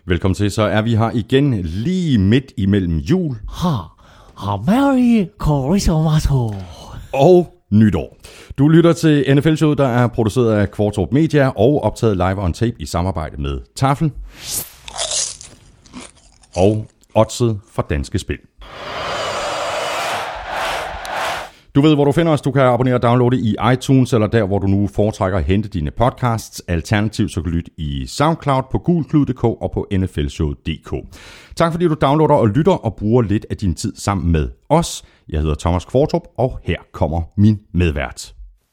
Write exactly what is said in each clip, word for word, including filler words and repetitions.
Velkommen til, så er vi her igen lige midt imellem jul Ha, ha, Merry Christmas og nytår. Du lytter til N F L-showet, der er produceret af Kvartrup Media og optaget live on tape i samarbejde med Tafel og Oddset for Danske Spil. Du ved, hvor du finder os. Du kan abonnere og downloade i iTunes, eller der, hvor du nu foretrækker at hente dine podcasts. Alternativt så kan du lytte i SoundCloud, på gulklud punktum d k og på n f l showet punktum d k. Tak fordi du downloader og lytter og bruger lidt af din tid sammen med os. Jeg hedder Thomas Kvartrup, og her kommer min medvært.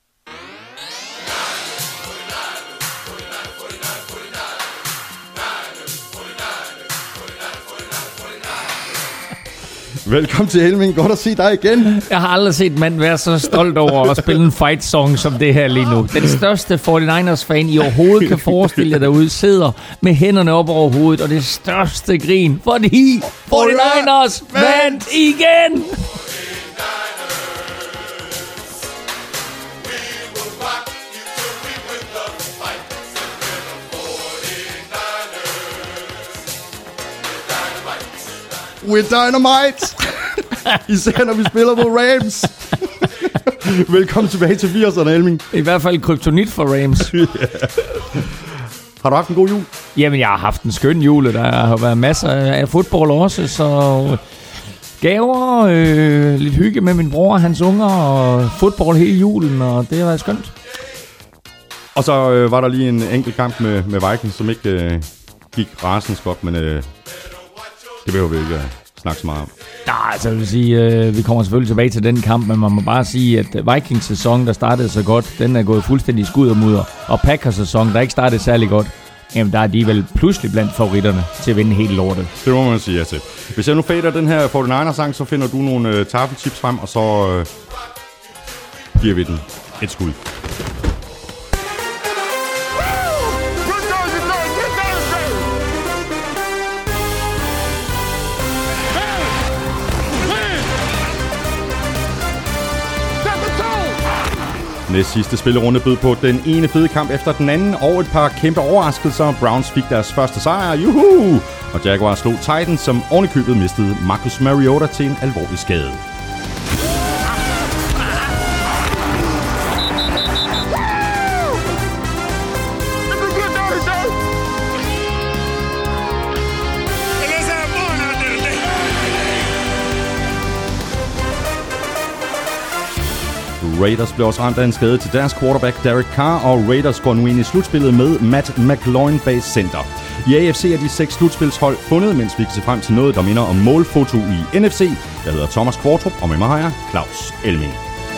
Velkommen til Helming. Godt at se dig igen. Jeg har aldrig set en mand være så stolt over at spille en fight song som det her lige nu. Den største forty-niners-fan I overhovedet kan forestille jer derude sidder med hænderne op over hovedet, og det største grin, fordi forty-niners vandt igen! We're dynamite! Især når vi spiller mod Rams. Velkommen tilbage til firserne, Helming. I hvert fald kryptonit for Rams. Yeah. Har du haft en god jul? Jamen, jeg har haft en skøn jul. Der har været masser af fodbold også, så gaver, øh, lidt hygge med min bror og hans unger, og fodbold hele julen, og det har været skønt. Og så øh, var der lige en enkelt kamp med, med Vikings, som ikke øh, gik rasens godt, men øh, det behøver vi ikke øh, snakke så meget om. Ja, altså jeg vil sige, øh, vi kommer selvfølgelig tilbage til den kamp, men man må bare sige, at Vikings sæson, der startede så godt, den er gået fuldstændig skud og mudder. Og Packers sæson, der ikke startede særlig godt, jamen der er de vel pludselig blandt favoritterne til at vinde hele lortet. Det må man sige ja til. Hvis jeg nu fader den her forty-niners-sang, så finder du nogle øh, tafelchips frem, og så øh, giver vi den et skud. Næst sidste spillerunde bød på den ene fede kamp efter den anden, og et par kæmpe overraskelser. Browns fik deres første sejr, juhu! Og Jaguars slog Titans, som ovenikøbet mistede Marcus Mariota til en alvorlig skade. Raiders blev også ramt af en skade til deres quarterback Derek Carr, og Raiders går nu ind i slutspillet med Matt McGloin bag center. I A F C er de seks slutspilshold fundet, mens vi kan se frem til noget, der minder om målfoto i N F C. Jeg hedder Thomas Kvartrup, og med mig har jeg Claus Elming.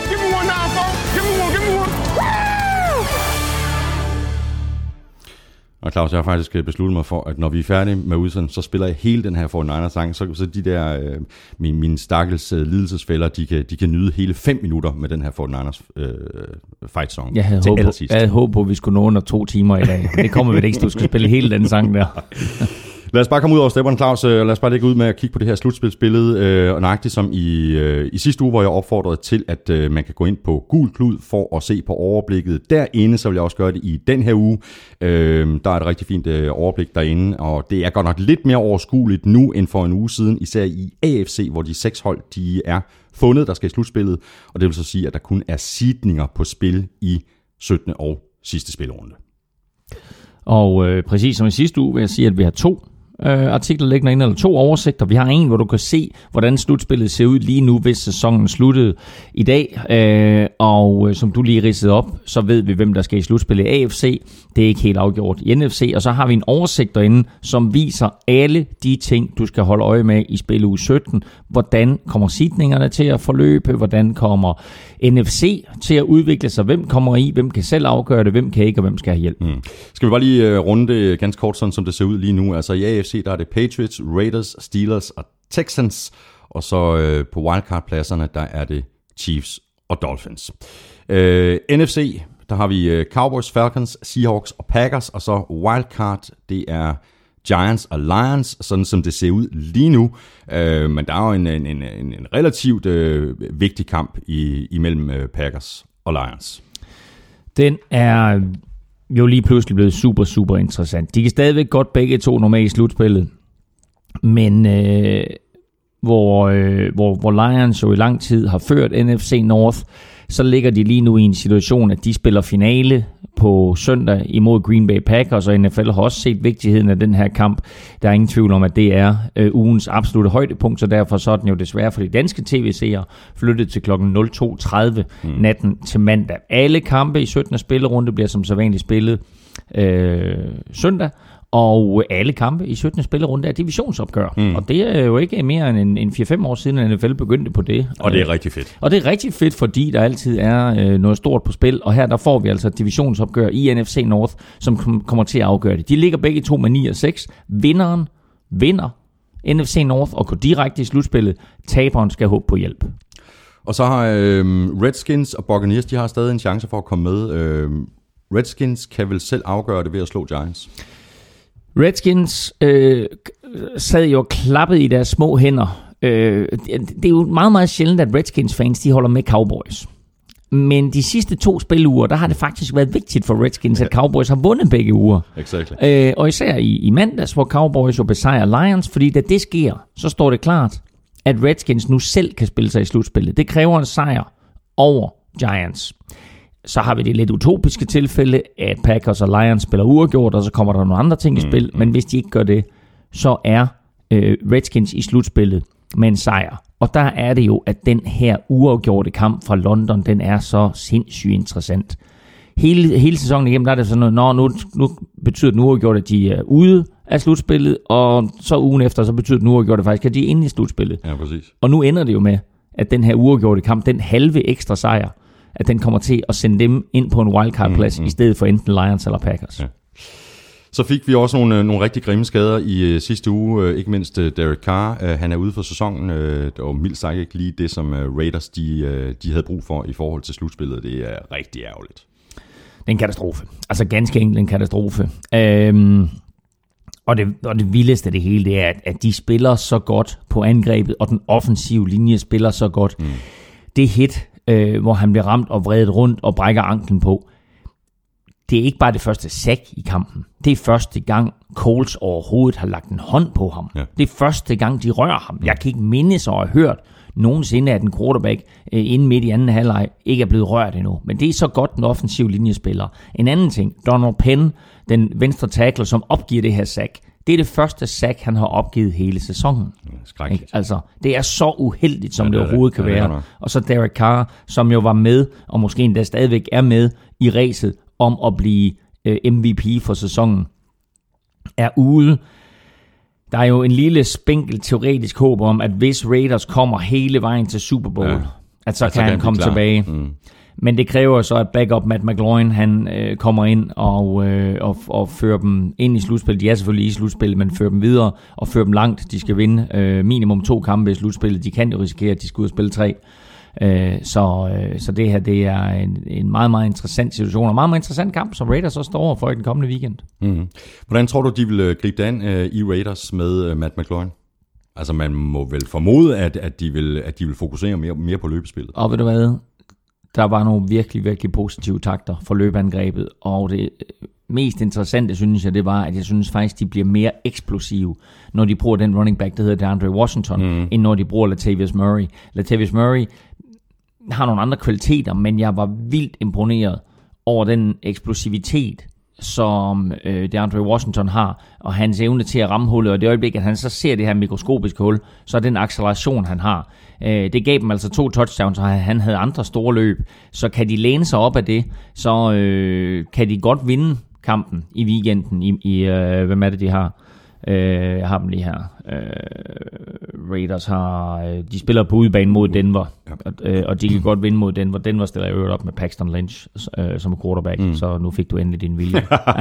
Og Claus, jeg har faktisk besluttet mig for, at når vi er færdige med udsendelsen, så spiller jeg hele den her forty-niners-sang, så, så de der, øh, mine, mine stakkels øh, lidelsesfælder, de kan, de kan nyde hele fem minutter med den her forty-niners øh, fight-song. Jeg havde håbet på, håb på, at vi skulle nå under to timer i dag. Det kommer vel ikke, så du skal spille hele den sang der. Lad os bare komme ud over stepperne, Claus. Lad os bare lægge ud med at kigge på det her slutspilsbillede. Øh, og nøjagtigt som i, øh, i sidste uge, hvor jeg opfordrede til, at øh, man kan gå ind på Gul Klud for at se på overblikket derinde, så vil jeg også gøre det i den her uge. Øh, der er et rigtig fint øh, overblik derinde, og det er godt nok lidt mere overskueligt nu end for en uge siden, især i A F C, hvor de seks hold de er fundet, der skal i slutspillet. Og det vil så sige, at der kun er seedninger på spil i syttende og sidste spilrunde. Og øh, præcis som i sidste uge vil jeg sige, at vi har to Øh, artikler liggende inde, eller to oversigter. Vi har en, hvor du kan se, hvordan slutspillet ser ud lige nu, hvis sæsonen sluttede i dag. Øh, og øh, som du lige ridsede op, så ved vi, hvem der skal i slutspillet i A F C. Det er ikke helt afgjort i N F C. Og så har vi en oversigt derinde, som viser alle de ting, du skal holde øje med i spil uge sytten. Hvordan kommer seedningerne til at forløbe? Hvordan kommer N F C til at udvikle sig? Hvem kommer i? Hvem kan selv afgøre det? Hvem kan ikke? Og hvem skal have hjælp? Mm. Skal vi bare lige uh, runde det ganske kort, sådan som det ser ud lige nu? Altså i A F C, der er det Patriots, Raiders, Steelers og Texans. Og så uh, på wildcard-pladserne, der er det Chiefs og Dolphins. Uh, N F C, der har vi uh, Cowboys, Falcons, Seahawks og Packers. Og så wildcard, det er Giants og Lions, sådan som det ser ud lige nu. Uh, men der er jo en, en, en, en relativt uh, vigtig kamp i, imellem uh, Packers og Lions. Den er jo lige pludselig blevet super, super interessant. De kan stadigvæk godt begge to nå med i slutspillet, men øh, hvor, øh, hvor, hvor Lions jo i lang tid har ført N F C North, så ligger de lige nu i en situation, at de spiller finale på søndag imod Green Bay Packers, og N F L har også set vigtigheden af den her kamp. Der er ingen tvivl om, at det er øh, ugens absolutte højdepunkt, så derfor så er den jo desværre for de danske tv-seere flyttet til klokken to tredive mm. natten til mandag. Alle kampe i syttende spillerunde bliver som sædvanligt spillet øh, søndag, og alle kampe i syttende spillerunde er divisionsopgør. Mm. Og det er jo ikke mere end en fire fem år siden, at N F L begyndte på det. Og det er rigtig fedt. Og det er rigtig fedt, fordi der altid er øh, noget stort på spil. Og her der får vi altså et divisionsopgør i N F C North, som kom, kommer til at afgøre det. De ligger begge to med ni og seks. Vinderen vinder N F C North og går direkte i slutspillet. Taberen skal håbe på hjælp. Og så har øh, Redskins og Buccaneers, de har stadig en chance for at komme med. Øh, Redskins kan vel selv afgøre det ved at slå Giants? Redskins øh, sad jo klappet i deres små hænder. Øh, det er jo meget, meget sjældent, at Redskins-fans de holder med Cowboys. Men de sidste to spiluger, der har det faktisk været vigtigt for Redskins, at Cowboys har vundet begge uger. Exactly. Øh, og især i, i mandags, hvor Cowboys jo besejrer Lions, fordi da det sker, så står det klart, at Redskins nu selv kan spille sig i slutspillet. Det kræver en sejr over Giants. Så har vi det lidt utopiske tilfælde, at Packers og Lions spiller uafgjort, og så kommer der nogle andre ting i spil. Mm. Men hvis de ikke gør det, så er øh, Redskins i slutspillet med en sejr. Og der er det jo, at den her uafgjorte kamp fra London, den er så sindssygt interessant. Hele, hele sæsonen igennem, der er det sådan noget, Nå, nu, nu betyder det nu uafgjort, at de er ude af slutspillet, og så ugen efter, så betyder det nu uafgjort, at faktisk, at de er inde i slutspillet. Ja, præcis. Og nu ender det jo med, at den her uafgjorte kamp, den halve ekstra sejr, at den kommer til at sende dem ind på en wildcard-plads, mm, mm. i stedet for enten Lions eller Packers. Ja. Så fik vi også nogle, nogle rigtig grimme skader i uh, sidste uge, uh, ikke mindst uh, Derek Carr. Uh, han er ude for sæsonen, uh, det var mildt sagt ikke lige det, som uh, Raiders de, uh, de havde brug for i forhold til slutspillet. Det er rigtig ærgerligt. Det er en katastrofe. Altså ganske enkelt en katastrofe. Øhm, og, det, og det vildeste af det hele, det er, at, at de spiller så godt på angrebet, og den offensive linje spiller så godt. Mm. Det hit, øh, hvor han bliver ramt og vredet rundt og brækker anklen på, det er ikke bare det første sack i kampen. Det er første gang, Colts overhovedet har lagt en hånd på ham. Ja. Det er første gang, de rører ham. Jeg kan ikke mindes og have hørt nogensinde, at en quarterback øh, inden midt i anden halvleg ikke er blevet rørt endnu. Men det er så godt, den offensive linjespiller. En anden ting, Donald Penn, den venstre tackle, som opgiver det her sack, det er det første sack, han har opgivet hele sæsonen. Ja, altså, det er så uheldigt, som ja, det, det overhovedet det. kan ja, være. Og så Derek Carr, som jo var med, og måske endda stadigvæk er med i ræset om at blive øh, M V P for sæsonen, er ude. Der er jo en lille spinkel teoretisk håb om, at hvis Raiders kommer hele vejen til Super Bowl, ja. at så altså, kan han komme tilbage. Mm. Men det kræver så, at backup Matt McGloin, han øh, kommer ind og, øh, og, og fører dem ind i slutspillet. De er selvfølgelig i slutspillet, men fører dem videre og fører dem langt. De skal vinde øh, minimum to kampe i slutspillet. De kan jo risikere, at de skal ud og spille tre. Øh, så, øh, så det her, det er en, en meget, meget interessant situation, og en meget, meget interessant kamp, som Raiders så står over for i den kommende weekend. Mm-hmm. Hvordan tror du, de vil gribe det an øh, i Raiders med øh, Matt McGloin? Altså man må vel formode, at, at, de, vil, at de vil fokusere mere, mere på løbespillet. Og ved du hvad? Der var nogle virkelig, virkelig positive takter for løbeangrebet, og det mest interessante, synes jeg, det var, at jeg synes faktisk, de bliver mere eksplosive, når de bruger den running back, der hedder DeAndre Washington, mm. end når de bruger Latavius Murray. Latavius Murray har nogle andre kvaliteter, men jeg var vildt imponeret over den eksplosivitet, som øh, DeAndre Washington har, og hans evne til at ramme hullet, og det øjeblik, at han så ser det her mikroskopiske hul, så er den acceleration, han har. Øh, det gav dem altså to touchdowns, og han havde andre store løb, så kan de læne sig op af det, så øh, kan de godt vinde kampen i weekenden, i, i øh, hvem er det, de har? Øh, jeg har dem lige her. Øh, Raiders har, øh, de spiller på udebane mod Denver, og, øh, og de kan godt vinde mod Denver. Denver stiller jo op med Paxton Lynch øh, som quarterback, mm. så nu fik du endelig din vilje.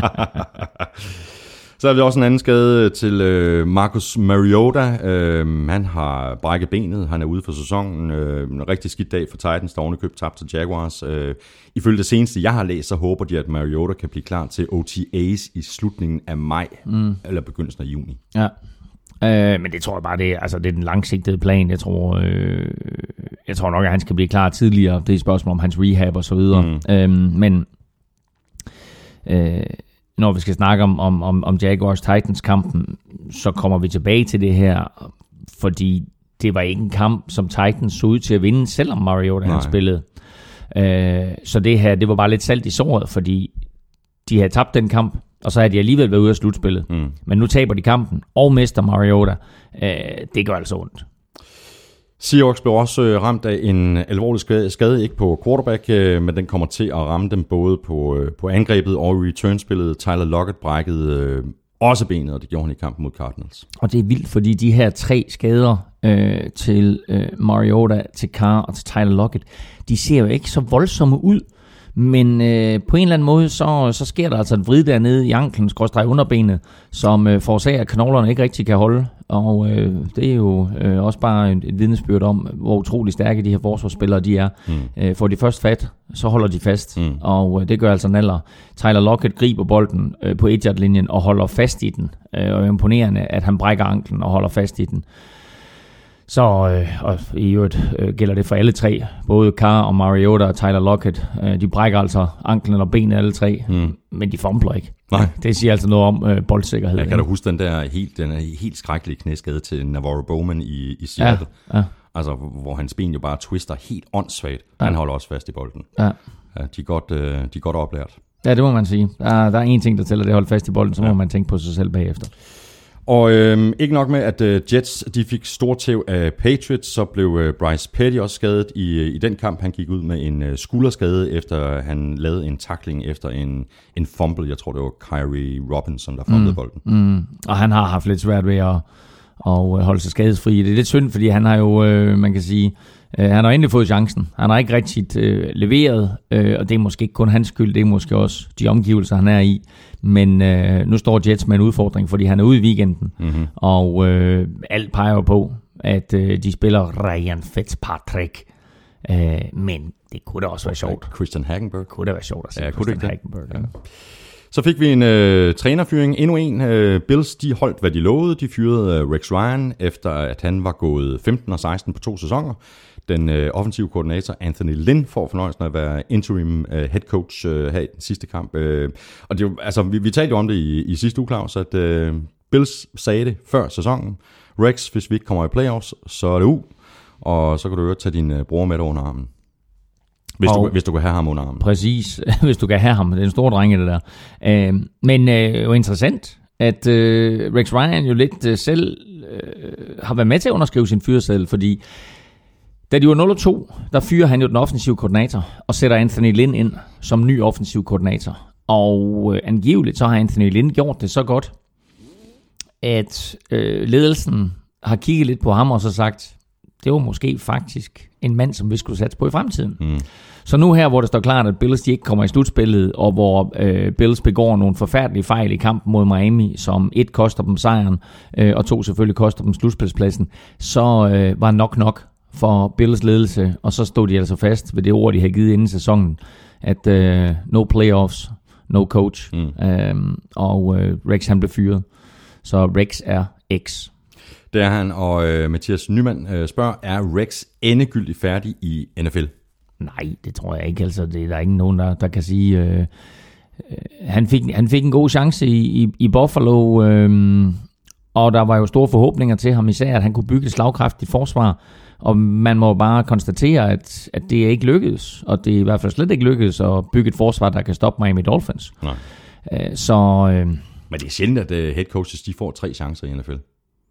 Så har vi også en anden skade til øh, Marcus Mariota. Øh, han har brækket benet, han er ude for sæsonen. Øh, en rigtig skidt dag for Titans, der ovenikøbet tabt til Jaguars. Øh, ifølge det seneste, jeg har læst, så håber de, at Mariota kan blive klar til O T A's i slutningen af maj, mm. eller begyndelsen af juni. Ja, øh, men det tror jeg bare, det er, altså, det er den langsigtede plan. Jeg tror, øh, jeg tror nok, at han skal blive klar tidligere. Det er et spørgsmål om hans rehab og så videre. Mm. Øh, men øh, når vi skal snakke om, om, om, om Jaguars-Titans-kampen, så kommer vi tilbage til det her, fordi det var ikke en kamp, som Titans så ud til at vinde, selvom Mariota han spillede. Øh, så det her, det var bare lidt salt i såret, fordi de havde tabt den kamp, og så havde de alligevel været ude af slutspillet. Mm. Men nu taber de kampen, og mister Mariota. Øh, det gør altså ondt. Seahawks blev også ramt af en alvorlig skade, skade ikke på quarterback, men den kommer til at ramme dem både på, på angrebet og i returnspillet. Tyler Lockett brækkede øh, også benet, og det gjorde han i kampen mod Cardinals. Og det er vildt, fordi de her tre skader øh, til øh, Mariota, til Carr og til Tyler Lockett, de ser jo ikke så voldsomme ud. Men øh, på en eller anden måde, så, så sker der altså et vrid dernede i anklen, skråstreg underbenet, som øh, forårsager, at knoglerne ikke rigtig kan holde. Og øh, det er jo øh, også bare et, et vidnesbyrd om, hvor utrolig stærke de her forsvarsspillere de er. Mm. Øh, får de først fat, så holder de fast. Mm. Og øh, det gør altså Naller. Tyler Lockett griber bolden øh, på et-yard-linjen og holder fast i den. Øh, og imponerende, at han brækker anklen og holder fast i den. Så øh, og i øvrigt øh, gælder det for alle tre. Både Carr og Mariota og Tyler Lockett. Øh, de brækker altså anklen eller benet alle tre, mm. men de fumbler ikke. Nej. Det siger altså noget om øh, boldsikkerhed. Jeg kan da huske den der helt, den helt skrækkelige knæskade til Navarro Bowman i, i Seattle. Ja, ja. Altså, hvor hans ben jo bare twister helt åndssvagt. Ja. Han holder også fast i bolden. Ja. Ja, de, er godt, øh, de er godt oplært. Ja, det må man sige. Der, der er en ting, der tæller det at holde fast i bolden, så ja. må man tænke på sig selv bagefter. Og øh, ikke nok med, at øh, Jets de fik stor tæv af Patriots, så blev øh, Bryce Petty også skadet i, i den kamp. Han gik ud med en øh, skulderskade, efter han lavede en tackling efter en, en fumble. Jeg tror, det var Kyrie Robinson, der fumblede mm, bolden. Mm. Og han har haft lidt svært ved at, at holde sig skadesfri. Det er lidt synd, fordi han har jo, øh, man kan sige, øh, han har endelig fået chancen. Han har ikke rigtig øh, leveret, øh, og det er måske ikke kun hans skyld, det er måske også de omgivelser, han er i. Men øh, nu står Jets med en udfordring, fordi han er ude i weekenden, mm-hmm. og øh, alt peger jo på, at øh, de spiller Ryan Fitzpatrick. Øh, men det kunne da også være sjovt. Christian Hackenberg. Kunne da være sjovt at se ja, Christian Hackenberg. Ja. Så fik vi en øh, trænerfyring, endnu en. Øh, Bills, de holdt, hvad de lovede. De fyrede øh, Rex Ryan, efter at han var gået femten og seksten på to sæsoner. Den øh, offensive koordinator Anthony Lynn får fornøjelsen af at være interim øh, head coach øh, her i den sidste kamp. Øh, og det, altså, vi, vi talte jo om det i, i sidste uge, Claus, at øh, Bills sagde det før sæsonen. Rex, hvis vi ikke kommer i playoffs, så er det u. Og så kan du jo tage din øh, bror med dig under armen. Hvis du, hvis du kan have ham under armen. Præcis, hvis du kan have ham. Det er en stor dreng i det der. Øh, men øh, jo interessant, at øh, Rex Ryan jo lidt øh, selv øh, har været med til at underskrive sin fyreseddel, fordi da de var nul og to, der fyrer han jo den offensive koordinator og sætter Anthony Lynn ind som ny offensiv koordinator. Og øh, angiveligt så har Anthony Lynn gjort det så godt, at øh, ledelsen har kigget lidt på ham og så sagt, det var måske faktisk en mand, som vi skulle satse på i fremtiden. Mm. Så nu her, hvor det står klart, at Bills de ikke kommer i slutspillet, og hvor øh, Bills begår nogle forfærdelige fejl i kampen mod Miami, som et koster dem sejren, øh, og to selvfølgelig koster dem slutspilspladsen, så øh, var nok nok for Bills ledelse, og så stod de altså fast ved det ord, de havde givet inden sæsonen, at øh, no playoffs, no coach, mm. øhm, og øh, Rex han blev fyret. Så Rex er X. Det er han, og øh, Mathias Nyman øh, spørger, er Rex endegyldigt færdig i N F L? Nej, det tror jeg ikke. Altså, det er der ikke nogen, der, der kan sige. Øh, øh, han, fik, han fik en god chance i, i, i Buffalo, øh, og der var jo store forhåbninger til ham, især at han kunne bygge et slagkraftigt forsvar. Og man må bare konstatere, at, at det ikke lykkedes, og det er i hvert fald slet ikke lykkedes at bygge et forsvar, der kan stoppe Miami Dolphins. Nej. Øh, så, øh, Men det er sjældent, at uh, head coaches de får tre chancer i N F L.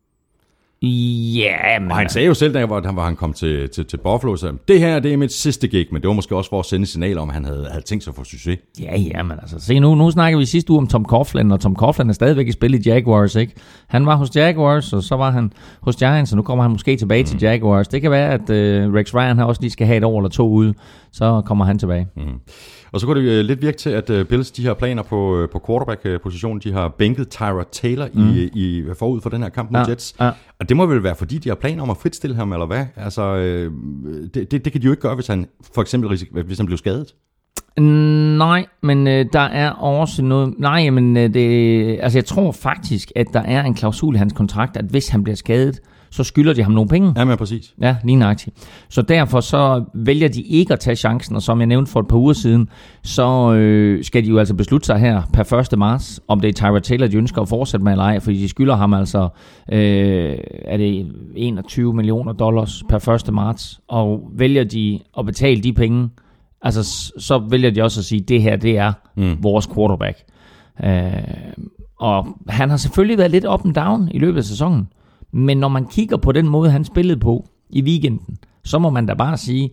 Ja, men... Og han sagde jo selv, da han, var, han kom til, til, til Buffalo, så det her det er mit sidste gig, men det var måske også for at sende signal om, at han havde, havde tænkt sig for succes. Ja, ja, men altså, se nu, nu snakker vi sidste uge om Tom Coughlin, og Tom Coughlin er stadigvæk i spil i Jaguars, ikke? Han var hos Jaguars, og så var han hos Giants, og nu kommer han måske tilbage mm. til Jaguars. Det kan være, at uh, Rex Ryan her også lige skal have et år eller to ude, så kommer han tilbage. Mm. Og så går det uh, lidt virke til, at uh, Bills, de har planer på, uh, på quarterback-positionen. De har bænket Tyrod Taylor mm. i, i, forud for den her kamp mod ja, Jets. Ja. Og det må vel være, fordi de har planer om at fritstille ham, eller hvad? Altså, øh, det, det, det kan de jo ikke gøre, hvis han for eksempel risik- hvis han blev skadet. Nej, men øh, der er også noget... Nej, men øh, det, altså, jeg tror faktisk, at der er en klausul i hans kontrakt, at hvis han bliver skadet, så skylder de ham nogle penge. Ja, men præcis. Ja, lige nøjagtigt. Så derfor så vælger de ikke at tage chancen, og som jeg nævnte for et par uger siden, så øh, skal de jo altså beslutte sig her per første marts, om det er Tyrod Taylor, de ønsker at fortsætte med eller ej, fordi de skylder ham altså, øh, er det enogtyve millioner dollars per første marts, og vælger de at betale de penge, altså så vælger de også at sige, det her, det er mm. vores quarterback. Øh, og han har selvfølgelig været lidt up and down i løbet af sæsonen, men når man kigger på den måde, han spillede på i weekenden, så må man da bare sige,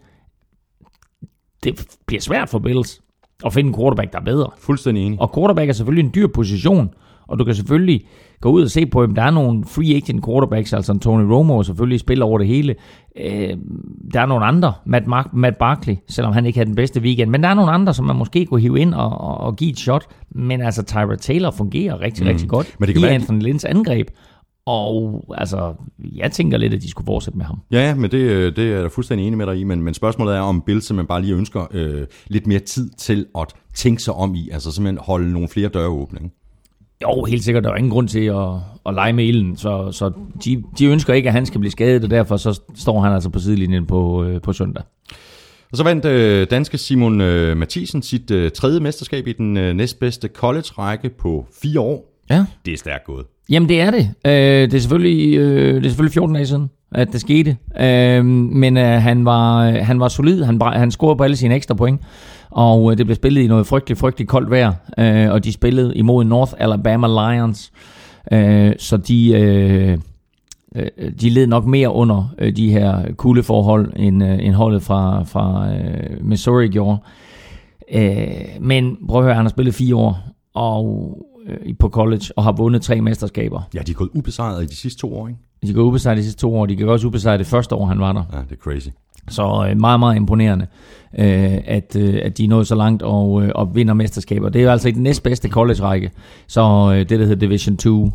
det bliver svært for Bills at finde en quarterback, der er bedre. Fuldstændig enig. Og quarterback er selvfølgelig en dyr position, og du kan selvfølgelig gå ud og se på, at der er nogle free agent quarterbacks, altså Tony Romo selvfølgelig spiller over det hele. Øh, der er nogle andre, Matt, Mark, Matt Barkley, selvom han ikke havde den bedste weekend, men der er nogle andre, som man måske kunne hive ind og, og, og give et shot. Men altså, Tyrod Taylor fungerer rigtig, mm. rigtig godt men det kan i være... Anthony Lynns angreb. Og altså, jeg tænker lidt, at de skulle fortsætte med ham. Ja, ja, men det, det er jeg fuldstændig enig med dig i, men, men spørgsmålet er, om Bills simpelthen bare lige ønsker øh, lidt mere tid til at tænke sig om i, altså simpelthen holde nogle flere døre åbne. Jo, helt sikkert. Der er ingen grund til at, at lege med ilden, så, så de, de ønsker ikke, at han skal blive skadet, og derfor så står han altså på sidelinjen på, øh, på søndag. Og så vandt øh, danske Simon øh, Mathisen sit øh, tredje mesterskab i den øh, næstbedste college-række på fire år. Ja. Det er stærkt gået. Jamen det er det. Øh, det, er selvfølgelig, øh, det er selvfølgelig fjorten dage siden, at det skete. Øh, men øh, han, var, han var solid. Han, han scorede på alle sine ekstra point. Og øh, det blev spillet i noget frygteligt, frygteligt koldt vejr. Øh, og de spillede imod North Alabama Lions. Øh, så de, øh, de led nok mere under øh, de her kuldeforhold, end, øh, end holdet fra, fra øh, Missouri gjorde. Øh, men prøv at høre, han har spillet fire år. Og på college, og har vundet tre mesterskaber. Ja, de er gået ubesejret i de sidste to år, ikke? De er gået ubesejret de sidste to år, de kan også ubesejret det første år, han var der. Ja, det er crazy. Så meget, meget imponerende, at, at de er nået så langt og, og vinder mesterskaber. Det er jo altså i den næstbedste college-række, så det, der hedder Division to.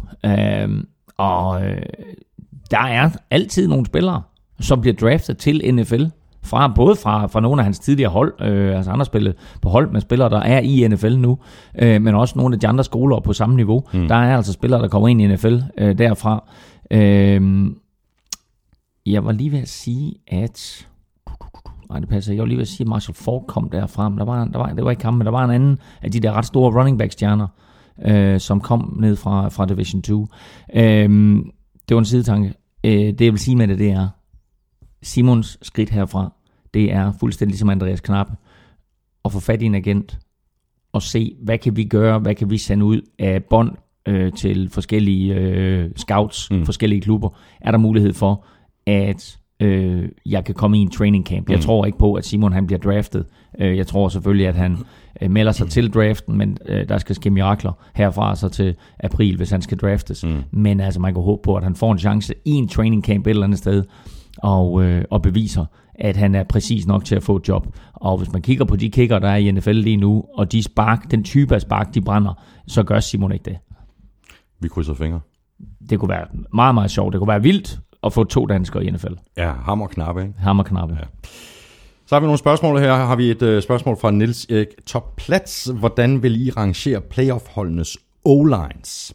Og der er altid nogle spillere, som bliver draftet til N F L, fra, både fra, fra nogle af hans tidligere hold, øh, altså andre spillere på hold med spillere, der er i N F L nu, øh, men også nogle af de andre skoler på samme niveau. Mm. Der er altså spillere, der kommer ind i N F L øh, derfra. Øh, jeg var lige ved at sige, at... Nej, det passer. Jeg var lige ved at sige, at Marshall Faulk kom derfra, men der var, der var, det var ikke ham, men der var en anden af de der ret store running back-stjerner, øh, som kom ned fra, fra Division to. Øh, det var en sidetanke. Øh, det jeg vil sige med det, det er, Simons skridt herfra, det er fuldstændig som Andreas Knappe, at få fat i en agent og se, hvad kan vi gøre, hvad kan vi sende ud af bånd øh, til forskellige øh, scouts, mm. forskellige klubber. Er der mulighed for, at øh, jeg kan komme i en training camp? Jeg mm. tror ikke på, at Simon han bliver draftet. Jeg tror selvfølgelig, at han øh, melder sig mm. til draften, men øh, der skal ske mirakler herfra så til april, hvis han skal draftes. Mm. Men altså, man kan håbe på, at han får en chance i en training camp et eller andet sted, og, øh, og beviser, at han er præcis nok til at få et job. Og hvis man kigger på de kicker, der er i N F L lige nu, og de spark, den type af spark, de brænder, så gør Simon ikke det. Vi krydser fingre. Det kunne være meget, meget sjovt. Det kunne være vildt at få to danskere i N F L. Ja, hammer Knappe, ikke? Hammer Knappe. Ja. Så har vi nogle spørgsmål her. Har vi et uh, spørgsmål fra Niels Erik Topplats. Hvordan vil I rangere playoff-holdenes O-lines?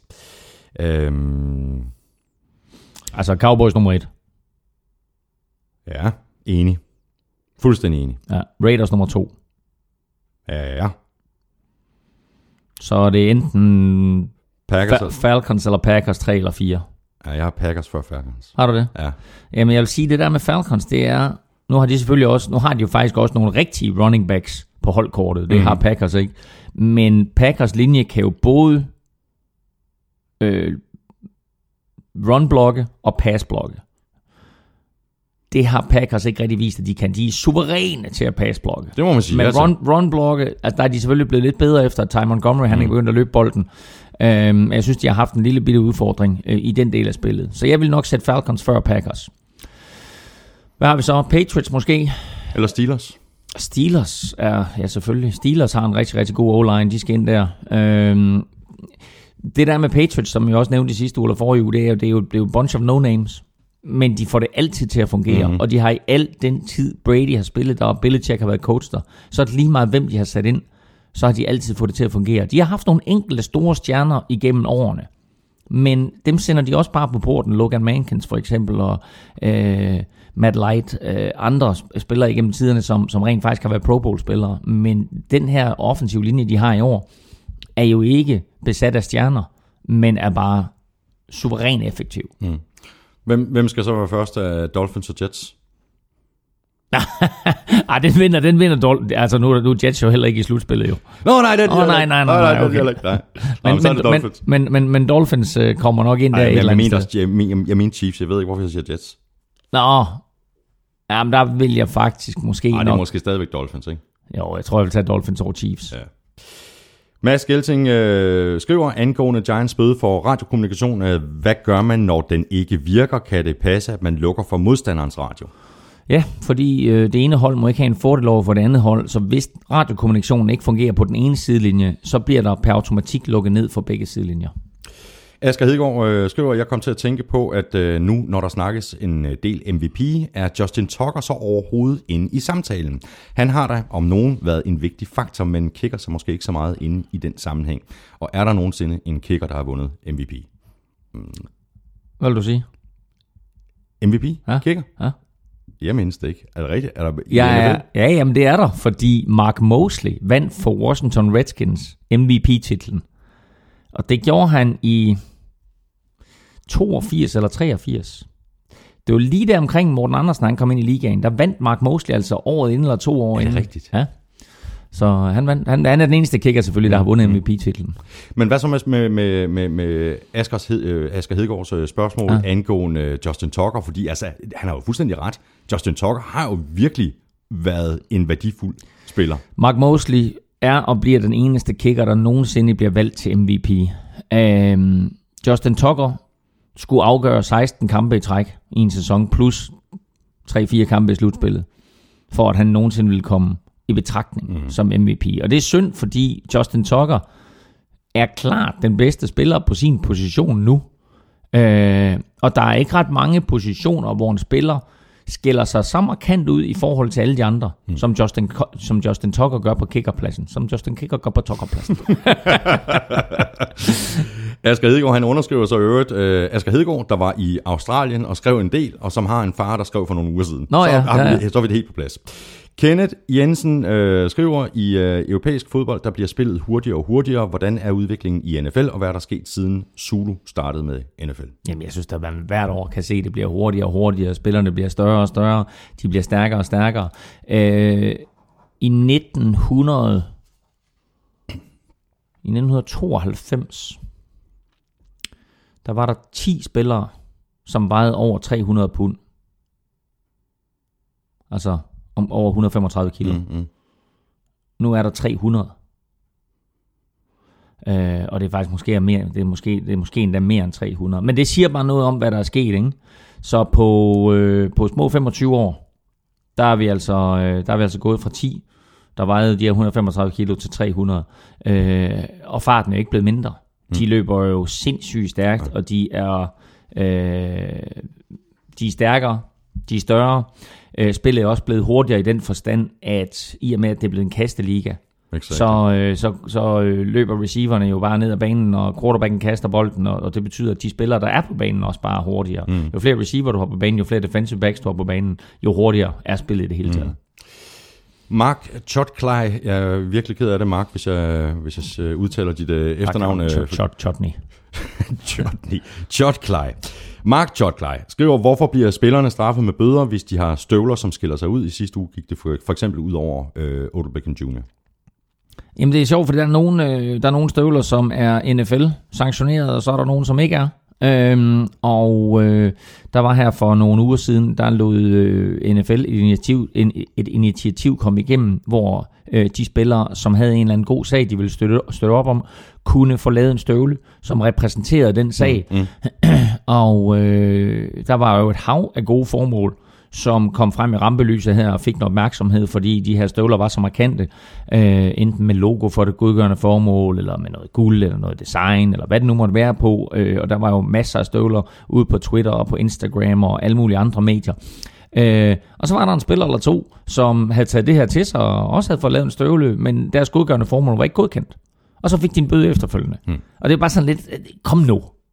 Øhm... Altså Cowboys nummer et. Ja, enig. Fuldstændig enig. Ja, Raiders nummer to. Ja, ja. Så er det enten Packers, Fa- Falcons eller Packers tre eller fire. Ja, jeg har Packers før Falcons. Har du det? Ja. Jamen, jeg vil sige, det der med Falcons, det er... Nu har de selvfølgelig også... Nu har de jo faktisk også nogle rigtige running backs på holdkortet. Det mm. har Packers ikke. Men Packers linje kan jo både øh, run-blokke og pass-blokke. Det har Packers ikke rigtig vist, at de kan. De er suveræne til at pass-blokke. Det må man sige. Men run, run-blokke, altså der er de selvfølgelig blevet lidt bedre efter, at Ty Montgomery mm. han er begyndt at løbe bolden. Um, jeg synes, de har haft en lille bitte udfordring uh, i den del af spillet. Så jeg vil nok sætte Falcons før Packers. Hvad har vi så? Patriots måske? Eller Steelers? Steelers er, ja selvfølgelig. Steelers har en rigtig, rigtig god O-line. De skal ind der. Um, det der med Patriots, som jeg også nævnte i sidste uge eller forrige uge, det er jo, det er jo, det er jo en bunch of no-names. Men de får det altid til at fungere. Mm-hmm. Og de har i al den tid, Brady har spillet der, og Belichick har været coach der, så er det lige meget, hvem de har sat ind, så har de altid fået det til at fungere. De har haft nogle enkelte store stjerner igennem årene. Men dem sender de også bare på porten. Logan Mankins for eksempel, og øh, Matt Light, øh, andre spillere igennem tiderne, som, som rent faktisk har været Pro Bowl-spillere. Men den her offensive linje, de har i år, er jo ikke besat af stjerner, men er bare suveræn effektiv. Mm. Hvem, hvem skal så være først af Dolphins og Jets? Ej, den vinder, den vinder Dolphins. Altså, nu er, nu er Jets jo heller ikke i slutspillet, jo. Nå, nej, det er oh, nej, nej, nej, nej, nej, okay. nej. Men, men, men, men, men, men Dolphins øh, kommer nok ind der. Ej, et eller andet jeg, sted. jeg, jeg, jeg mener Chiefs, jeg ved ikke, hvorfor jeg siger Jets. Nå, jamen der vil jeg faktisk måske Ej, nok... det er måske stadigvæk Dolphins, ikke? Jo, jeg tror, jeg vil tage Dolphins over Chiefs. Ja. Mads Gelting øh, skriver angående Giants bøde for radiokommunikation. Øh, hvad gør man, når den ikke virker? Kan det passe, at man lukker for modstanderens radio? Ja, fordi øh, det ene hold må ikke have en fordel over for det andet hold, så hvis radiokommunikationen ikke fungerer på den ene sidelinje, så bliver der per automatik lukket ned for begge sidelinjer. Asger Hedegaard øh, skriver, jeg kom til at tænke på, at øh, nu, når der snakkes en del M V P, er Justin Tucker så overhovedet inde i samtalen. Han har da om nogen været en vigtig faktor, men kicker sig måske ikke så meget inde i den sammenhæng. Og er der nogensinde en kicker, der har vundet M V P? Mm. Hvad vil du sige? M V P? Ja. Kicker? Ja. Jeg mindes det ikke. Er det rigtigt? Er der, ja, ja, ja, jamen det er der, fordi Mark Moseley vandt for Washington Redskins M V P-titlen. Og det gjorde han i toogfirs eller treogfirs. Det var lige der omkring Morten Andersen, han kom ind i ligaen. Der vandt Mark Moseley altså året inden eller to år inden. Er det rigtigt? Ja. Så han, vandt, han, han er den eneste kicker selvfølgelig, der har vundet M V P-titlen. Men hvad så med, med, med, med Askers Hed, øh, Asger Hedegaards spørgsmål ja. angående Justin Tucker? Fordi altså, han har jo fuldstændig ret. Justin Tucker har jo virkelig været en værdifuld spiller. Mark Moseley er og bliver den eneste kicker, der nogensinde bliver valgt til M V P. Um, Justin Tucker skulle afgøre seksten kampe i træk i en sæson, plus tre fire kampe i slutspillet, for at han nogensinde ville komme i betragtning mm. som M V P. Og det er synd, fordi Justin Tucker er klart den bedste spiller på sin position nu. Uh, og der er ikke ret mange positioner, hvor en spiller skiller sig så markant ud i forhold til alle de andre, mm. som, Justin, som Justin Tucker gør på kickerpladsen. Som Justin Kicker gør på Tuckerpladsen. Asger Hedegaard, han underskriver så øvrigt uh, Asger Hedegaard, der var i Australien og skrev en del, og som har en far, der skrev for nogle uger siden. Nå, så, ja, har ja. Vi, så er vi det helt på plads. Kenneth Jensen øh, skriver, i øh, europæisk fodbold, der bliver spillet hurtigere og hurtigere. Hvordan er udviklingen i N F L, og hvad er der sket siden Zulu startede med N F L? Jamen, jeg synes, at man hvert år kan se, at det bliver hurtigere og hurtigere. Spillerne bliver større og større. De bliver stærkere og stærkere. Øh, I nitten hundrede I nitten tooghalvfems, der var der ti spillere, som vejede over tre hundrede pund. Altså om over et hundrede og femogtredive kilo. Mm, mm. Nu er der tre hundrede. Øh, og det er faktisk måske mere, det er måske, det er måske endda mere end tre hundrede. Men det siger bare noget om, hvad der er sket, ikke? Så på, øh, på små femogtyve år, der er vi altså, øh, der er vi altså gået fra ti, der vejede de her et hundrede og femogtredive kilo til tre hundrede. Øh, og farten er ikke blevet mindre. Mm. De løber jo sindssygt stærkt, ja. Og de er, øh, de er stærkere, de er større. Spillet er også blevet hurtigere i den forstand, at i og med, at det er blevet en kasteliga, exactly. så, øh, så, så øh, løber receiverne jo bare ned ad banen, og quarterbacken kaster bolden, og, og det betyder, at de spillere, der er på banen, også bare er hurtigere. Mm. Jo flere receiver du har på banen, jo flere defensive backs du har på banen, jo hurtigere er spillet i det hele taget. Mm. Mark Chotkley, jeg er virkelig ked af det, Mark, hvis jeg, hvis jeg udtaler dit øh, efternavn. Chotney. Chotney. Chotkley. Mark Chotkley skriver, hvorfor bliver spillerne straffet med bøder, hvis de har støvler, som skiller sig ud? I sidste uge gik det for, for eksempel ud over øh, Odell Beckham junior Jamen det er sjovt, fordi der er nogle, øh, der er nogle støvler, som er N F L-sanktioneret, og så er der nogle, som ikke er. Øhm, og øh, der var her for nogle uger siden, der lod øh, N F L et initiativ, en, et initiativ komme igennem, hvor øh, de spillere, som havde en eller anden god sag, de ville støtte, støtte op om, kunne få lavet en støvle, som repræsenterede den sag. Mm, mm. Og øh, der var jo et hav af gode formål, som kom frem i rampelyset her og fik noget opmærksomhed, fordi de her støvler var så markante, øh, enten med logo for det godgørende formål, eller med noget guld, eller noget design, eller hvad det nu måtte være på, øh, og der var jo masser af støvler ude på Twitter og på Instagram og alle mulige andre medier. Øh, og så var der en spiller eller to, som havde taget det her til sig, og også havde fået lavet en støvle, men deres godgørende formål var ikke godkendt. Og så fik de en bøde efterfølgende. Hmm. Og det er bare sådan lidt, kom nu.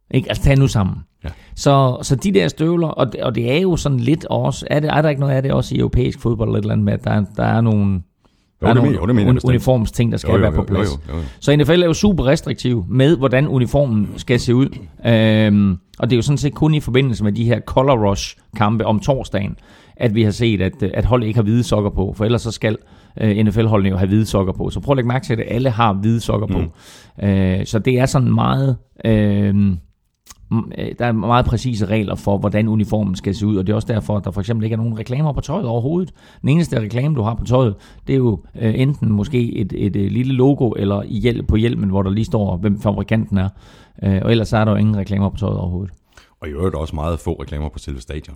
Ikke? Altså, tag nu sammen. Ja. Så, så de der støvler, og det, og det er jo sådan lidt også, er, det, er der ikke noget af det også i europæisk fodbold eller et eller andet med, at der, der er nogle, jo, der er nogle mener, jo, mener, uniformsting, der skal jo, jo, være på plads. Jo, jo, jo. Så N F L er jo super restriktiv med, hvordan uniformen skal se ud. Øhm, og det er jo sådan set kun i forbindelse med de her Color Rush-kampe om torsdagen, at vi har set, at, at hold ikke har hvide sokker på, for ellers så skal uh, N F L-holdene jo have hvide sokker på. Så prøv at lægge mærke til, at alle har hvide sokker på. Mm. Uh, så det er sådan meget... Uh, der er meget præcise regler for, hvordan uniformen skal se ud, og det er også derfor, at der for eksempel ikke er nogen reklamer på tøjet overhovedet. Den eneste reklame, du har på tøjet, det er jo øh, enten måske et, et, et lille logo, eller i hjælp, på hjelmen, hvor der lige står, hvem fabrikanten er. Øh, og ellers er der jo ingen reklamer på tøjet overhovedet. Og i øvrigt også meget få reklamer på selve stadion.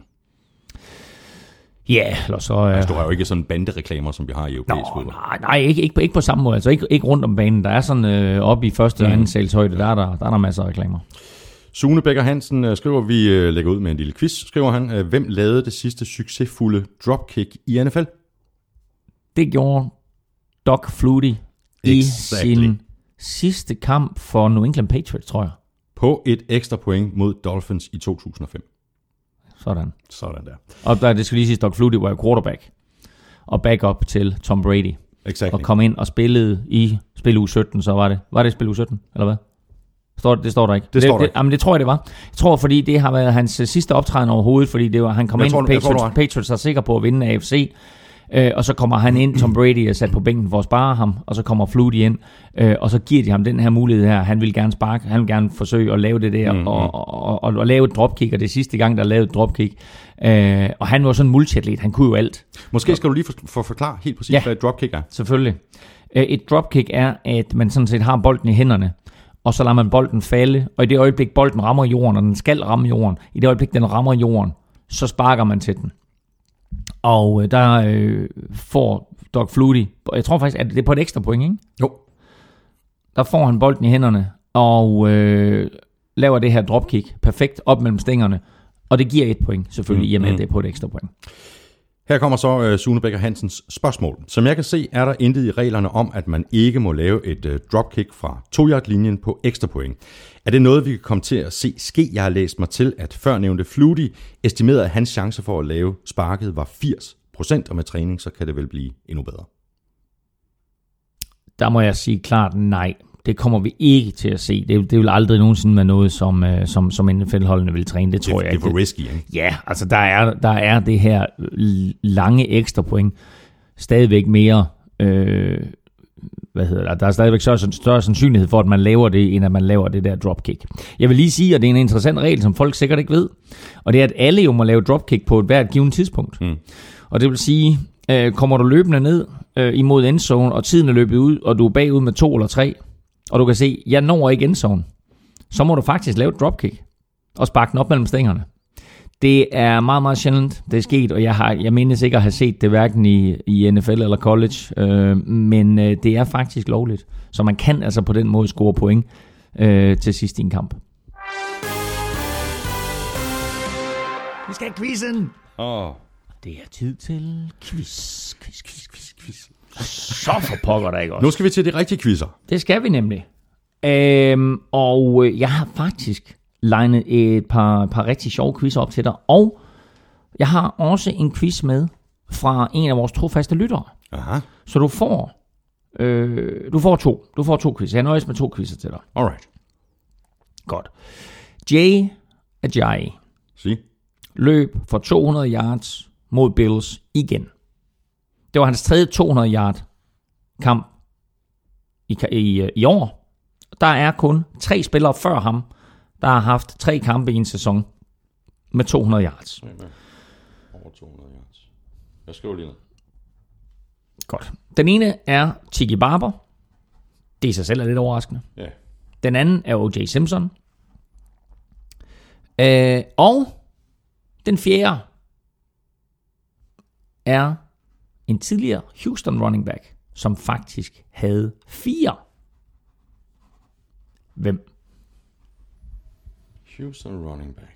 Ja, yeah, eller så... Øh... Altså, du har jo ikke sådan bandereklamer, som vi har i europæisk fodbold. Nej, nej ikke, ikke, ikke på samme måde. Altså ikke, ikke rundt om banen. Der er sådan øh, oppe i første og mm. anden salshøjde, der er der, der er der masser af reklamer. Sune Becker Hansen skriver, vi lægger ud med en lille quiz, skriver han. Hvem lavede det sidste succesfulde dropkick i N F L? Det gjorde Doug Flutie exactly. i sin sidste kamp for New England Patriots, tror jeg. På et ekstra point mod Dolphins i to tusind og fem. Sådan. Sådan der. Og der, det skal lige sige, Doug Flutie var jo quarterback og backup til Tom Brady. Exactly. Og kom ind og spillede i spil uge sytten, så var det. Var det spil uge sytten, eller hvad? Står, det står der ikke. Det, det står der det, ikke. Jamen, det tror jeg, det var. Jeg tror, fordi det har været hans sidste optræden overhovedet, fordi det var, han kom jeg ind, tror, Patriots, tror, Patriots er sikker på at vinde A F C, øh, og så kommer han ind, Tom Brady er sat på bænken for at spare ham, og så kommer Flutie ind, øh, og så giver de ham den her mulighed her. Han vil gerne sparke, han vil gerne forsøge at lave det der, mm-hmm. og, og, og, og lave et dropkick, og det er sidste gang, der lavede et dropkick. Øh, og han var sådan en multiatlet, han kunne jo alt. Måske skal du lige for, for forklare helt præcis, ja, hvad et dropkick er. Selvfølgelig. Et dropkick er, at man sådan set har bolden i hænderne, og så lader man bolden falde, og i det øjeblik, bolden rammer jorden, og den skal ramme jorden, i det øjeblik, den rammer jorden, så sparker man til den. Og der øh, får Doug Flutie, jeg tror faktisk, at det er på et ekstra point, ikke? Jo. Der får han bolden i hænderne, og øh, laver det her dropkick perfekt op mellem stængerne, og det giver et point, selvfølgelig, mm, i og med, at det er på et ekstra point. Her kommer så uh, Sune Becker Hansens spørgsmål. Som jeg kan se, er der intet i reglerne om, at man ikke må lave et uh, dropkick fra to-yard-linjen på ekstra point. Er det noget, vi kan komme til at se ske? Jeg har læst mig til, at førnævnte Flutie estimerede, at hans chance for at lave sparket var firs procent, og med træning, så kan det vel blive endnu bedre. Der må jeg sige klart nej. Det kommer vi ikke til at se. Det, det vil aldrig nogensinde være noget, som, som, som N F L-holdene vil træne. Det tror det, jeg ikke. Det er for risky, ikke? Ja, altså der er, der er det her lange ekstra point. Stadigvæk mere... Øh, hvad hedder det? Der er stadigvæk større, større sandsynlighed for, at man laver det, end at man laver det der dropkick. Jeg vil lige sige, at det er en interessant regel, som folk sikkert ikke ved. Og det er, at alle jo må lave dropkick på et hvert givet tidspunkt. Mm. Og det vil sige, øh, kommer du løbende ned øh, imod endzone, og tiden er løbet ud, og du er bagud med to eller tre, og du kan se, jeg når ikke endzone, så må du faktisk lave et dropkick og sparke den op mellem stængerne. Det er meget, meget sjældent, det er sket, og jeg, har, jeg mindes ikke at have set det hverken i, i N F L eller college, øh, men øh, det er faktisk lovligt. Så man kan altså på den måde score point øh, til sidst i en kamp. Vi skal have quizzen! Åh. Oh. Det er tid til quiz, quiz, quiz, quiz, quiz. Så for pokker der ikke også. Nu skal vi til de rigtige quizzer. Det skal vi nemlig. Øhm, og jeg har faktisk legnet et par, par rigtig sjove quizzer op til dig. Og jeg har også en quiz med fra en af vores trofaste lyttere. Aha. Så du får, øh, du får to. Du får to quizzer. Jeg nøjes med to quizzer til dig. Alright. Godt. Jay Ajayi Sig. løb for to hundrede yards mod Bills igen. Det var hans tredje to hundrede yard kamp i, i, i år. Der er kun tre spillere før ham, der har haft tre kampe i en sæson med to hundrede yards. Over to hundrede yards. Jeg skriver lige ned. Godt. Den ene er Tiki Barber. Det i sig selv er lidt overraskende. Ja. Den anden er O J Simpson. Øh, og den fjerde er en tidligere Houston running back, som faktisk havde fire. Hvem? Houston running back.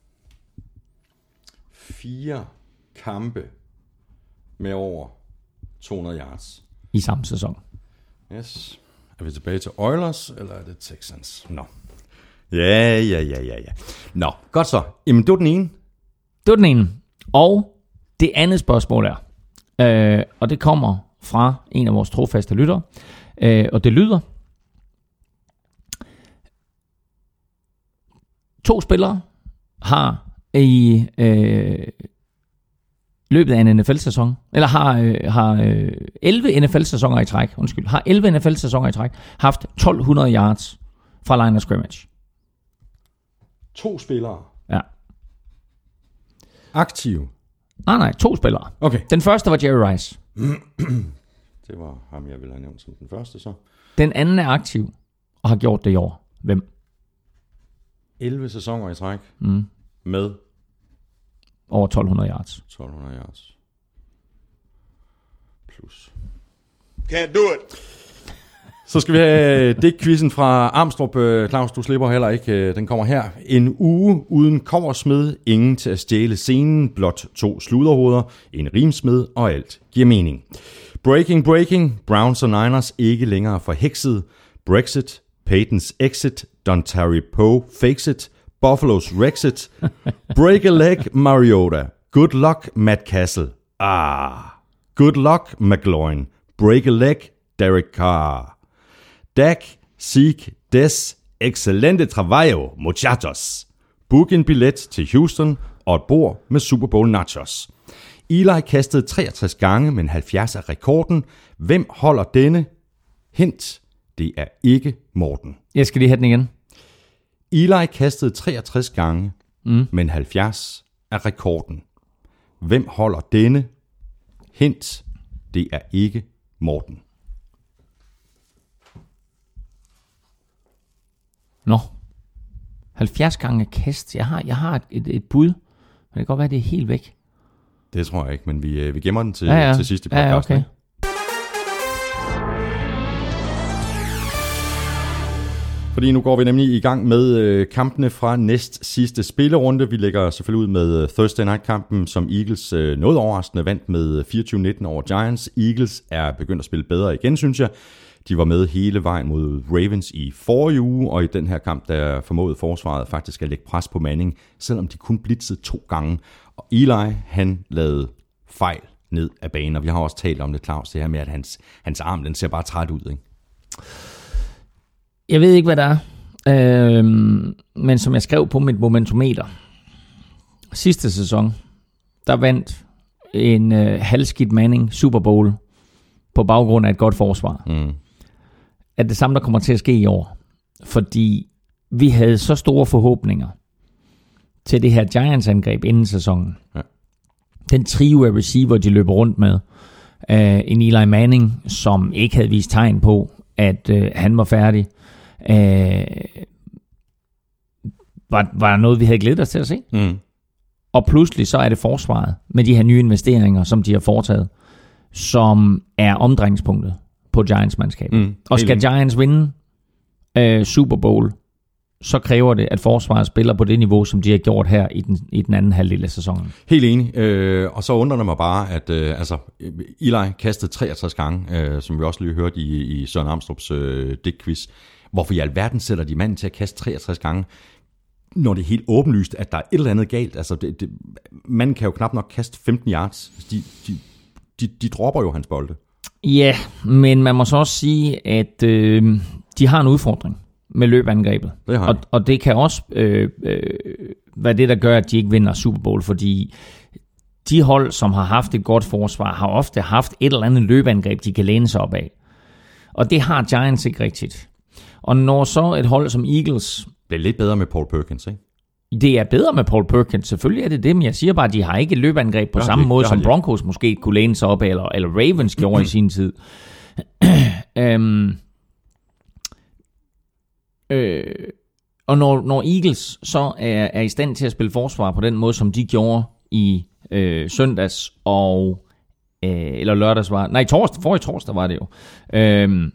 Fire kampe med over to hundrede yards. I samme sæson. Yes. Er vi tilbage til Oilers, eller er det Texans? Nå. Ja, ja, ja, ja, ja. Nå, godt så. Jamen, det var den ene. Det var den ene. Og det andet spørgsmål er, øh, og det kommer fra en af vores trofaste lyttere, øh, og det lyder: to spillere har i øh, løbet af en N F L-sæson, eller har, øh, har øh, elleve N F L-sæsoner i træk, undskyld, har elleve N F L-sæsoner i træk, haft tolv hundrede yards fra line of scrimmage. To spillere? Ja. Aktive? Nej, nej, to spillere. Okay. Den første var Jerry Rice. Det var ham, jeg ville have nævnt som den første, så. Den anden er aktiv, og har gjort det i år. Hvem? elleve sæsoner i træk. Mm. Med? Over tolv hundrede yards. tolv hundrede yards. Plus. Can't do it. Så skal vi have digtquizzen fra Amstrup. Claus, du slipper heller ikke. Den kommer her. En uge uden kobbersmed, ingen til at stjæle scenen, blot to sluderhoveder, en rimsmed, og alt giver mening. Breaking, breaking, Browns og Niners ikke længere forhekset. Brexit, Peytons exit, Dontari Poe fakes it, Buffalo's Rexit, break a leg, Mariota, good luck, Matt Castle, ah, good luck, McLaurin, break a leg, Derek Carr. Dak, Zeke, Des, excelente trabajo, muchachos. Book en billet til Houston og et bord med Super Bowl nachos. Eli kastede treogtres gange, men halvfjerds er rekorden. Hvem holder denne? Hint, det er ikke Morten. Jeg skal lige have den igen. Eli kastede treogtres gange, mm. men halvfjerds er rekorden. Hvem holder denne? Hint, det er ikke Morten. Nå, halvfjerds gange kast. Jeg har, jeg har et, et, et bud, men det kan godt være, det er helt væk. Det tror jeg ikke, men vi, vi gemmer den til, ja, ja. til sidste podcast. Ja, okay. Fordi nu går vi nemlig i gang med øh, kampene fra næst sidste spillerunde. Vi lægger selvfølgelig ud med øh, Thursday Night-kampen, som Eagles øh, noget overraskende vandt med fireogtyve nitten over Giants. Eagles er begyndt at spille bedre igen, synes jeg. De var med hele vejen mod Ravens i forrige uge, og i den her kamp, der formåede forsvaret faktisk at lægge pres på Manning, selvom de kun blitzede to gange. Og Eli, han lavede fejl ned af banen, og vi har også talt om det, Claus, det her med, at hans, hans arm, den ser bare træt ud, ikke? Jeg ved ikke, hvad der er, øhm, men som jeg skrev på mit momentometer, sidste sæson, der vandt en øh, halvskidt Manning Super Bowl på baggrund af et godt forsvar. Mm. Er det samme, der kommer til at ske i år. Fordi vi havde så store forhåbninger til det her Giants-angreb inden sæsonen. Ja. Den trio af receiver, de løber rundt med. Uh, en Eli Manning, som ikke havde vist tegn på, at uh, han var færdig. Uh, var, var noget, vi havde glædet os til at se. Mm. Og pludselig så er det forsvaret med de her nye investeringer, som de har foretaget, som er omdrejningspunktet på Giants-mandskabet. Mm, og skal Giants vinde uh, Super Bowl, så kræver det, at forsvaret spiller på det niveau, som de har gjort her i den, i den anden halvdel af sæsonen. Helt enig. Øh, og så undrer det mig bare, at øh, altså, Eli kastede treogtres gange, øh, som vi også lige hørte i, i Søren Amstrups øh, digtquiz. Hvorfor i alverden sætter de manden til at kaste treogtres gange, når det er helt åbenlyst, at der er et eller andet galt? Altså, det, det, manden kan jo knap nok kaste femten yards. De, de, de, de dropper jo hans bolde. Ja, men man må så også sige, at øh, de har en udfordring med løbangrebet. Det og, og det kan også øh, øh, være det, der gør, at de ikke vinder Super Bowl, fordi de hold, som har haft et godt forsvar, har ofte haft et eller andet løbeangreb, de kan læne sig op af. Og det har Giants ikke rigtigt. Og når så et hold som Eagles... Det er lidt bedre med Paul Perkins, ikke? Det er bedre med Paul Perkins, selvfølgelig er det det, men jeg siger bare, at de har ikke et løbeangreb på ja, samme det, måde, som Broncos måske kunne læne sig op af, eller, eller Ravens gjorde i sin tid. um, øh, og når, når Eagles så er, er i stand til at spille forsvar på den måde, som de gjorde i øh, søndags og øh, eller lørdags var, nej torsdag, forrige torsdag var det jo. Øh,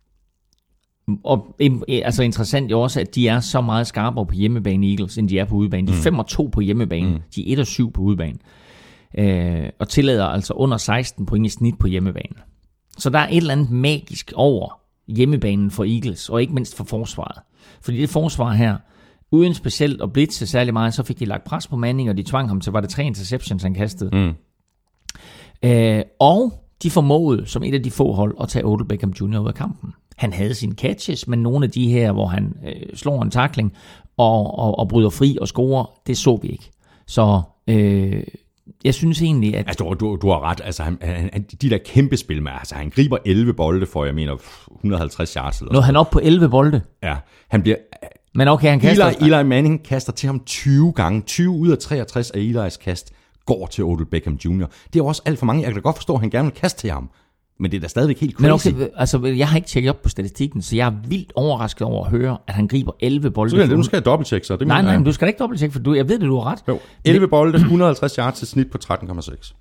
og altså interessant jo også, at de er så meget skarpere på hjemmebane Eagles, end de er på udebane. De er fem og to på hjemmebane, mm. de er et og syv på udebane. Øh, og tillader altså under seksten point i snit på hjemmebane. Så der er et eller andet magisk over hjemmebanen for Eagles, og ikke mindst for forsvaret. Fordi det forsvar her, uden specielt at blitse særlig meget, så fik de lagt pres på Manning, og de tvang ham til, var det tre interceptions, han kastede. Mm. Øh, og de formåede, som et af de få hold, at tage Odell Beckham junior ud af kampen. Han havde sine catches, men nogle af de her, hvor han øh, slår en tackling og, og, og bryder fri og scorer, det så vi ikke. Så øh, jeg synes egentlig, at... Altså, du, du, du har ret. Altså, han, han, de der kæmpe spil med, altså, han griber elleve bolde for, jeg mener, et hundrede og halvtreds yards. Nå, han er op på elleve bolde. Ja, han bliver... Men okay, han kaster... Eli, Eli Manning kaster til ham tyve gange. tyve ud af treogtres af Eli's kast går til Odell Beckham junior Det er jo også alt for mange. Jeg kan da godt forstå, at han gerne vil kaste til ham. Men det er da stadigvæk helt crazy. Men okay, altså, jeg har ikke tjekket op på statistikken, så jeg er vildt overrasket over at høre, at han griber elleve bolde. Så det, nu skal jeg dobbelttjekke så. Det nej, nej, men du skal ikke dobbelttjekke, for du, jeg ved det, du har ret. Jo, elleve bolde, et hundrede og halvtreds yards til snit på tretten komma seks.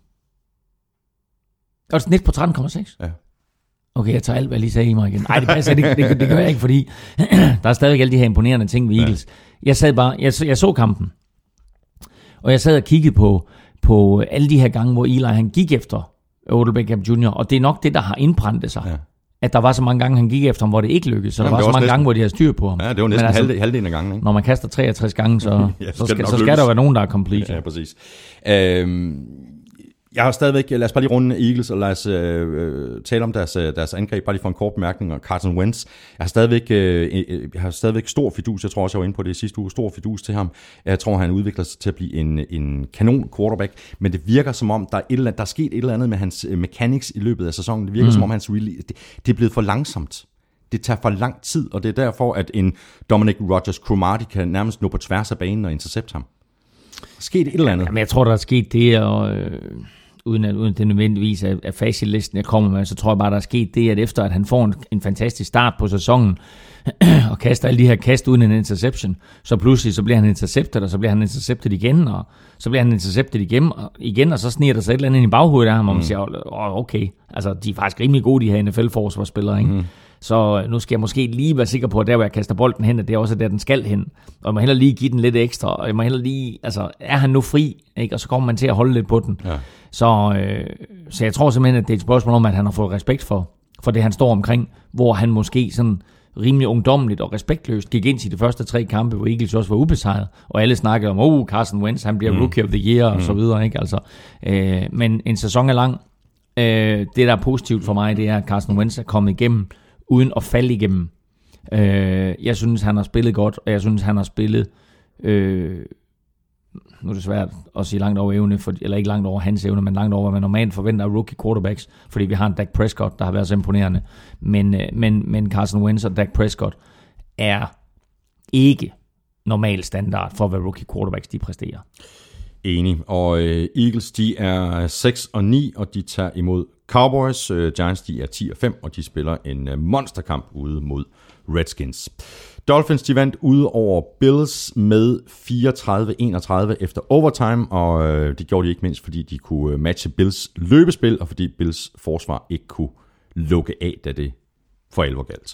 Og et snit på tretten komma seks? Ja. Okay, jeg tager alt, hvad jeg lige sagde i mig igen. Nej, det passer det, det, det gør jeg ikke, fordi der er stadigvæk alle de her imponerende ting ved Eagles. Ja. Jeg sad bare, jeg, jeg så kampen, og jeg sad og kiggede på, på alle de her gange, hvor Eli han gik efter Odell Beckham junior, og det er nok det, der har indbrændt sig. Ja. At der var så mange gange, han gik efter ham, hvor det ikke lykkedes, så Jamen, der var så mange næsten, gange, hvor de havde styr på ham. Ja, det var næsten altså, halvdelen halvdel af gangen. Ikke? Når man kaster treogtres gange, så, ja, så, skal, så skal der være nogen, der er complete. Ja, præcis. Øhm, jeg har stadigvæk, lad os bare lige runde Eagles, og lad os øh, tale om deres, deres angreb, bare lige for en kort bemærkning, og Carson Wentz. Jeg har stadigvæk, øh, jeg har stadigvæk stor fidus, jeg tror også, jeg var inde på det i sidste uge, stor fidus til ham. Jeg tror, han udvikler sig til at blive en, en kanon quarterback, men det virker som om, der er, et eller andet, der er sket et eller andet med hans mechanics i løbet af sæsonen. Det virker mm. som om, hans really, det, det er blevet for langsomt. Det tager for lang tid, og det er derfor, at en Dominic Rodgers-Cromartie kan nærmest nå på tværs af banen og intercepte ham. Der er sket et eller andet. Jamen, jeg tror, der er sket det, og... Øh... Uden at, uden at det nødvendigvis er, er facitlisten, jeg kommer med, så tror jeg bare, der er sket det, at efter at han får en, en fantastisk start på sæsonen, og kaster alle de her kast uden en interception, så pludselig så bliver han interceptet, og så bliver han interceptet igen, og så bliver han interceptet igen, og, igen, og så sniger der sig et eller andet ind i baghovedet af ham, og man siger, åh, okay, altså de er faktisk rimelig gode, de her N F L-forsvarsspillere, ikke? Mm. Så nu skal jeg måske lige være sikker på, at der, hvor jeg kaster bolden hen, at det er også der, den skal hen. Og jeg må heller lige give den lidt ekstra, og jeg må heller lige, altså, er han nu fri, ikke? Og så kommer man til at holde lidt på den. Ja. Så, øh, så jeg tror simpelthen, at det er et spørgsmål om, at han har fået respekt for, for det, han står omkring, hvor han måske sådan rimelig ungdommeligt og respektløst gik ind til de første tre kampe, hvor Eagles også var ubesejret, og alle snakkede om, oh, Carson Wentz, han bliver mm. Rookie of the Year, mm. og så videre, ikke? Altså, øh, men en sæson er lang. Øh, det, der er positivt for mig, det er, at Carson Wentz er kommet igennem, uden at falde igennem. Øh, jeg synes, han har spillet godt, og jeg synes, han har spillet, øh, nu er det svært at sige langt over evne, for, eller ikke langt over hans evne, men langt over, hvad man normalt forventer af rookie quarterbacks, fordi vi har en Dak Prescott, der har været så imponerende. Men, øh, men, men Carson Wentz og Dak Prescott er ikke normal standard for, hvad rookie quarterbacks de præsterer. Enig. Og øh, Eagles, de er seks og ni, og de tager imod Cowboys. Øh, Giants, de er ti og fem, og de spiller en øh, monsterkamp ude mod Redskins. Dolphins, de vandt ude over Bills med fireogtredive enogtredive efter overtime, og øh, det gjorde de ikke mindst, fordi de kunne matche Bills løbespil, og fordi Bills forsvar ikke kunne lukke af, da det for alvor galt.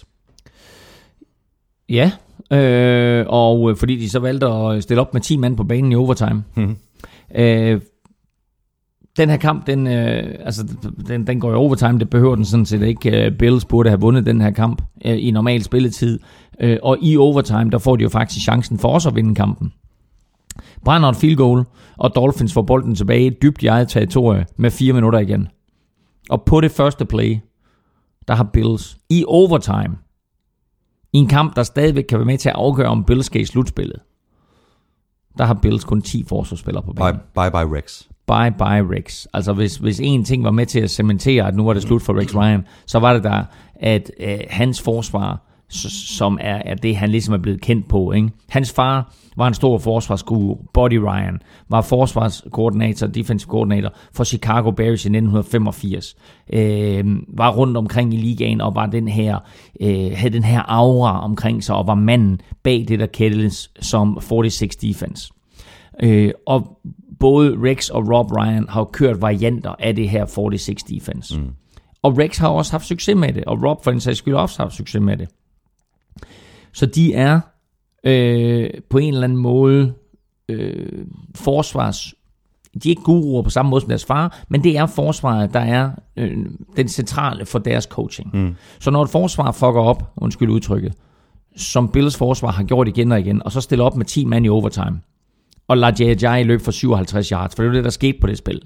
Ja, øh, og fordi de så valgte at stille op med ti mand på banen i overtime. Mm-hmm. Øh, den her kamp, den, øh, altså, den, den går i overtime, det behøver den sådan set ikke. Bills burde have vundet den her kamp øh, i normal spilletid, øh, og i overtime, der får de jo faktisk chancen for os at vinde kampen. Brænder et field goal, og Dolphins får bolden tilbage dybt i eget territorie med fire minutter igen. Og på det første play, der har Bills i overtime, i en kamp, der stadigvæk kan være med til at afgøre, om Bills skal i slutspillet, der har Bills kun ti forsvarsspillere på banen. Bye, bye, bye, Rex. Bye, bye, Rex. Altså, hvis, hvis en ting var med til at cementere, at nu var det slut for Rex Ryan, så var det der, at øh, hans forsvar, som er, er det, han ligesom er blevet kendt på, ikke? Hans far var en stor forsvarsguru. Buddy Ryan var forsvarskoordinator, defensive koordinator for Chicago Bears i nitten femogfirs. Øh, var rundt omkring i ligaen og var den her, øh, havde den her aura omkring sig og var manden bag det, der kaldes som fyrre-seks defense. Øh, og både Rex og Rob Ryan har kørt varianter af det her fyrre-seks defense. Mm. Og Rex har også haft succes med det, og Rob for en sags skyld også har haft succes med det. Så de er øh, på en eller anden måde øh, forsvars... De er ikke guruer på samme måde som deres far, men det er forsvaret, der er øh, den centrale for deres coaching. Mm. Så når et forsvar fucker op, undskyld udtrykket, som Bills forsvar har gjort igen og igen, og så stille op med ti mand i overtime, og lade Jay Ajayi løbe for syvoghalvtreds yards, for det er det, der skete på det spil,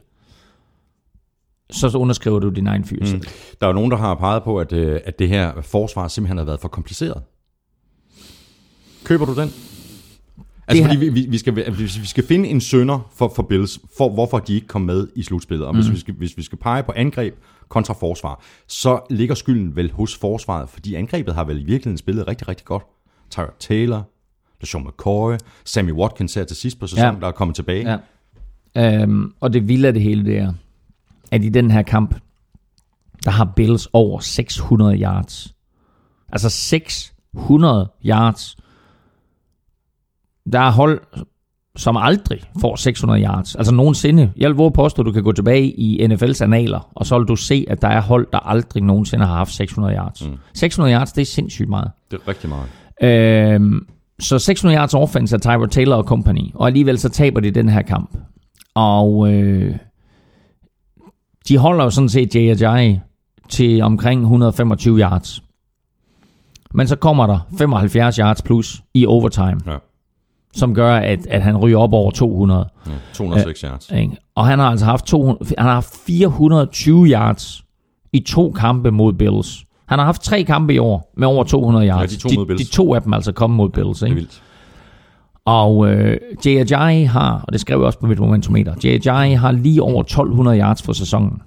så underskriver du din egen fyr. Mm. Der er jo nogen, der har peget på, at, at det her forsvar simpelthen har været for kompliceret. Køber du den? Altså, fordi vi, vi, vi, skal, vi skal finde en synder for, for Bills, for hvorfor de ikke kom med i slutspillet. Og mm. hvis, vi skal, hvis vi skal pege på angreb kontra forsvar, så ligger skylden vel hos forsvaret, fordi angrebet har vel i virkeligheden spillet rigtig, rigtig godt. Tyrod Taylor, LeSean McCoy, Sammy Watkins her til sidst på sæsonen, ja. der er kommet tilbage. Ja. Øhm, og det vilde af det hele, det er, at i den her kamp, der har Bills over seks hundrede yards. Altså seks hundrede yards. Der er hold, som aldrig får seks hundrede yards. Altså nogensinde. Jeg vil våge påstå, at du kan gå tilbage i N F L's analer, og så vil du se, at der er hold, der aldrig nogensinde har haft seks hundrede yards. Mm. seks hundrede yards, det er sindssygt meget. Det er rigtig meget. Øhm, så seks hundrede yards offense af Tyrod Taylor og company, og alligevel så taber de den her kamp. Og øh, de holder jo sådan set Jay Ajayi til omkring et hundrede og femogtyve yards. Men så kommer der femoghalvfjerds yards plus i overtime. Ja. Som gør, at, at han ryger op over to hundrede. Ja, to hundrede og seks yards. Øh, og han har altså haft, to hundrede, han har haft fire hundrede og tyve yards i to kampe mod Bills. Han har haft tre kampe i år med over to hundrede yards. Ja, de, to de, de to af dem altså kommet mod Bills. Ikke? Det er vildt. Og øh, Jay Ajayi har, og det skrev jeg også på mit momentometer, Jay Ajayi har lige over tolv hundrede yards for sæsonen.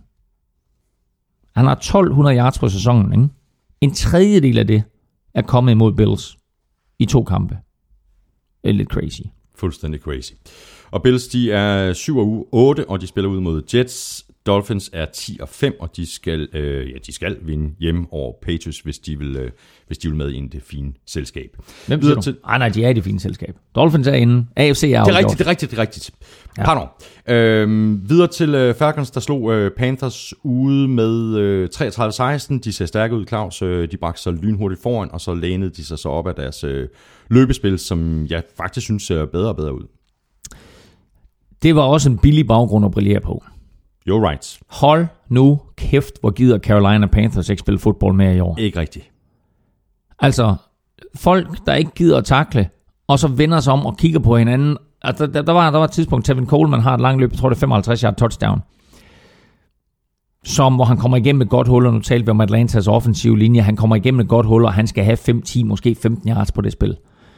Han har tolv hundrede yards for sæsonen. Ikke? En tredjedel af det er kommet imod Bills i to kampe. Det er lidt crazy. Fuldstændig crazy. Og Bills, de er syv og otte, og de spiller ud mod Jets. Dolphins er ti og fem, og de skal, øh, ja, de skal vinde hjemme over Patriots, hvis de vil, øh, hvis de vil med ind i det fine selskab. Hvem siger du? Til... Ej, nej, de er i det fine selskab. Dolphins er inde. A F C er afgjort. Det er rigtigt, det er rigtigt, det er rigtigt. Ja. Pardon. Øhm, videre til øh, Falcons, der slog øh, Panthers ude med øh, treogtredive seksten. De ser stærke ud, Claus. Øh, de bragte sig lynhurtigt foran, og så lænede de sig så op af deres øh, løbespil, som jeg faktisk synes ser bedre og bedre ud. Det var også en billig baggrund at brillere på. You're right. Hold nu kæft, hvor gider Carolina Panthers ikke spille fodbold mere i år. Ikke rigtigt. Altså, folk, der ikke gider at takle, og så vender sig om og kigger på hinanden. Altså, der, der, var, der var et tidspunkt, Tevin Coleman har et langt løb, jeg tror det er femoghalvtreds yard touchdown, som, hvor han kommer igennem et godt hul, og nu talte vi om Atlantas offensive linje, han kommer igennem et godt hul, og han skal have fem, ti, måske femten yards på det spil.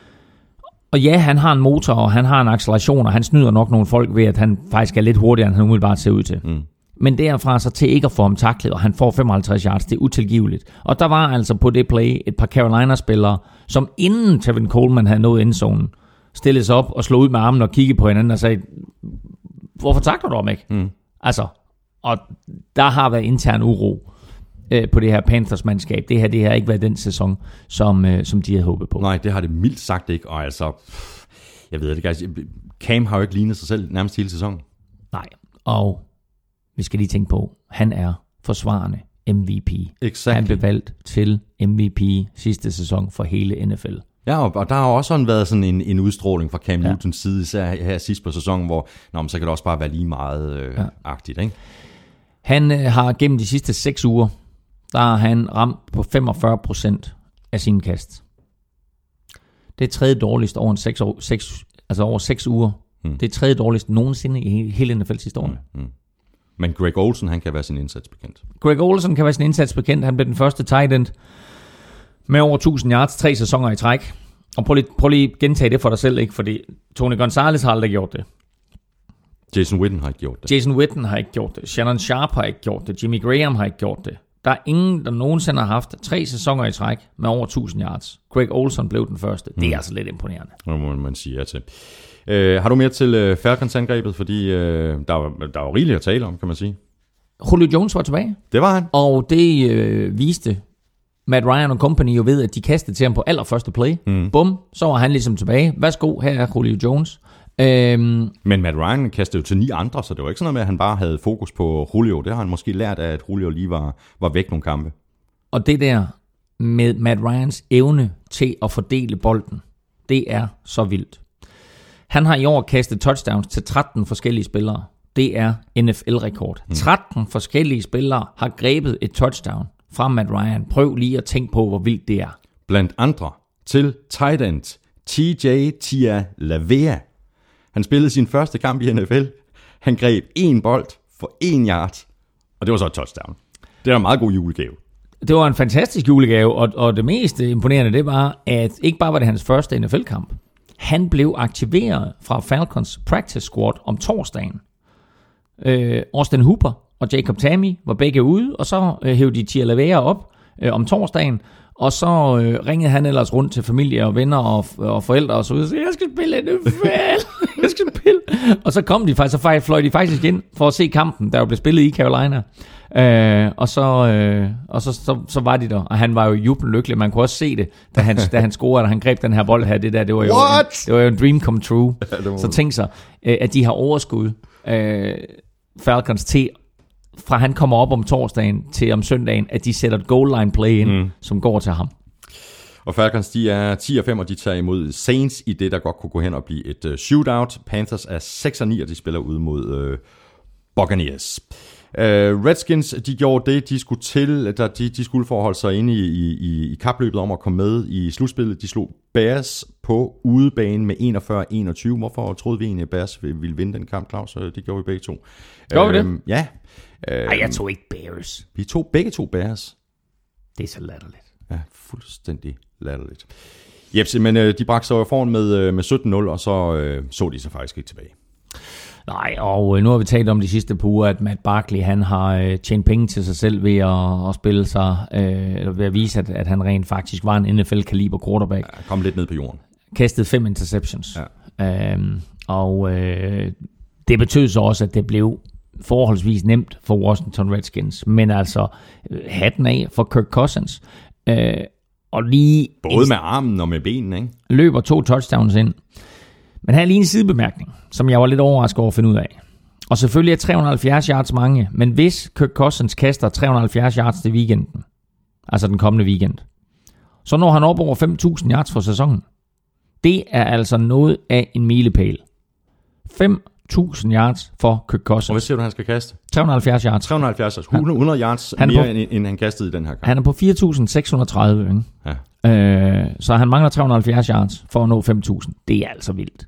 Og ja, han har en motor, og han har en acceleration, og han snyder nok nogle folk ved, at han faktisk er lidt hurtigere, end han umiddelbart ser ud til. Mm. Men derfra så til ikke at få ham taklet, og han får femoghalvtreds yards, det er utilgiveligt. Og der var altså på det play et par Carolina-spillere, som inden Tevin Coleman havde nået endzonen, stillede sig op og slog ud med armen og kiggede på hinanden og sagde, hvorfor takler du ham ikke? Mm. Altså, og der har været intern uro øh, på det her Panthers-mandskab. Det her, det har ikke været den sæson, som, øh, som de havde håbet på. Nej, det har det mildt sagt ikke, og altså, jeg ved det ikke, Cam har jo ikke lignet sig selv nærmest hele sæsonen. Nej, og vi skal lige tænke på, han er forsvarende M V P. Exactly. Han blev valgt til M V P sidste sæson for hele N F L. Ja, og der har også sådan været sådan en, en udstråling fra Cam ja. Newtons side, især her sidst på sæsonen, hvor nå, men så kan det også bare være lige meget øh, ja. agtigt, ikke? Han øh, har gennem de sidste seks uger, der har han ramt på femogfyrre procent af sine kast. Det er tredje dårligst over en seks, år, seks, altså over seks uger. Hmm. Det er tredje dårligst nogensinde i hele N F L's historie. Hmm. Hmm. Men Greg Olsen, han kan være sin indsats bekendt. Greg Olsen kan være sin indsats bekendt. Han blev den første tight end med over tusind yards, tre sæsoner i træk. Og prøv lige, prøv lige at gentage det for dig selv, ikke? Fordi Tony Gonzalez har aldrig gjort det. Jason Witten har ikke gjort det. Jason Witten har ikke gjort det. Shannon Sharp har ikke gjort det. Jimmy Graham har ikke gjort det. Der er ingen, der nogensinde har haft tre sæsoner i træk med over tusind yards. Greg Olsen blev den første. Det er mm. altså lidt imponerende. Det må man sige ja til. Uh, har du mere til uh, Falcons-angrebet? Fordi uh, der, var, der var rigeligt at tale om, kan man sige. Julio Jones var tilbage. Det var han. Og det øh, viste Matt Ryan og company jo ved, at de kastede til ham på allerførste play. Mm. Bum, så var han ligesom tilbage. Værsgo, her er Julio Jones. Øhm, Men Matt Ryan kastede jo til ni andre, så det var ikke sådan noget med, at han bare havde fokus på Julio. Det har han måske lært af, at Julio lige var, var væk nogle kampe. Og det der med Matt Ryans evne til at fordele bolden, det er så vildt. Han har i år kastet touchdowns til tretten forskellige spillere. Det er N F L-rekord. Mm. tretten forskellige spillere har grebet et touchdown fra Matt Ryan. Prøv lige at tænke på, hvor vildt det er. Blandt andre til tight end T J Tialavea. Han spillede sin første kamp i N F L. Han greb en bold for en yard, og det var så et touchdown. Det er en meget god julegave. Det var en fantastisk julegave, og, og det mest imponerende, det var, at ikke bare var det hans første N F L-kamp. Han blev aktiveret fra Falcons practice squad om torsdagen. Øh, Austin Hooper og Jacob Tamme var begge ude, og så øh, hævde de Tialavea op øh, om torsdagen, og så øh, ringede han ellers rundt til familie og venner og, og forældre og så ud og sagde, jeg skal spille N F L, jeg skal spille. Og så kom de faktisk, så fløj de faktisk ind for at se kampen, der jo blev spillet i Carolina. Øh, og så, øh, og så, så, så var de der, og han var jo jubellykkelig. Man kunne også se det, da han, da han scorede, og han greb den her bold her. Det der, det var jo, en, det var jo en dream come true. Ja, så tænk sig, øh, at de har overskud øh, Falcons til, fra han kommer op om torsdagen til om søndagen, at de sætter et goal line play ind, mm. som går til ham. Og Falcons, de er ti og fem, og de tager imod Saints i det, der godt kunne gå hen og blive et uh, shootout. Panthers er seks og ni, og de spiller ude mod uh, Buccaneers. Uh, Redskins, de gjorde det, de skulle til, da de, de skulle forholde sig inde i, i, i kapløbet om at komme med i slutspillet. De slog Bears på udebane med enogfyrre enogtyve. Hvorfor troede vi egentlig, at Bears ville vinde den kamp, Claus? Det gjorde vi begge to. Gjorde uh, vi det? Ja. Uh, Ej, jeg tog ikke Bears. Vi tog begge to Bears. Det er så latterligt. Ja, fuldstændig latterligt. Jeps, men øh, de bragte sig jo foran med, øh, med sytten nul, og så øh, så de sig faktisk ikke tilbage. Nej, og øh, nu har vi talt om de sidste par uger, at Matt Barkley, han har øh, tjent penge til sig selv ved at, at spille sig, øh, ved at vise, at, at han rent faktisk var en N F L-kaliber quarterback. Ja, kom lidt ned på jorden. Kastet fem interceptions. Ja. Øhm, og øh, det betød så også, at det blev forholdsvis nemt for Washington Redskins. Men altså, hatten af for Kirk Cousins. Øh, og lige både med armen og med benene, ikke? Løber to touchdowns ind. Men her er lige en sidebemærkning, som jeg var lidt overrasket over at finde ud af. Og selvfølgelig er tre hundrede og halvfjerds yards mange, men hvis Kirk Cousins kaster tre hundrede og halvfjerds yards til weekenden, altså den kommende weekend, så når han op over fem tusind yards for sæsonen. Det er altså noget af en milepæl. fem tusind yards for Kirk Cousins. Og hvad siger du, han skal kaste? tre hundrede og halvfjerds yards. tre hundrede og halvfjerds, altså hundrede yards han mere, på, end, end han kastede i den her kamp. Han er på fire tusind seks hundrede og tredive, ikke? Ja. Øh, så han mangler tre hundrede og halvfjerds yards for at nå fem tusind. Det er altså vildt.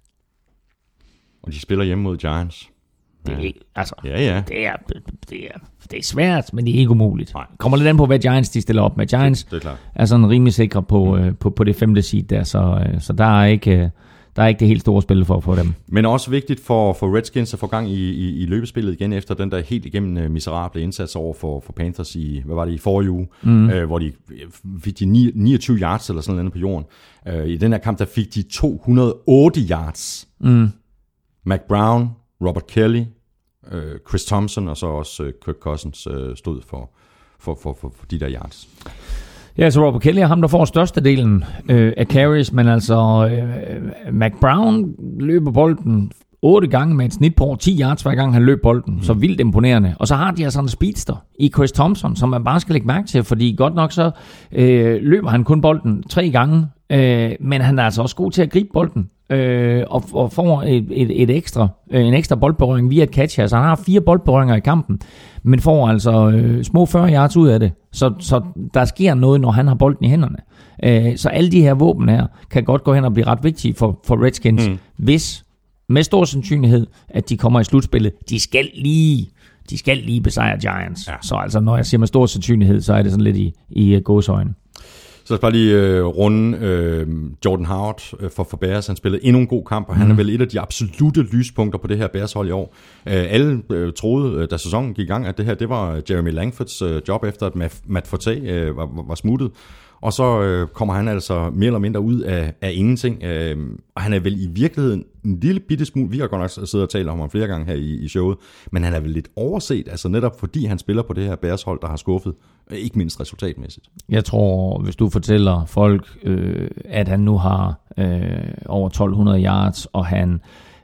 Og de spiller hjemme mod Giants. Det er, ja. Altså, ja, ja. Det, er, det, er, det er svært, men det er ikke umuligt. Nej. Kommer lidt an på, hvad Giants de stiller op med. Giants det, det er, er sådan rimelig sikre på, mm. øh, på, på det femte seed der, så, øh, så der er ikke... Øh, Der er ikke det helt store spil for, for dem. Men også vigtigt for, for Redskins at få gang i, i, i løbespillet igen, efter den der helt igennem uh, miserable indsats over for, for Panthers i, hvad var det, i forrige uge, mm. uh, hvor de fik de niogtyve yards eller sådan noget på jorden. Uh, I den her kamp, der fik de to hundrede og otte yards. Mm. Mac Brown, Robert Kelly, uh, Chris Thompson og så også uh, Kirk Cousins uh, stod for, for, for, for, for de der yards. Ja, så Robert Kelly er ham, der får størstedelen øh, af carries, men altså øh, Mac Brown løber bolden otte gange med et snit på over ti yards, hver gang han løb bolden. Mm. Så vildt imponerende. Og så har de altså en speedster i Chris Thompson, som man bare skal lægge mærke til, fordi godt nok så øh, løber han kun bolden tre gange, øh, men han er altså også god til at gribe bolden. Øh, og, og får et, et, et ekstra, øh, en ekstra boldberøring via et catch her. Så han har fire boldberøringer i kampen, men får altså øh, små fyrre yards ud af det. Så, så der sker noget, når han har bolden i hænderne. Øh, så alle de her våben her kan godt gå hen og blive ret vigtige for, for Redskins, mm. hvis med stor sandsynlighed, at de kommer i slutspillet. De skal lige, de skal lige besejre Giants. Ja. Så altså, når jeg siger med stor sandsynlighed, så er det sådan lidt i, i gåseøjne. Så lad os bare lige øh, runde øh, Jordan Howard øh, for, for Bears. Han spillede endnu en god kamp, og mm. han er vel et af de absolute lyspunkter på det her Bears-hold i år. Øh, alle øh, troede, øh, da sæsonen gik i gang, at det her det var Jeremy Langfords øh, job, efter at Matt Forte øh, var, var smuttet. Og så øh, kommer han altså mere eller mindre ud af, af ingenting. Øh, og han er vel i virkeligheden en lille bitte smule, vi har godt nok siddet og talt om ham flere gange her i, i showet, men han er vel lidt overset, altså netop fordi han spiller på det her Bears-hold, der har skuffet, ikke mindst resultatmæssigt. Jeg tror, hvis du fortæller folk, øh, at han nu har øh, over tolv hundrede yards, og han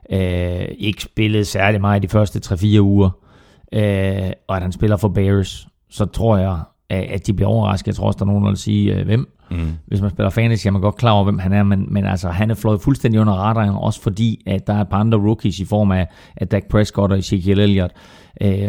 øh, ikke spillede særlig meget de første tre fire uger, øh, og at han spiller for Bears, så tror jeg, at de bliver overrasket. Jeg tror også, der er nogen, der vil sige, øh, hvem. Mm. Hvis man spiller fantasy, er man godt klar over, hvem han er, men, men altså, han er fløjet fuldstændig under radaren, også fordi, at der er et par andre rookies i form af, af Dak Prescott og Ezekiel Elliott, øh,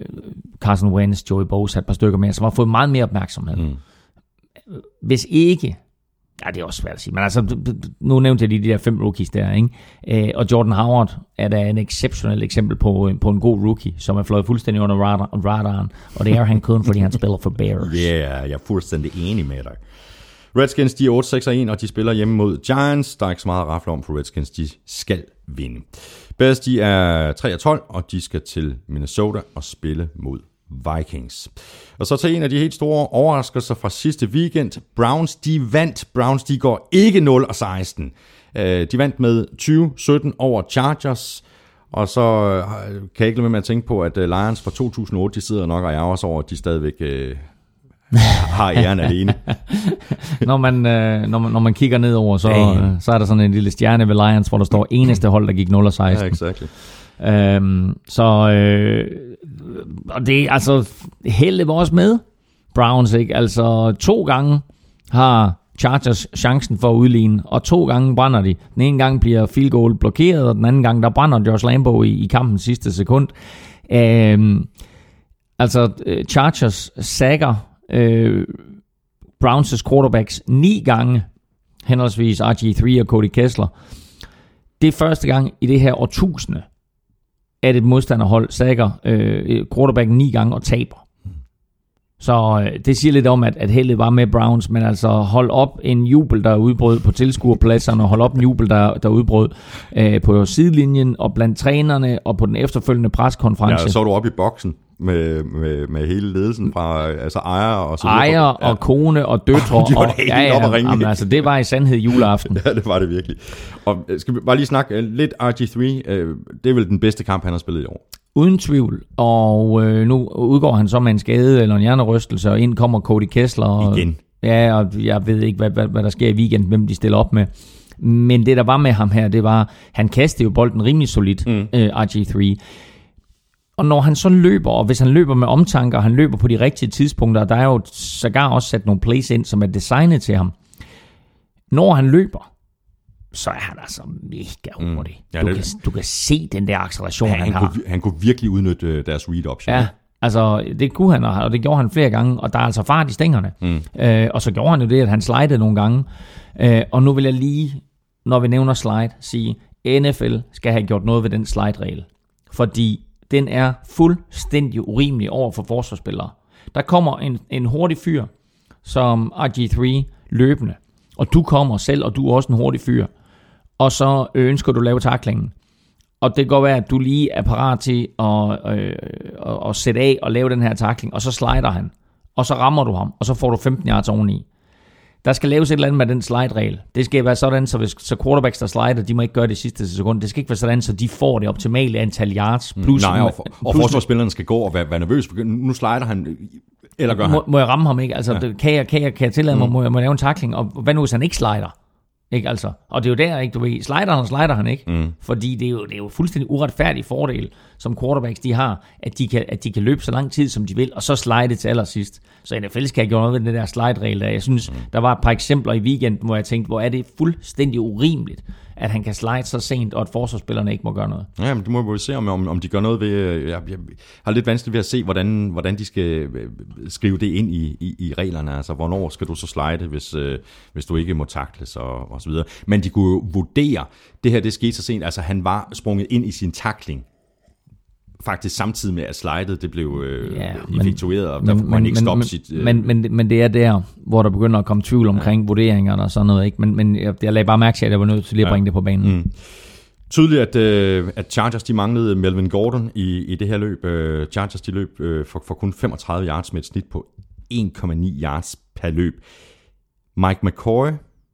Carson Wentz, Joey Bosa, et par stykker mere, som har fået meget mere opmærksomhed. Mm. Hvis ikke, ja, det er også svært at sige. Men altså, nu nævnte jeg lige de der fem rookies der, ikke? Øh, og Jordan Howard er da en exceptionel eksempel på, på en god rookie, som er fløjet fuldstændig under radar, radaren. Og det er han kun, fordi han spiller for Bears. Ja, yeah, jeg er fuldstændig enig med dig. Redskins, de er otte seks en, og de spiller hjemme mod Giants. Der er ikke så meget at rafle om for Redskins, de skal vinde. Bears, de er tre tolv, og de skal til Minnesota og spille mod Vikings. Og så til en af de helt store overraskelser fra sidste weekend. Browns, de vandt. Browns, de går ikke nul og seksten. De vandt med tyve sytten over Chargers. Og så kan jeg ikke lade med at tænke på, at Lions fra to tusind og otte, de sidder nok og ærger sig over, at de stadigvæk øh, har æren alene. når, man, øh, når, man, når man kigger nedover, så, øh, så er der sådan en lille stjerne ved Lions, hvor der står eneste hold, der gik nul og seksten. Ja, exactly. Øhm, så øh, og det er altså heldet var også med Browns, ikke? Altså to gange har Chargers chancen for at udligne, og to gange brænder de. Den ene gang bliver field goal blokeret, og den anden gang der brænder Josh Lambo i, i kampens sidste sekund. Øhm, altså Chargers sacker øh, Browns' quarterbacks ni gange, henholdsvis R G tre og Cody Kessler. Det er første gang i det her årtusinde, at et modstanderhold sacker øh, quarterbacken ni gange og taber. Så øh, det siger lidt om, at, at heldet var med Browns, men altså hold op en jubel, der udbrød på tilskuerpladserne, og hold op en jubel, der, der udbrød øh, på sidelinjen og blandt trænerne og på den efterfølgende preskonference. Ja, så er du oppe i boksen med, med, med hele ledelsen fra altså ejer og så videre. Ejer og ja. kone og døtre. De var og, helt ja, ja, op at ringe. Jamen, altså, det var i sandhed juleaften. Ja, det var det virkelig. Og skal vi bare lige snakke lidt R G tre. Det er vel den bedste kamp, han har spillet i år. Uden tvivl, og øh, nu udgår han så med en skade eller en hjernerystelse, og ind kommer Cody Kessler. Og, Igen. Ja, og jeg ved ikke, hvad, hvad, hvad der sker i weekenden, hvem de stiller op med. Men det, der var med ham her, det var, han kastede jo bolden rimelig solidt, mm. øh, R G tre. Og når han så løber, og hvis han løber med omtanker, han løber på de rigtige tidspunkter, der er jo sågar også sat nogle plays ind, som er designet til ham. Når han løber, så er han altså mega hurtig. Mm. Ja, du, kan, du kan se den der acceleration, ja, han, han har. Kunne, han kunne virkelig udnytte deres read option. Ja, altså det kunne han, og det gjorde han flere gange, og der er altså fart i stængerne. Mm. Øh, og så gjorde han jo det, at han slidede nogle gange. Øh, og nu vil jeg lige, når vi nævner slide, sige, N F L skal have gjort noget ved den slide-regel. Fordi den er fuldstændig urimelig over for forsvarsspillere. Der kommer en, en hurtig fyr, som R G tre løbende, og du kommer selv, og du er også en hurtig fyr, og så ønsker du at lave tacklingen. Og det kan godt være, at du lige er parat til at, øh, at, at sætte af og lave den her tackling, og så slider han, og så rammer du ham, og så får du femten yards oveni. Der skal laves et eller andet med den slide-regel. Det skal være sådan, så, hvis, så quarterbacks, der slider, de må ikke gøre det sidste sekund. Det skal ikke være sådan, så de får det optimale antal yards. Plus, Nej, og, for, og forsvarsspillerne skal gå og være, være nervøs. Nu slider han, eller gør må, han? Må jeg ramme ham, ikke? Altså, ja. kan, jeg, kan, jeg, kan jeg tillade mig, mm. må, jeg, må jeg lave en tackling? Og hvad nu, hvis han ikke slider? Ikke, altså. Og det er jo der, ikke, du ved, slider han, slider han ikke. Mm. Fordi det er, jo, det er jo fuldstændig uretfærdig fordel, som quarterbacks de har, at de, kan, at de kan løbe så lang tid, som de vil, og så slide det til allersidst. Så N F L skal have gjort noget ved den der slide-regel der. Jeg synes, mm. der var et par eksempler i weekenden, hvor jeg tænkte, hvor er det fuldstændig urimeligt, at han kan slide så sent, og at forsvarsspillerne ikke må gøre noget. Ja, men det må vi jo se, om, om, om de gør noget ved. Jeg, jeg har lidt vanskeligt ved at se, hvordan, hvordan de skal skrive det ind i, i, i reglerne. Altså, hvornår skal du så slide, hvis, øh, hvis du ikke må tackles og, og så videre. Men de kunne jo vurdere, det her det skete så sent, altså han var sprunget ind i sin tackling. Faktisk samtidig med, at slidet det blev øh, ja, effektueret, og der kunne han ikke stoppe sit... Øh... Men, men, men det er der, hvor der begynder at komme tvivl omkring ja. vurderingerne og sådan noget. Ikke? Men, men jeg, jeg lagde bare mærke til, at jeg var nødt til lige at bringe ja. det på banen. Mm. Tydeligt, at, øh, at Chargers de manglede Melvin Gordon i, i det her løb. Uh, Chargers de løb øh, for, for kun femogtredive yards med et snit på en komma ni yards per løb. Mike McCoy,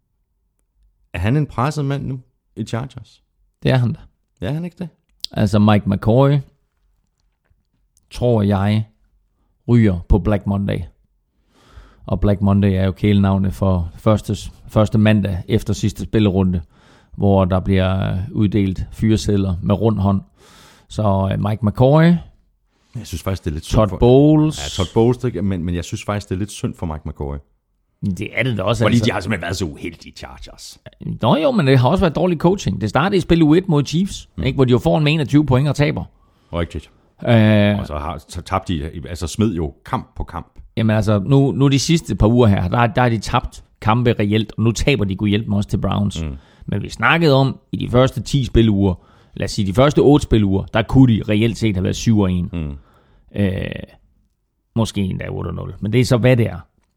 er han en presset mand nu i Chargers? Det er han da. Ja, er han ikke det? Altså Mike McCoy, tror jeg, ryger på Black Monday. Og Black Monday er jo kælenavnet for første, første mandag efter sidste spillerunde, hvor der bliver uddelt fyresedler med rund hånd. Så Mike McCoy, jeg synes faktisk, det er lidt synd Todd for... Bowles. Ja, Todd Bowles, men, men jeg synes faktisk, det er lidt synd for Mike McCoy. Det er det da også. Fordi altså. de har simpelthen været så uheldige, Chargers. Nå jo, men det har også været dårlig coaching. Det startede i spil U et mod Chiefs, mm. ikke, hvor de jo får en med enogtyve point og taber. Rigtigt. Øh, og så, har, så tabte de, altså smed jo kamp på kamp. Jamen altså, nu, nu de sidste par uger her, der, der har de tabt kampe reelt, og nu taber de kunne hjælpe mig også til Browns. Mm. Men vi snakkede om, i de første ti spiluger, lad os sige de første otte spiluger, der kunne de reelt set have været syv og en. Mm. Øh, måske endda otte nul. Men det er så, hvad det er.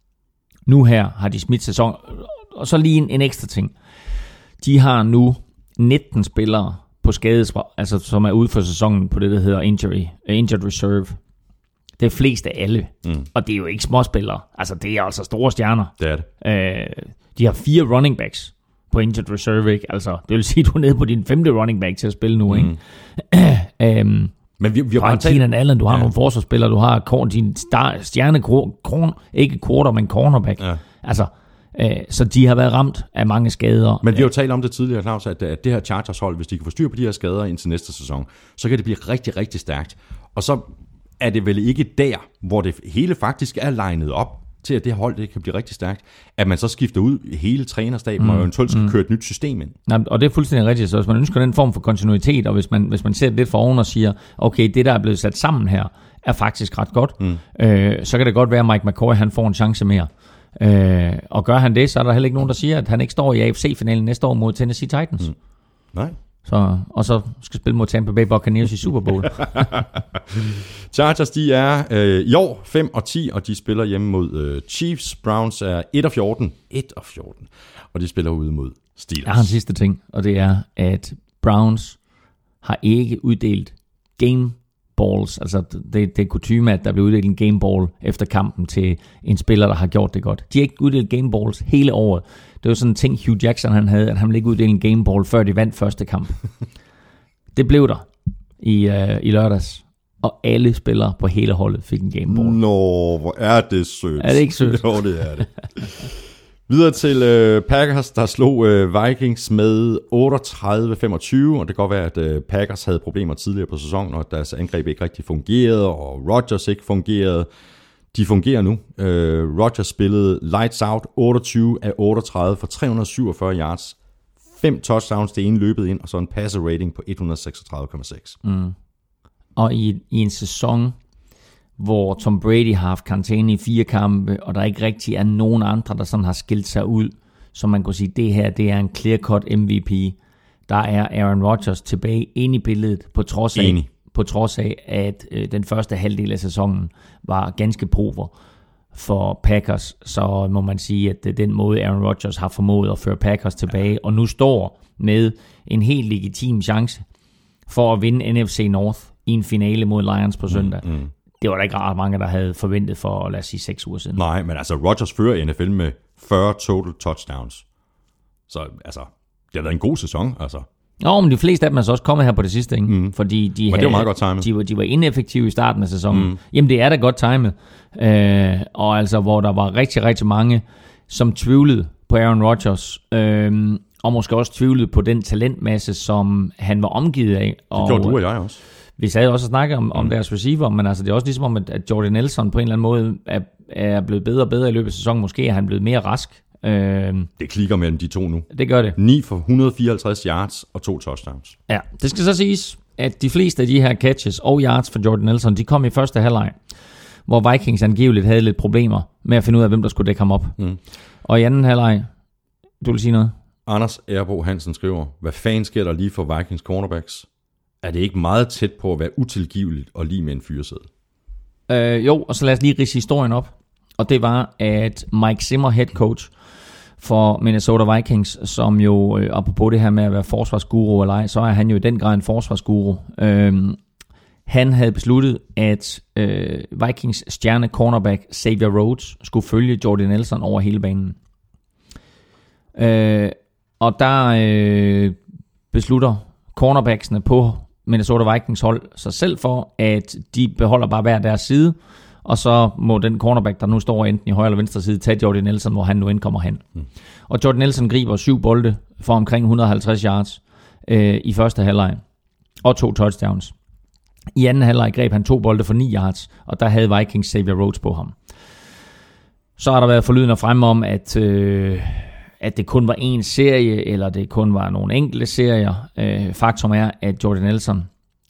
Nu her har de smidt sæson. Og så lige en, en ekstra ting. De har nu nitten spillere på skades, altså som er ude for sæsonen på det, der hedder injury, uh, injured reserve. Det er flest af alle. Mm. Og det er jo ikke småspillere. Altså, det er altså store stjerner. Det er det. Øh, de har fire running backs på injured reserve, ikke? Altså, det vil sige, at du er nede på din femte running back til at spille nu, ikke? Mm. um, Men vi, vi har bare talt... Keenan Allen, du har ja. nogle forsvarsspillere, du har korn, din star, stjerne, korn, ikke quarter, men cornerback. Ja. Altså, øh, så de har været ramt af mange skader. Men vi har jo talt om det tidligere, Claus, at, at det her Chargers-hold, hvis de kan få styr på de her skader indtil næste sæson, så kan det blive rigtig, rigtig stærkt. Og så er det vel ikke der, hvor det hele faktisk er legnet op til, at det hold det kan blive rigtig stærkt, at man så skifter ud hele trænerstaben mm. og eventuelt skal mm. køre et nyt system ind. Ja, og det er fuldstændig rigtigt, så hvis man ønsker den form for kontinuitet, og hvis man, hvis man ser det lidt for oven og siger, okay, det der er blevet sat sammen her, er faktisk ret godt, mm. øh, så kan det godt være, at Mike McCoy han får en chance mere. Øh, og gør han det, så er der heller ikke nogen, der siger, at han ikke står i A F C-finalen næste år mod Tennessee Titans. Mm. Nej. Så, og så skal spille mod Tampa Bay Buccaneers i Super Bowl. Chargers, de er øh, i år fem og ti, og de spiller hjemme mod øh, Chiefs. Browns er et og fjorten. et og fjorten. Og de spiller ude mod Steelers. Jeg har en sidste ting, og det er, at Browns har ikke uddelt game balls. Altså, det, det er kutyme, at der bliver uddelt en game ball efter kampen til en spiller, der har gjort det godt. De har ikke uddelt game balls hele året. Det var sådan en ting, Hugh Jackson han havde, at han ville ikke uddele en game ball, før de vandt første kamp. Det blev der i, uh, i lørdags. Og alle spillere på hele holdet fik en game ball. Nå, hvor er det sødt. Er det ikke sødt? Jo, det er det. Videre til øh, Packers, der slog øh, Vikings med otteogtredive femogtyve, og det kan godt være, at øh, Packers havde problemer tidligere på sæsonen, og deres angreb ikke rigtig fungerede, og Rodgers ikke fungerede. De fungerer nu. Øh, Rodgers spillede lights out otteogtyve af otteogtredive for tre hundrede syvogfyrre yards, fem touchdowns, det ene løbet ind, og så en passer rating på et hundrede seksogtredive komma seks. Mm. Og i, i en sæson, hvor Tom Brady har haft karantæne i fire kampe, og der ikke rigtig er nogen andre, der sådan har skilt sig ud, så man kunne sige, at det her det er en clear-cut M V P. Der er Aaron Rodgers tilbage ind i billedet, på trods af, Enig. på trods af at øh, den første halvdel af sæsonen var ganske prover for Packers. Så må man sige, at øh, den måde Aaron Rodgers har formået at føre Packers tilbage, og nu står med en helt legitim chance for at vinde N F C North i en finale mod Lions på søndag. Mm, mm. Det var der ikke ret mange, der havde forventet for, lad os sige, seks uger siden. Nej, men altså, Rodgers fører N F L med fyrre total touchdowns. Så altså, det har været en god sæson, altså. Nå, men de fleste af dem er så også kommet her på det sidste, ikke? Mm. Fordi de, men havde, det var meget godt timet. De var, de var ineffektive i starten af sæsonen. Mm. Jamen, det er da godt timet. Øh, og altså, hvor der var rigtig, rigtig mange, som tvivlede på Aaron Rodgers. Øh, og måske også tvivlede på den talentmasse, som han var omgivet af. Det og, gjorde du og jeg også. Vi sad også og snakkede om, om mm. deres receiver, men altså, det er også ligesom om, at Jordy Nelson på en eller anden måde er, er blevet bedre og bedre i løbet af sæsonen. Måske er han blevet mere rask. Øh, det klikker mellem de to nu. Det gør det. ni for et hundrede fireoghalvtreds yards og to touchdowns. Ja, det skal så siges, at de fleste af de her catches og yards for Jordy Nelson, de kom i første halvleg, hvor Vikings angiveligt havde lidt problemer med at finde ud af, hvem der skulle dække ham op. Mm. Og i anden halvleg, du vil sige noget? Anders Erbo Hansen skriver, hvad fanden sker der lige for Vikings cornerbacks? Er det ikke meget tæt på at være utilgiveligt og lige med en fyreseddel? Øh, jo, og så lad os lige ridse historien op. Og det var, at Mike Zimmer, head coach for Minnesota Vikings, som jo, øh, apropos det her med at være forsvarsguru eller ej, så er han jo i den grad en forsvarsguru. Øh, han havde besluttet, at øh, Vikings stjerne cornerback Xavier Rhodes skulle følge Jordy Nelson over hele banen. Øh, og der øh, beslutter cornerbacksene på Minnesota Vikings hold sig selv for, at de beholder bare hver deres side, og så må den cornerback, der nu står enten i højre eller venstre side, tage Jordy Nelson, hvor han nu indkommer hen. Mm. Og Jordy Nelson griber syv bolde for omkring et hundrede og halvtreds yards øh, i første halvleg, og to touchdowns. I anden halvleg greb han to bolde for ni yards, og der havde Vikings Xavier Rhodes på ham. Så har der været forlydende frem om, at, øh, at det kun var en serie, eller det kun var nogle enkelte serier. Øh, faktum er, at Jordy Nelson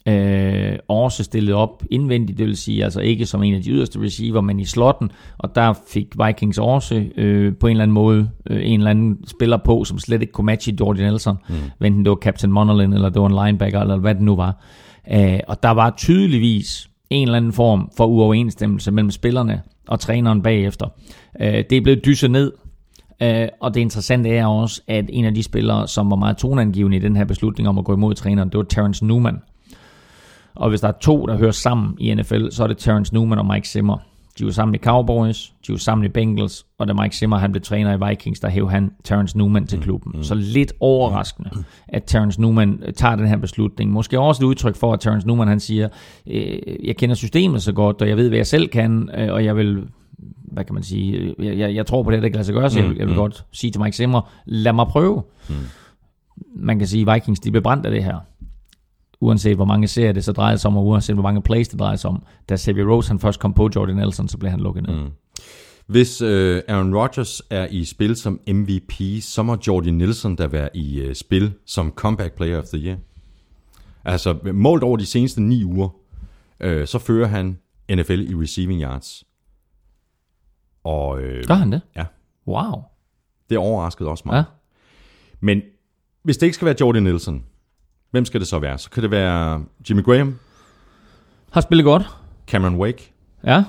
Øh, også stillet op indvendigt, det vil sige altså ikke som en af de yderste receiver, men i slotten, og der fik Vikings også øh, på en eller anden måde øh, en eller anden spiller på, som slet ikke kunne matche Jordy Nelson, mm. enten det var Captain Munnerlin, eller det var en linebacker, eller hvad det nu var. Øh, og der var tydeligvis en eller anden form for uoverensstemmelse mellem spillerne og træneren bagefter. Øh, det er blevet dysset ned, øh, og det interessante er også, at en af de spillere, som var meget toneangivende i den her beslutning om at gå imod træneren, det var Terrence Newman. Og hvis der er to, der hører sammen i N F L, så er det Terrence Newman og Mike Zimmer. De var sammen i Cowboys, de var sammen i Bengals, og da Mike Zimmer han blev træner i Vikings, der hævde han Terrence Newman til klubben. Mm, mm. Så lidt overraskende, at Terrence Newman tager den her beslutning. Måske også et udtryk for, at Terrence Newman han siger, øh, jeg kender systemet så godt, og jeg ved, hvad jeg selv kan, øh, og jeg vil, hvad kan man sige, jeg, jeg, jeg tror på det, der kan lade sig gøre, så jeg vil, jeg vil godt sige til Mike Zimmer, lad mig prøve. Mm. Man kan sige, at Vikings de blev brændt af det her. Uanset hvor mange serier det så drejer sig om, og uanset hvor mange plays det drejer sig om. Da Xavier Rhodes han først kom på Jordy Nelson, så blev han lukket ned. Mm. Hvis øh, Aaron Rodgers er i spil som M V P, så må Jordy Nelson da være i øh, spil som comeback player of the year. Altså målt over de seneste ni uger, øh, så fører han N F L i receiving yards. Og, øh, Gør han det? Ja. Wow. Det overraskede også mig. Ja. Men hvis det ikke skal være Jordy Nelson, hvem skal det så være? Så kan det være Jimmy Graham. Har spillet godt. Cameron Wake. Ja.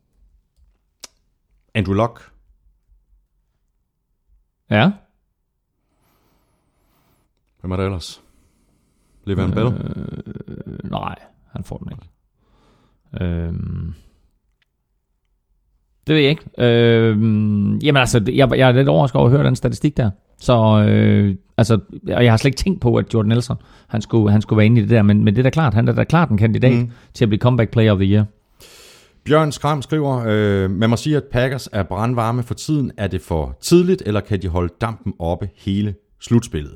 Andrew Luck. Ja. Hvem er det ellers? Le'Veon Bell? Øh, nej, han får den ikke. Øh, det ved jeg ikke. Øh, jamen altså, jeg, jeg er lidt overrasket over at høre den statistik der. Så, øh, altså, og jeg har slet ikke tænkt på, at Jordan Nelson, han skulle, han skulle være inde i det der, men, men det er da klart, han er da klart en kandidat mm. til at blive comeback player of the year. Bjørn Skram skriver, øh, man må sige, at Packers er brandvarme for tiden. Er det for tidligt, eller kan de holde dampen oppe hele slutspillet?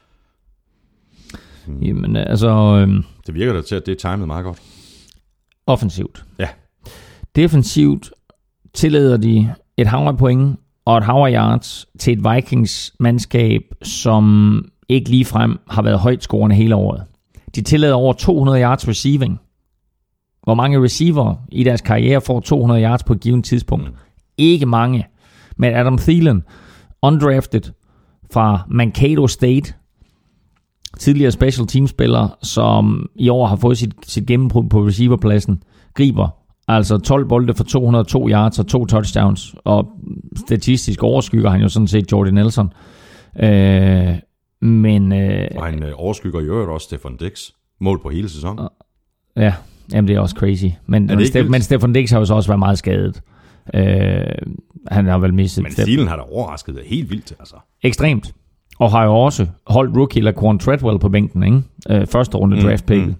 Hmm. Jamen, altså... Øh, det virker da til, at det er timet meget godt. Offensivt. Ja. Defensivt tillader de et hav af point og et hav af yards til et Vikings-mandskab, som ikke ligefrem har været højt scorende hele året. De tillader over to hundrede yards receiving. Hvor mange receiver i deres karriere får to hundrede yards på et givet tidspunkt? Mm. Ikke mange. Men Adam Thielen, undrafted fra Mankato State, tidligere special teamspiller, som i år har fået sit, sit gennembrud på receiverpladsen, griber altså tolv bolde for to hundrede og to yards og to touchdowns, og statistisk overskygger han jo sådan set Jordy Nelson. Øh, men... Øh, og han øh, overskygger jo også Stefan Dix, mål på hele sæsonen. Ja, jamen det er også crazy. Men, men, Ste- men Stefan Dix har jo så også været meget skadet. Øh, han har vel mistet... Men Thielen har da overrasket det helt vildt, altså. Ekstremt. Og har jo også holdt rookie Laquan Treadwell på bænken, ikke? Øh, første runde draft pick. Mm, mm.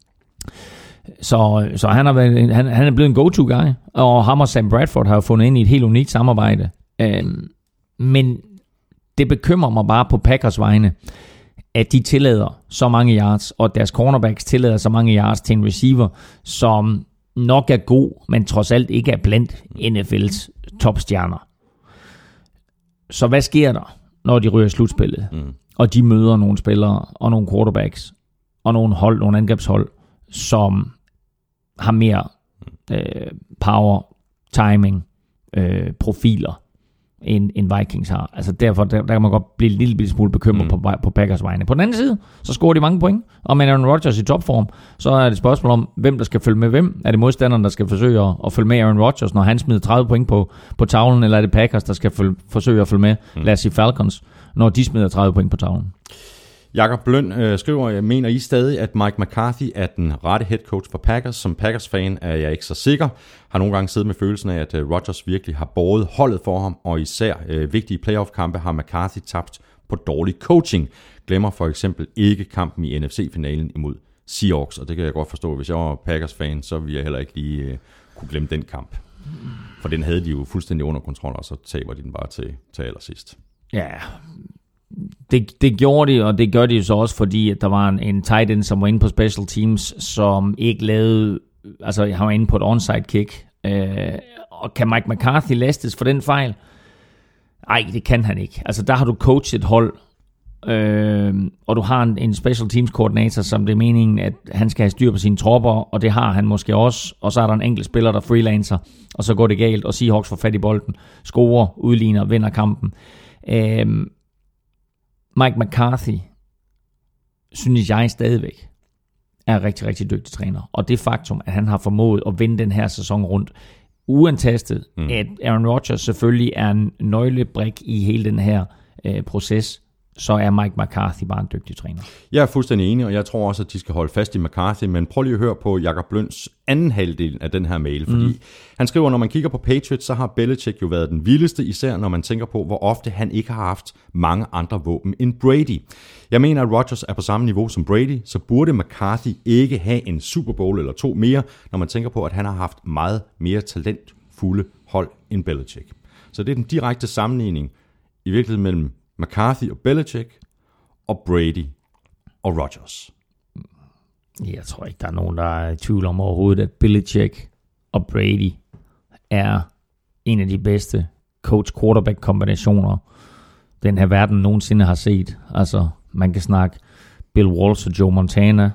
Så, så han, har været, han, han er blevet en go-to-guy, og ham og Sam Bradford har jo fundet ind i et helt unikt samarbejde. Øhm, men det bekymrer mig bare på Packers vegne, at de tillader så mange yards, og deres cornerbacks tillader så mange yards til en receiver, som nok er god, men trods alt ikke er blandt N F L's topstjerner. Så hvad sker der, når de ryger slutspillet, mm. og de møder nogle spillere, og nogle quarterbacks, og nogle hold, nogle angrebshold, som har mere øh, power, timing, øh, profiler, end, end Vikings har. Altså derfor, der, der kan man godt blive en lille smule bekymret mm. på, på Packers vegne. På den anden side, så scorer de mange point, og med Aaron Rodgers i topform, så er det et spørgsmål om, hvem der skal følge med hvem. Er det modstanderen, der skal forsøge at, at følge med Aaron Rodgers, når han smider tredive point på, på tavlen, eller er det Packers, der skal følge, forsøge at følge med, mm. lad os sige Falcons, når de smider tredive point på tavlen? Jakob Bløn øh, skriver, jeg mener I stadig, at Mike McCarthy er den rette head coach for Packers. Som Packers-fan er jeg ikke så sikker. Har nogle gange siddet med følelsen af, at øh, Rodgers virkelig har båret holdet for ham, og især øh, vigtige playoff-kampe har McCarthy tabt på dårlig coaching. Glemmer for eksempel ikke kampen i N F C-finalen imod Seahawks, og det kan jeg godt forstå. Hvis jeg var Packers-fan, så ville jeg heller ikke lige øh, kunne glemme den kamp. For den havde de jo fuldstændig under kontrol, og så taber de den bare til, til allersidst. Ja, Det, det gjorde de, og det gør de jo så også, fordi at der var en, en tight end, som var inde på special teams, som ikke lavede, altså han var inde på et onside kick. Øh, og kan Mike McCarthy lastes for den fejl? Nej, det kan han ikke. Altså der har du coachet et hold øh, og du har en, en special teams koordinator, som det er meningen, at han skal have styr på sine tropper, og det har han måske også, og så er der en enkelt spiller, der freelancer, og så går det galt, og Seahawks får fat i bolden, scorer, udligner, vinder kampen. Øh, Mike McCarthy, synes jeg stadigvæk, er en rigtig, rigtig dygtig træner, og det faktum, at han har formået at vinde den her sæson rundt, uantastet, mm. at Aaron Rodgers selvfølgelig er en nøglebrik i hele den her øh, proces, så er Mike McCarthy bare en dygtig træner. Jeg er fuldstændig enig, og jeg tror også, at de skal holde fast i McCarthy, men prøv lige at høre på Jakob Bløns anden halvdel af den her mail, fordi mm. han skriver, når man kigger på Patriots, så har Belichick jo været den vildeste, især når man tænker på, hvor ofte han ikke har haft mange andre våben end Brady. Jeg mener, at Rodgers er på samme niveau som Brady, så burde McCarthy ikke have en Super Bowl eller to mere, når man tænker på, at han har haft meget mere talentfulde hold end Belichick. Så det er den direkte sammenligning i virkeligheden mellem McCarthy og Belichick og Brady og Rodgers. Jeg tror ikke, der er nogen, der er i tvivl om overhovedet, at Belichick og Brady er en af de bedste coach-quarterback-kombinationer, den her verden nogensinde har set. Altså, man kan snakke Bill Walsh og Joe Montana.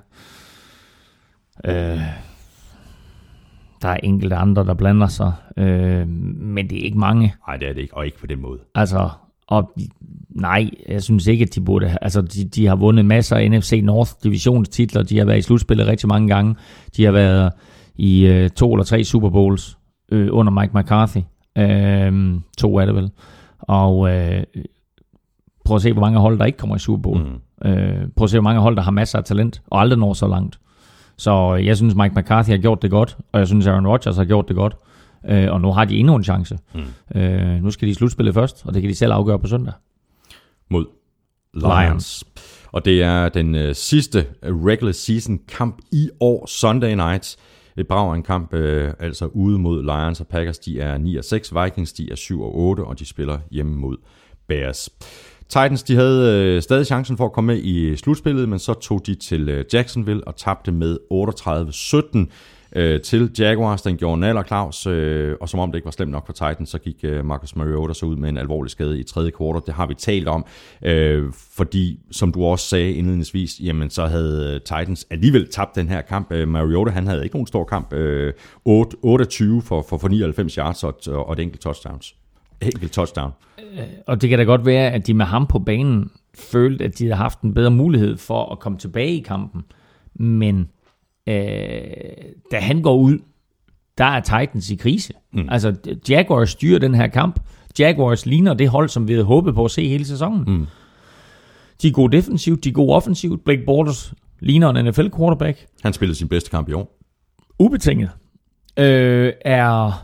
Øh, der er enkelte andre, der blander sig, øh, men det er ikke mange. Nej, det er det ikke, og ikke på den måde. Altså, og nej, jeg synes ikke, at de burde have, altså de, de har vundet masser af N F C North divisionstitler, de har været i slutspillet rigtig mange gange, de har været i øh, to eller tre Super Bowls øh, under Mike McCarthy, øh, to er det vel, og øh, prøv at se, hvor mange hold, der ikke kommer i Super Bowl, mm. øh, prøv at se, hvor mange hold, der har masser af talent, og aldrig når så langt, så jeg synes, Mike McCarthy har gjort det godt, og jeg synes, Aaron Rodgers har gjort det godt, øh, og nu har de endnu en chance. Mm. Øh, nu skal de slutspille først, og det kan de selv afgøre på søndag. Mod Lions. Lions. Og det er den øh, sidste regular season kamp i år, Sunday night. Et brag af en kamp, øh, altså ude mod Lions og Packers. De er ni og seks, Vikings de er syv og otte, og de spiller hjemme mod Bears. Titans, de havde øh, stadig chancen for at komme med i slutspillet, men så tog de til øh, Jacksonville og tabte med otteogtredive sytten øh, til Jaguars. Den gjorde naller Claus, øh, og som om det ikke var slemt nok for Titans, så gik øh, Marcus Mariota så ud med en alvorlig skade i tredje kvartal. Det har vi talt om, øh, fordi som du også sagde indledningsvis, jamen så havde Titans alligevel tabt den her kamp. Øh, Mariota, han havde ikke nogen stor kamp. Øh, otteogtyve for, for, for nioghalvfems yards og, og et enkelt touchdowns. Enkelt touchdown. Og det kan da godt være, at de med ham på banen følte, at de havde haft en bedre mulighed for at komme tilbage i kampen. Men øh, da han går ud, der er Titans i krise. Mm. Altså, Jaguars styrer den her kamp. Jaguars ligner det hold, som vi havde håbet på at se hele sæsonen. Mm. De er gode defensivt, de er gode offensivt. Blake Bortles ligner en N F L quarterback. Han spillede sin bedste kamp i år. Ubetinget. Øh, er,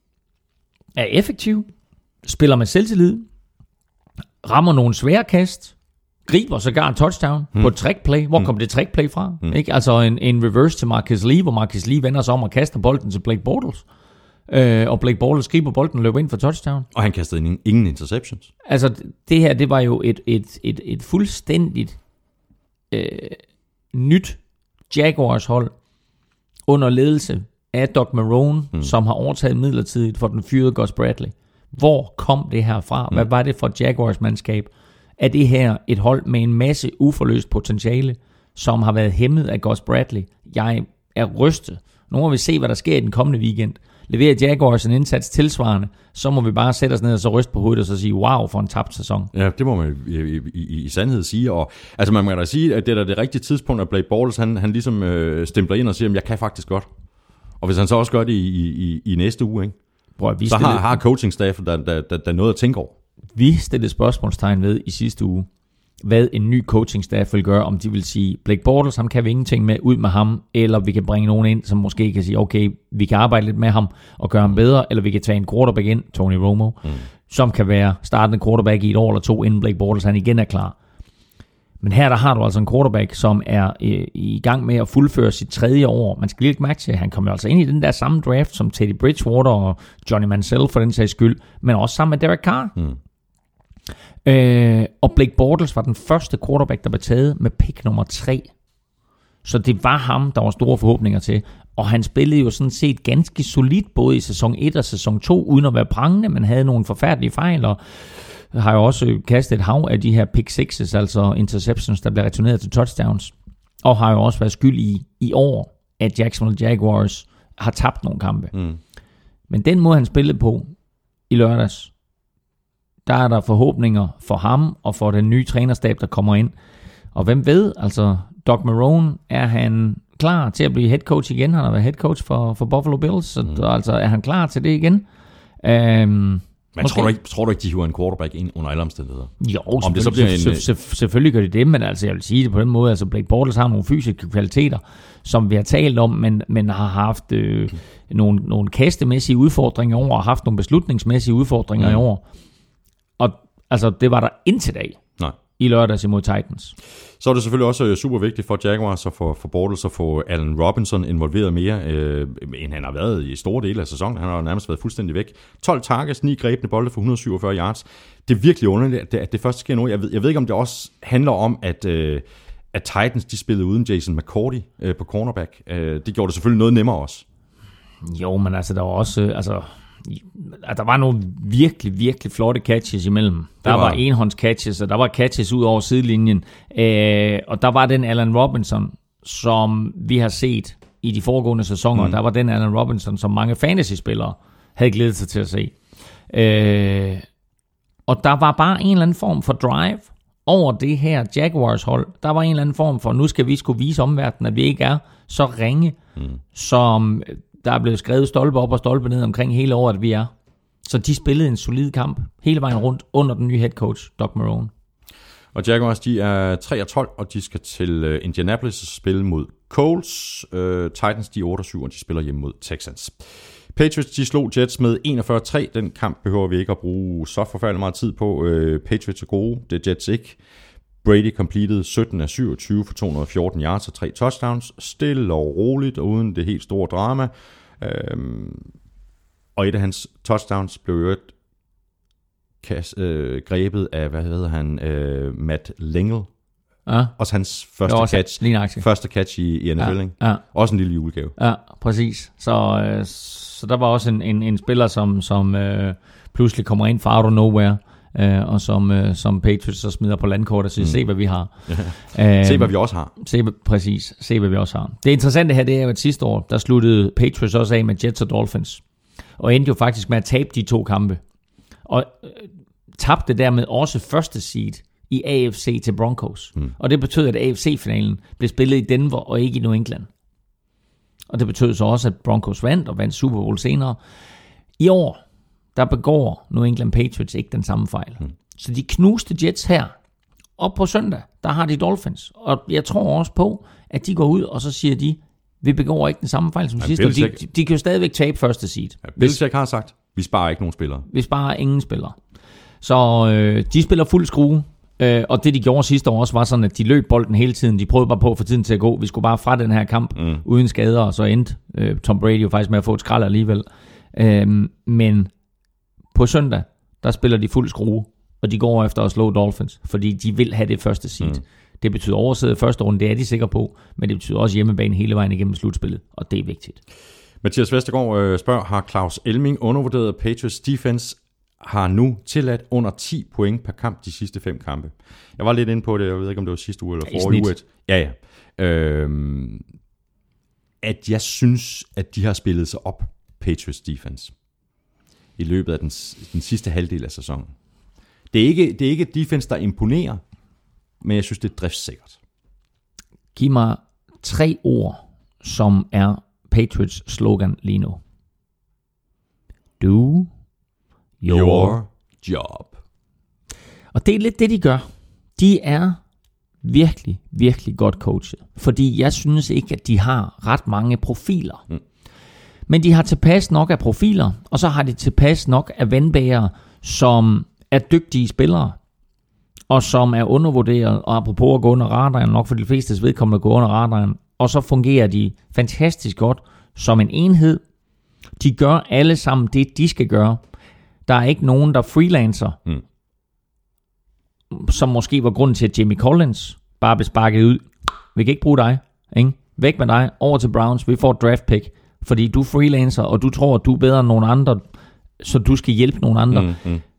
er effektiv. Spiller med selvtillid, rammer nogle svære kast, griber sågar en touchdown hmm. på et trickplay. Hvor hmm. kom det trickplay fra? Hmm. Ikke? Altså en, en reverse til Marcus Lee, hvor Marcus Lee vender sig om og kaster bolden til Blake Bortles. Øh, og Blake Bortles griber bolden og løber ind for touchdown. Og han kastede ingen, ingen interceptions. Altså det her, det var jo et, et, et, et fuldstændigt øh, nyt Jaguars hold under ledelse af Doug Marrone, hmm. som har overtaget midlertidigt for den fyrede Gus Bradley. Hvor kom det her fra? Hvad var det for Jaguars mandskab? Er det her et hold med en masse uforløst potentiale, som har været hæmmet af Gus Bradley? Jeg er rystet. Nu må vi se, hvad der sker i den kommende weekend. Leverer Jaguars en indsats tilsvarende, så må vi bare sætte os ned og så ryste på hovedet og så sige, wow, for en tabt sæson. Ja, det må man i, i, i, i sandhed sige. Og, altså man må da sige, at det er det rigtige tidspunkt, at Blake Bortles, han, han ligesom øh, stempler ind og siger, at jeg kan faktisk godt. Og hvis han så også gør det i, i, i næste uge, ikke? Bror, vi så stillede, har, har coaching-staff, der, der, der, der er noget at tænke over. Vi stillede spørgsmålstegn ved i sidste uge, hvad en ny coaching-staff vil gøre, om de vil sige, Blake Bortles, ham kan vi ingenting med, ud med ham, eller vi kan bringe nogen ind, som måske kan sige, okay, vi kan arbejde lidt med ham og gøre ham bedre, eller vi kan tage en quarterback ind, Tony Romo, mm. som kan være startende quarterback i et år eller to, inden Blake Bortles han igen er klar. Men her der har du altså en quarterback, som er øh, i gang med at fuldføre sit tredje år. Man skal lige ikke mærke til, at han kommer altså ind i den der samme draft, som Teddy Bridgewater og Johnny Manziel for den sags skyld, men også sammen med Derek Carr. Mm. Øh, og Blake Bortles var den første quarterback, der blev taget med pick nummer tre. Så det var ham, der var store forhåbninger til. Og han spillede jo sådan set ganske solidt, både i sæson et og sæson to, uden at være prangende, men havde nogle forfærdelige fejl, og har jo også kastet et hav af de her pick sixes, altså interceptions, der bliver returneret til touchdowns, og har jo også været skyld i, i år, at Jacksonville Jaguars har tabt nogle kampe. Mm. Men den måde, han spillede på i lørdags, der er der forhåbninger for ham og for den nye trænerstab, der kommer ind. Og hvem ved, altså Doug Marrone, er han klar til at blive head coach igen? Han har været head coach for, for Buffalo Bills, så mm. altså, er han klar til det igen? Um, Men okay. tror, du ikke, tror du ikke, de hiver en quarterback ind under alle omstændigheder? Jo, Om det så bliver en... selv, selvfølgelig gør de det, men altså, jeg vil sige det på den måde, altså Blake Bortles har nogle fysiske kvaliteter, som vi har talt om, men, men har haft øh, nogle, nogle kastemæssige udfordringer over, og haft nogle beslutningsmæssige udfordringer mm. i år. Og altså, det var der indtil dag. Nej. I lørdags imod Titans. Så er det selvfølgelig også super vigtigt for Jaguars og for, for Bortles at få Allen Robinson involveret mere, øh, end han har været i store dele af sæsonen. Han har nærmest været fuldstændig væk. tolv targets, ni grebne bolde for et hundrede og syvogfyrre yards. Det er virkelig underligt, at det, at det først sker nu. Jeg ved, jeg ved ikke, om det også handler om, at, øh, at Titans de spillede uden Jason McCourty øh, på cornerback. Øh, det gjorde det selvfølgelig noget nemmere også. Jo, men altså, der var også... Øh, altså der var nogle virkelig, virkelig flotte catches imellem. Der var, var enhånds catches, og der var catches ud over sidelinjen. Øh, og der var den Allen Robinson, som vi har set i de foregående sæsoner. Mm. Der var den Allen Robinson, som mange fantasy-spillere havde glædet sig til at se. Øh, og der var bare en eller anden form for drive over det her Jaguars-hold. Der var en eller anden form for, nu skal vi skulle vise omverdenen, at vi ikke er så ringe, mm. som... Der er blevet skrevet stolpe op og stolpe ned omkring hele året, at vi er. Så de spillede en solid kamp hele vejen rundt under den nye head coach, Doug Marrone. Og Jaguars, de er tre og tolv, og de skal til Indianapolis og spille mod Colts. Uh, Titans, de er otte og syv, og de spiller hjemme mod Texans. Patriots, de slog Jets med enogfyrre tre. Den kamp behøver vi ikke at bruge så forfærdelig meget tid på. Uh, Patriots er gode, det er Jets ikke. Brady completed sytten af syvogtyve for to hundrede og fjorten yards og tre touchdowns. Stille og roligt, og uden det helt store drama. Øhm, og et af hans touchdowns blev jo et kas, øh, grebet af, hvad hedder han, øh, Matt Lengel. Ja. Også hans første også catch, første catch i, i N F L. Ja. Ja. Også en lille julegave. Ja, præcis. Så, øh, så der var også en, en, en spiller, som, som øh, pludselig kommer ind fra out of nowhere. Uh, og som, uh, som Patriots så smider på landkortet, så mm. se hvad vi har. Ja. Uh, se hvad vi også har. Se, præcis, se hvad vi også har. Det interessante her, det er jo, at sidste år, der sluttede Patriots også af med Jets og Dolphins, og endte jo faktisk med at tabe de to kampe. Og uh, tabte dermed også første seed i A F C til Broncos. Mm. Og det betød, at A F C-finalen blev spillet i Denver og ikke i New England. Og det betød så også, at Broncos vandt og vandt Super Bowl senere. I år, der begår New England Patriots ikke den samme fejl. Hmm. Så de knuste Jets her. Og på søndag, der har de Dolphins. Og jeg tror også på, at de går ud, og så siger de, vi begår ikke den samme fejl som ja, sidste. De, de, de kan jo stadigvæk tabe første seed. Ja, Belichick har sagt, vi sparer ikke nogen spillere. Vi sparer ingen spillere. Så øh, de spiller fuld skrue. Øh, og det de gjorde sidste år også var sådan, at de løb bolden hele tiden. De prøvede bare på at få tiden til at gå. Vi skulle bare fra den her kamp mm. uden skader, og så endte øh, Tom Brady jo faktisk med at få et skrald alligevel. Øh, men på søndag, der spiller de fuld skrue, og de går efter at slå Dolphins, fordi de vil have det første seed. Mm. Det betyder oversædet første runde, det er de sikre på, men det betyder også hjemmebane hele vejen igennem slutspillet, og det er vigtigt. Mathias Vestergaard øh, spørger, har Claus Elming undervurderet Patriots defense, har nu tilladt under ti point per kamp de sidste fem kampe. Jeg var lidt inde på det, jeg ved ikke, om det var sidste uge eller forrige uge. Ja, ja. Øhm, at jeg synes, at de har spillet sig op, Patriots defense, i løbet af den, den sidste halvdel af sæsonen. Det er ikke, det er ikke et defense, der imponerer, men jeg synes, det er driftssikkert. Giv mig tre ord, som er Patriots slogan lige nu. Do your, your job. Og det er lidt det, de gør. De er virkelig, virkelig godt coachet. Fordi jeg synes ikke, at de har ret mange profiler. Mm. Men de har tilpas nok af profiler, og så har de tilpas nok af vandbærere, som er dygtige spillere, og som er undervurderet, og apropos at gå under radaren, nok for de flestes vedkommende at gå under radaren, og så fungerer de fantastisk godt som en enhed. De gør alle sammen det, de skal gøre. Der er ikke nogen, der freelancer, mm. som måske var grunden til, at Jimmy Collins bare blev sparket ud. Vi kan ikke bruge dig, ikke? Væk med dig, over til Browns, vi får et draft pick, fordi du freelancer, og du tror, at du er bedre end nogen andre, så du skal hjælpe nogen andre. Mm, mm.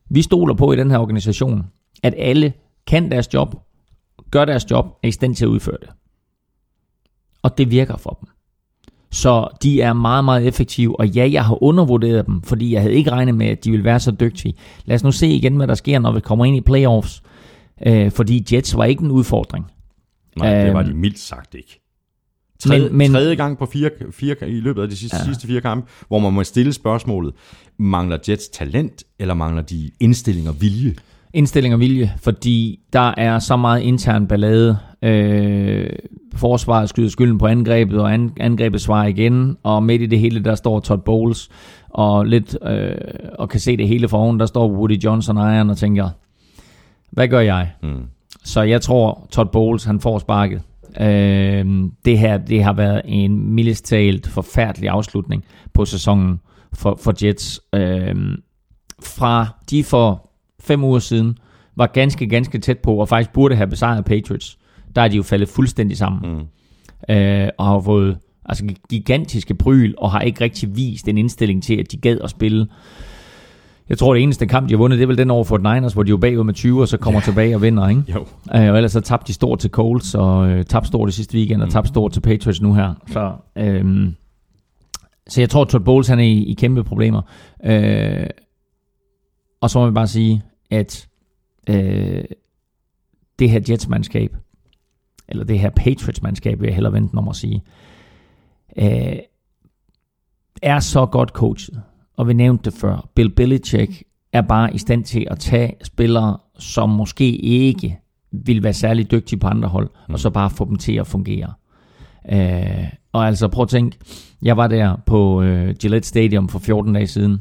Vi stoler på i den her organisation, at alle kan deres job, gør deres job, er i stand til at udføre det. Og det virker for dem. Så de er meget, meget effektive, og ja, jeg har undervurderet dem, fordi jeg havde ikke regnet med, at de ville være så dygtige. Lad os nu se igen, hvad der sker, når vi kommer ind i playoffs, øh, fordi Jets var ikke en udfordring. Nej, det var de mildt sagt ikke. Tredje, men, men, tredje gang på fire, fire, i løbet af de sidste, ja. sidste fire kampe, hvor man må stille spørgsmålet, mangler Jets talent, eller mangler de indstilling og vilje? Indstilling og vilje, fordi der er så meget intern ballade. Øh, forsvaret skyder skylden på angrebet, og angrebet svarer igen, og midt i det hele, der står Todd Bowles, og lidt øh, og kan se det hele for oven, der står Woody Johnson ejeren og tænker, hvad gør jeg? Mm. Så jeg tror, Todd Bowles, han får sparket. Øh, det her, det har været en mildest talt forfærdelig afslutning på sæsonen for, for Jets. Øh, fra de for fem uger siden var ganske, ganske tæt på, og faktisk burde have besejret Patriots. Der er de jo faldet fuldstændig sammen. Mm. Øh, og har fået altså, gigantiske bryl, og har ikke rigtig vist en indstilling til, at de gad at spille. Jeg tror, det eneste kamp, de har vundet, det er vel den over Fort Niners, hvor de er bagud med tyve, og så kommer ja. tilbage og vinder, ikke? Jo. Øh, og ellers så tabte de stort til Colts, og øh, tabte stort det sidste weekend, og mm. tabte stort til Patriots nu her. Så, øh, så jeg tror, Todd Bowles, han er i, i kæmpe problemer. Øh, og så må jeg bare sige, at øh, det her Jets-mandskab, eller det her Patriots-mandskab, vil jeg hellere vente om at sige, øh, er så godt coachet. Og vi nævnte det før. Bill Belichick er bare i stand til at tage spillere, som måske ikke vil være særlig dygtige på andre hold, mm. og så bare få dem til at fungere. Øh, og altså prøv at tænke, jeg var der på øh, Gillette Stadium for fjorten dage siden,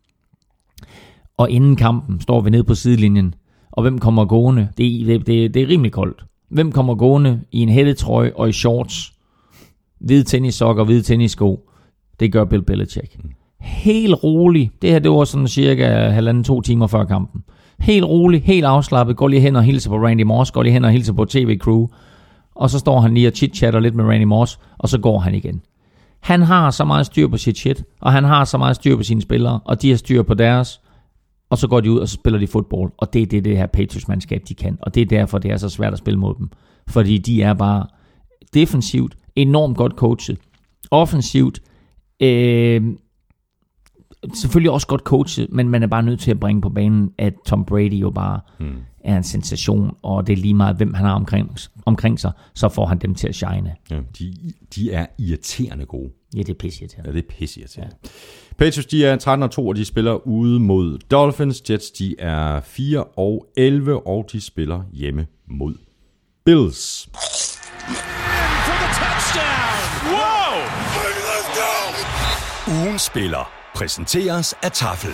og inden kampen står vi nede på sidelinjen, og hvem kommer gående? Det, det, det, det er rimelig koldt. Hvem kommer gående i en hættetrøje og i shorts, hvide tennissokker og hvide tennissko? Det gør Bill Belichick. Mm. Helt rolig. Det her, det var sådan cirka halvanden, to timer før kampen. Helt rolig, helt afslappet. Går lige hen og hilser på Randy Moss. Går lige hen og hilser på T V-crew. Og så står han lige og chit-chatter lidt med Randy Moss. Og så går han igen. Han har så meget styr på sit shit. Og han har så meget styr på sine spillere. Og de har styr på deres. Og så går de ud, og så spiller de fodbold. Og det er det, det her Patriots-mandskab, de kan. Og det er derfor, det er så svært at spille mod dem. Fordi de er bare defensivt enormt godt coachet. Offensivt øh, selvfølgelig også godt coachet, men man er bare nødt til at bringe på banen, at Tom Brady jo bare hmm. er en sensation, og det er lige meget, hvem han har omkring, omkring sig, så får han dem til at shine. Ja, de, de er irriterende gode. Ja, det er pisseirriterende. Ja, det er pisseirriterende. Ja. Patriots, de er tretten og to, og de spiller ude mod Dolphins. Jets, de er fire og elleve, og de spiller hjemme mod Bills. Ugen spiller præsenteres af Tafel.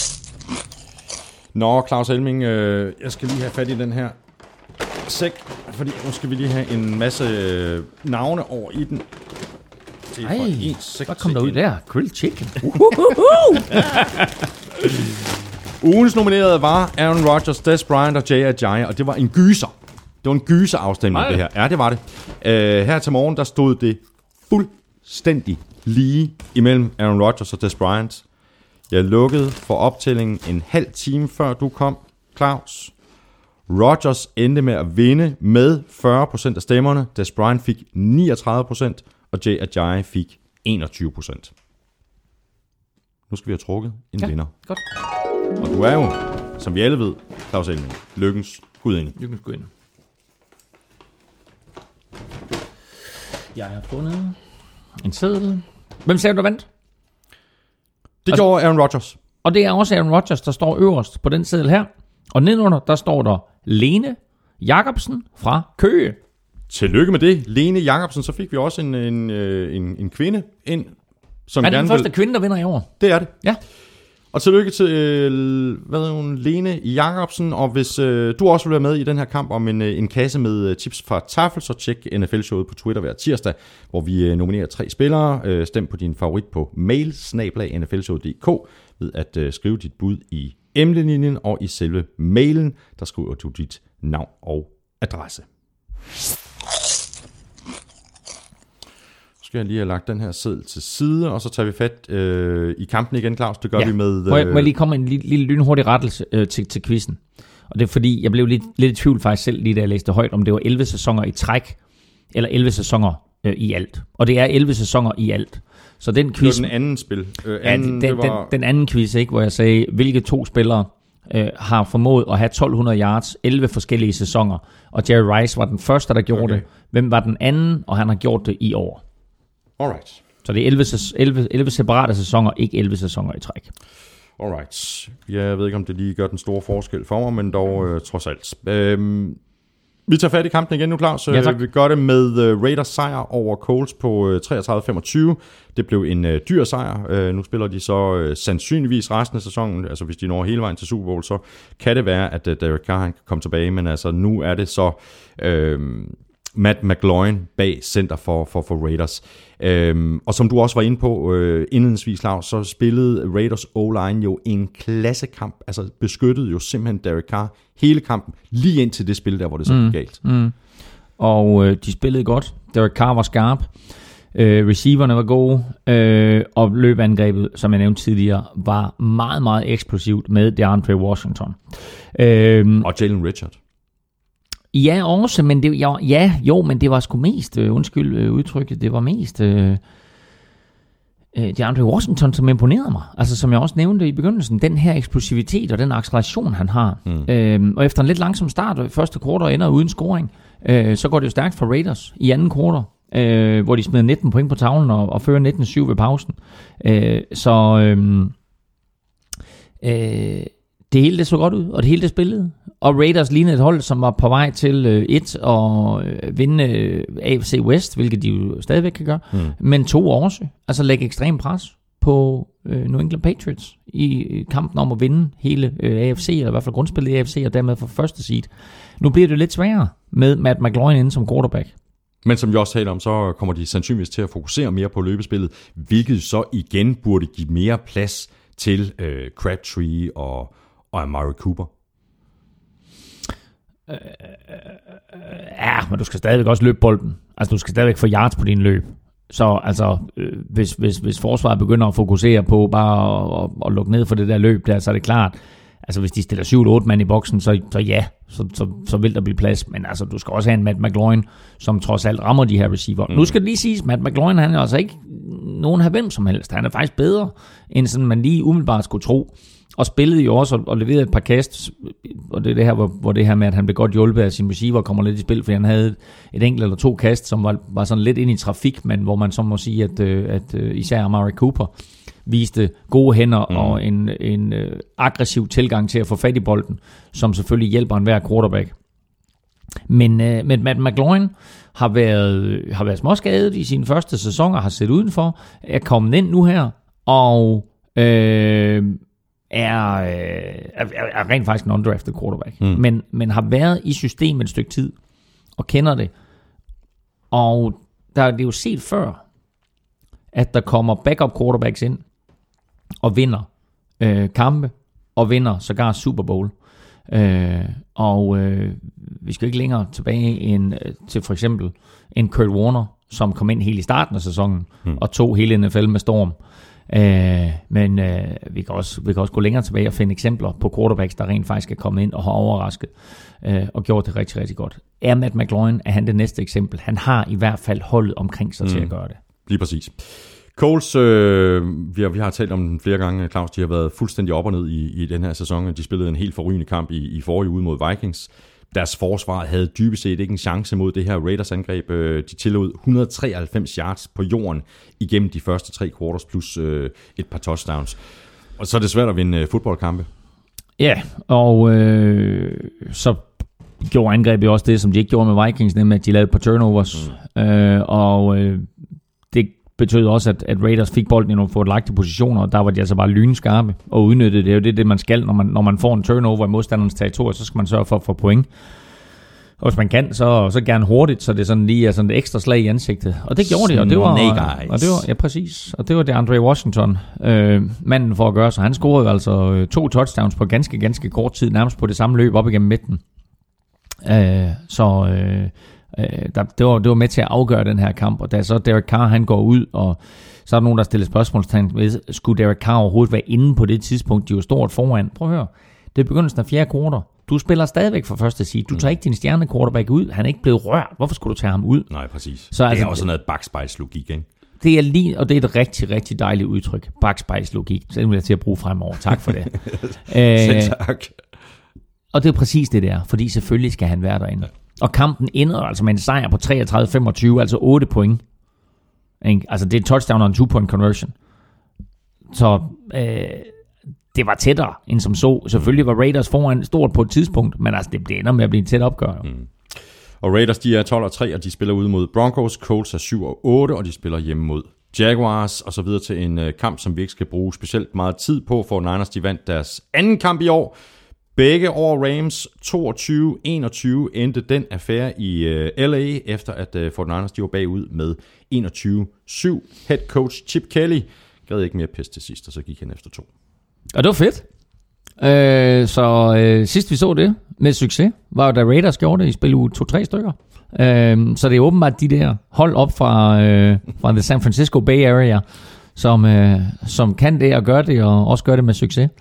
Nå, Claus Elming, øh, jeg skal lige have fat i den her sæk, fordi nu skal vi lige have en masse øh, navne over i den. Ej, hvad kom der ud der? Grilled chicken. Ugens nominerede var Aaron Rodgers, Dez Bryant og Jay Ajayi, og det var en gyser. Det var en gyser-afstemning, det her. Ja, det var det. Uh, her til morgen, der stod det fuldstændig lige imellem Aaron Rodgers og Dez Bryant. Jeg lukkede for optællingen en halv time før du kom, Claus. Rodgers endte med at vinde med fyrre procent af stemmerne. Dez Bryant fik niogtredive procent, og Jay Ajayi fik enogtyve procent. Nu skal vi have trukket en ja, vinder. Godt. Og du er jo, som vi alle ved, Claus Elming, lykkens gudinde. Lykkens gudinde. Jeg har fundet en seddel. Hvem sagde du, der vandt? Det altså, gjorde Aaron Rodgers. Og det er også Aaron Rodgers, der står øverst på den seddel her. Og nedenunder, der står der Lene Jacobsen fra Køge. Tillykke med det, Lene Jacobsen. Så fik vi også en, en, en, en kvinde ind, som er det gerne den første vil... kvinde, der vinder i år? Det er det. Ja. Og tillykke til øh, hvad er hun, Lene Jacobsen. Og hvis øh, du også vil være med i den her kamp om en, en kasse med tips fra Tafel, så tjek N F L-showet på Twitter hver tirsdag, hvor vi øh, nominerer tre spillere. Øh, stem på din favorit på mail, snabel-a n f l show punktum d k, ved at øh, skrive dit bud i emnelinjen, og i selve mailen, der skriver du dit navn og adresse. skal jeg lige have lagt den her seddel til side, og så tager vi fat øh, i kampen igen, Claus. Det gør ja. vi med... Øh... Må, jeg, må jeg lige komme med en lille, lille lynhurtig rettelse øh, til, til quizzen? Og det er fordi, jeg blev lidt, lidt i tvivl faktisk selv, lige da jeg læste højt, om det var elleve sæsoner i træk, eller elleve sæsoner øh, i alt. Og det er elleve sæsoner i alt. Så den quiz... Det var den anden spil. Øh, anden, ja, den, det var... den, den anden quiz, ikke, hvor jeg sagde, hvilke to spillere øh, har formået at have tolv hundrede yards, elleve forskellige sæsoner. Og Jerry Rice var den første, der gjorde okay. det. Hvem var den anden? Og han har gjort det i år. Alright. Så det er elleve, elleve, elleve separate sæsoner, ikke elleve sæsoner i træk. Alright. Jeg ved ikke, om det lige gør den store forskel for mig, men dog øh, trods alt. Øhm, vi tager fat i kampen igen nu, Claus. Ja, tak. Vi gør det med øh, Raiders sejr over Colts på øh, treogtredive femogtyve. Det blev en øh, dyr sejr. Øh, nu spiller de så øh, sandsynligvis resten af sæsonen. Altså hvis de når hele vejen til Super Bowl, så kan det være, at øh, Derek Carr kan komme tilbage. Men altså nu er det så... Øh, Matt McGloin bag center for, for, for Raiders. Øhm, og som du også var inde på øh, indledningsvis, Claus, så spillede Raiders O-line jo en klassekamp, altså beskyttede jo simpelthen Derek Carr hele kampen, lige ind til det spil der, hvor det så mm, gik galt. Mm. Og øh, de spillede godt. Derek Carr var skarp. Øh, receiverne var gode. Øh, og løbeangrebet, som jeg nævnte tidligere, var meget, meget eksplosivt med DeAndre Washington. Øh, og Jalen Richard. Ja, også, men det, ja, ja, jo, men det var sgu mest, øh, undskyld øh, udtrykket, det var mest øh, øh, DeAndre Washington, som imponerede mig. Altså, som jeg også nævnte i begyndelsen, den her eksplosivitet og den acceleration, han har. Mm. Øh, og efter en lidt langsom start, og første kvartal ender uden scoring, øh, så går det jo stærkt for Raiders i anden kvartal, øh, hvor de smider nitten point på tavlen og, og fører nitten syv ved pausen. Øh, så øh, øh, det hele det så godt ud, og det hele det spillede. Og Raiders lignede et hold, som var på vej til øh, et og øh, vinde øh, A F C West, hvilket de jo stadigvæk kan gøre, mm. men to også. Altså lægge ekstrem pres på øh, New England Patriots i kampen om at vinde hele øh, A F C, eller i hvert fald grundspillet i A F C, og dermed for første seed. Nu bliver det lidt sværere med Matt McGloin inde som quarterback. Men som vi også taler om, så kommer de sandsynligvis til at fokusere mere på løbespillet, hvilket så igen burde give mere plads til øh, Crabtree og, og Amari Cooper. Øh, øh, ja, men du skal stadigvæk også løbe bolden. Altså, du skal stadigvæk få yards på din løb. Så altså, øh, hvis, hvis, hvis forsvaret begynder at fokusere på bare at, at, at lukke ned for det der løb der, så er det klart, altså hvis de stiller syv otte mand i boksen, så, så ja, så, så, så vil der blive plads. Men altså, du skal også have en Matt McGloin, som trods alt rammer de her receiver. Mm. Nu skal det lige siges, Matt McGloin, han er altså ikke nogen af hvem som helst. Han er faktisk bedre, end sådan man lige umiddelbart skulle tro. Og spillede jo også, og leverede et par kast, og det er det her, hvor, hvor det her med, at han blev godt hjulpet af sin receiver, kommer lidt i spil, fordi han havde et enkelt eller to kast, som var, var sådan lidt ind i trafik, men hvor man så må sige, at, at især Amari Cooper viste gode hænder mm. og en, en aggressiv tilgang til at få fat i bolden, som selvfølgelig hjælper enhver quarterback. Men, men Matt McGloin har været, har været småskadet i sine første sæsoner, har set udenfor, er kommet ind nu her, og øh, er, er, er rent faktisk en undrafted quarterback, mm. men, men har været i systemet et stykke tid, og kender det. Og der er det jo set før, at der kommer backup quarterbacks ind, og vinder øh, kampe, og vinder sågar Super Bowl. Øh, og øh, vi skal ikke længere tilbage end, øh, til for eksempel en Kurt Warner, som kom ind helt i starten af sæsonen, mm. og tog hele N F L med storm. Øh, men øh, vi, kan også, vi kan også gå længere tilbage og finde eksempler på quarterbacks, der rent faktisk er kommet ind og har overrasket øh, og gjort det rigtig, rigtig godt. Er Matt McGloin, er han det næste eksempel? Han har i hvert fald holdet omkring sig mm. til at gøre det. Lige præcis. Colts, øh, vi, har, vi har talt om den flere gange, Claus, de har været fuldstændig op og ned i, i den her sæson. De spillede en helt forrygende kamp i, i forrige uge mod Vikings. Deres forsvar havde dybest set ikke en chance mod det her Raiders angreb. De tillod et hundrede og treoghalvfems yards på jorden igennem de første tre quarters plus øh, et par touchdowns. Og så er det svært at vinde fodboldkampe. Ja, og øh, så gjorde angrebet også det, som de ikke gjorde med Vikings, nemlig at de lavede et par turnovers. Mm. Øh, og øh, det betød også, at, at Raiders fik bolden i nogle fordelagtige positioner, og der var de altså bare lynskarpe og udnyttede det. Det er jo det, det man skal, når man, når man får en turnover i modstanderens territorium, så skal man sørge for at få point. Og hvis man kan, så, så gerne hurtigt, så det er sådan lige er sådan et ekstra slag i ansigtet. Og det gjorde det, og det var, og det var ja præcis, og det var det Andre Washington, øh, manden for at gøre, så han scorede altså øh, to touchdowns på ganske, ganske kort tid, nærmest på det samme løb op igennem midten. Øh, så øh, Øh, der, det, var, det var med til at afgøre den her kamp, og da så Derek Carr han går ud, og så er der nogen, der stiller spørgsmålstegn ved, skulle Derek Carr overhovedet være inde på det tidspunkt, de var stort foran. Prøv at høre, det er begyndelsen af fjerde kvartal. Du spiller stadigvæk for første seed. Du tager ikke din stjerne quarterback ud. Han er ikke blevet rørt. Hvorfor skulle du tage ham ud? Nej, præcis. Så, det altså, er også noget bagspejlslogik, ikke? Det er lige, og det er et rigtig, rigtig dejligt udtryk. Bagspejlslogik. Så det vil jeg til at bruge fremover. Tak for det. Selv tak. Og det er præcis det der, fordi selvfølgelig skal han være derinde. Ja. Og kampen ender altså med en sejr på treogtredive femogtyve, altså otte point. Altså det er en touchdown og en two-point conversion. Så øh, det var tættere end som så. Selvfølgelig var Raiders foran stort på et tidspunkt, men altså det ender med at blive en tæt opgør. Mm. Og Raiders, de er tolv og tre, og de spiller ude mod Broncos. Colts er syv og otte, og de spiller hjemme mod Jaguars, og så videre til en uh, kamp, som vi ikke skal bruge specielt meget tid på, for Niners, de vandt deres anden kamp i år. Begge over Rams, toogtyve enogtyve endte den affære i uh, L A, efter at uh, forty-niners de var bagud med enogtyve syv. Head coach Chip Kelly gad ikke mere pis til sidst, og så gik han efter to. Og det var fedt. Øh, så øh, sidst vi så det med succes, var jo da Raiders gjorde det i spil uge to-tre stykker. Øh, så det er åbenbart de der hold op fra, øh, fra the San Francisco Bay Area, som, øh, som kan det og gør det, og også gør det med succes.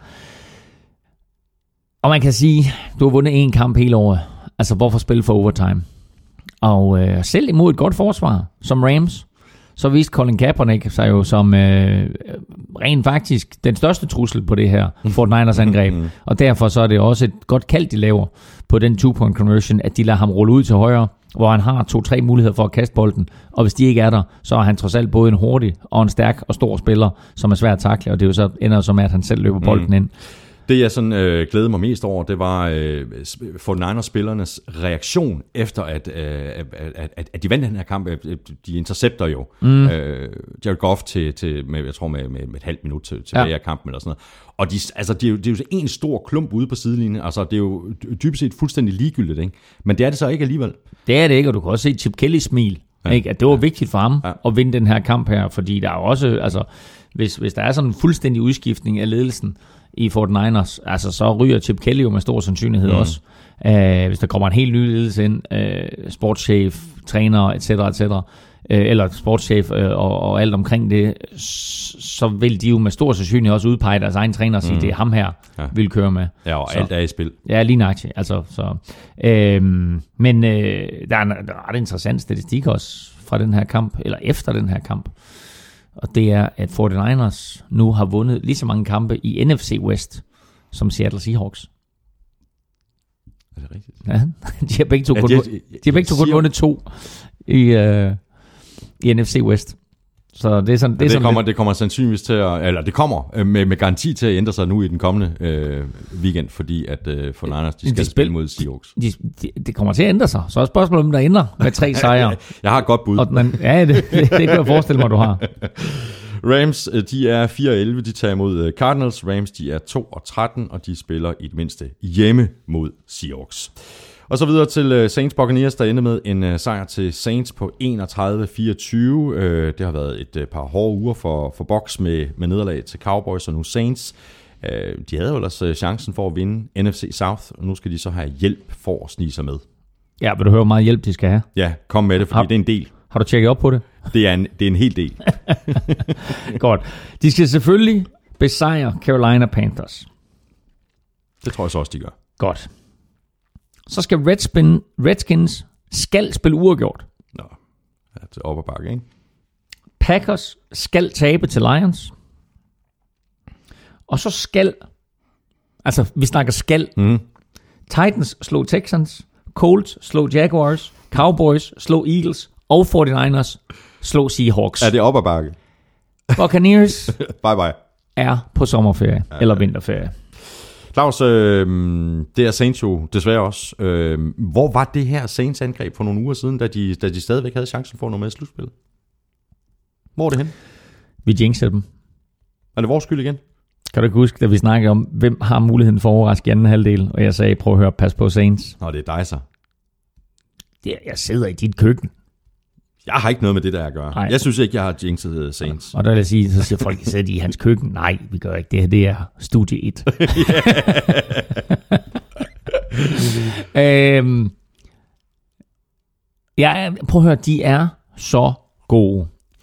Og man kan sige, du har vundet en kamp hele året. Altså hvorfor spille for overtime? Og øh, selv imod et godt forsvar som Rams, så viste Colin Kaepernick sig jo som øh, rent faktisk den største trussel på det her forty-niners angreb. Og derfor så er det også et godt kald, de laver på den two-point conversion, at de lader ham rulle ud til højre, hvor han har to-tre muligheder for at kaste bolden. Og hvis de ikke er der, så er han trods alt både en hurtig og en stærk og stor spiller, som er svær at takle, og det er jo så ender så med, at han selv løber bolden mm. ind. Det, jeg sådan øh, glædede mig mest over, det var øh, forty-niners-spillernes reaktion efter, at, øh, at, at, at de vandt den her kamp. De intercepter jo mm. øh, Jared Goff til, til med, jeg tror, med, med, med et halvt minut til, tilbage ja. af kampen eller sådan noget. Og de, altså, det, er jo, det er jo en stor klump ude på sidelinjen. Altså, det er jo dybest set fuldstændig ligegyldigt, ikke? Men det er det så ikke alligevel. Det er det ikke, og du kan også se Chip Kellys smil. Ja. Ikke? At det var ja. vigtigt for ham ja. at vinde den her kamp her, fordi der er også, altså, hvis, hvis der er sådan en fuldstændig udskiftning af ledelsen i forty-niners, altså så ryger Chip Kelly jo med stor sandsynlighed mm. også. Uh, hvis der kommer en helt ny ledelse ind, uh, sportschef, træner, et cetera, et cetera, uh, eller sportschef uh, og, og alt omkring det, så vil de jo med stor sandsynlighed også udpege deres egen træner og sige, mm. det er ham her, ja. vil køre med. Ja, og så, alt er i spil. Ja, lige nøjagtigt. Altså, så, uh, men uh, der er en ret interessant statistik også fra den her kamp, eller efter den her kamp. Og det er, at forty-niners nu har vundet lige så mange kampe i N F C West som Seattle Seahawks. Er det rigtigt? Ja, de har begge to ja, kun, de, de, de har begge to kun vundet to i, uh, i N F C West. Så det er sådan, det, er det sådan kommer lidt... det kommer sandsynligvis til at, eller det kommer med, med garanti til at ændre sig nu i den kommende øh, weekend, fordi at øh, forty-niners de skal de spil, spille mod Seahawks. De, de, det kommer til at ændre sig. Så er spørgsmålet om der ændrer med tre sejre. Jeg har et godt bud. Og den, ja, det, det, det kan jeg forestille mig du har. Rams, de er fire og elleve, de tager imod Cardinals. Rams, de er to og tretten, og de spiller i det mindste hjemme mod Seahawks. Og så videre til Saints Buccaneers, der endte med en sejr til Saints på enogtredive fireogtyve. Det har været et par hårde uger for, for Bucs med, med nederlag til Cowboys og nu Saints. De havde jo ellers chancen for at vinde N F C South, og nu skal de så have hjælp for at snige sig med. Ja, vil du høre, hvor meget hjælp de skal have? Ja, kom med det, fordi har, det er en del. Har du tjekket op på det? Det er en, det er en hel del. Godt. De skal selvfølgelig besejre Carolina Panthers. Det tror jeg så også, de gør. Godt. Så skal Redspin, Redskins skal spille uafgjort. Nå, ja, til op og bakke, ikke? Packers skal tabe til Lions. Og så skal, altså vi snakker skal, mm. Titans slå Texans, Colts slå Jaguars, Cowboys slå Eagles, og forty-niners slå Seahawks. Er det op og bakke? Buccaneers bye bye. er på sommerferie, ja, eller vinterferie. Claus, øh, det er Saints jo desværre også. Øh, hvor var det her Saints angreb for nogle uger siden, da de, da de stadigvæk havde chancen for at nå med i slutspillet? Hvor er det hen? Vi jinxede dem. Er det vores skyld igen? Kan du ikke huske, da vi snakkede om, hvem har muligheden for at overraske i anden halvdel? Og jeg sagde, prøv at høre, pas på Saints. Nå, det er dig så. Det er, jeg sidder i dit køkken. Jeg har ikke noget med det, der at gøre. Nej. Jeg synes ikke, jeg har jinxet Saints. Og der vil jeg sige, så siger folk, at sidder i hans køkken. Nej, vi gør ikke det her. Det er studie et. øhm, Ja, prøv at høre, de er så gode.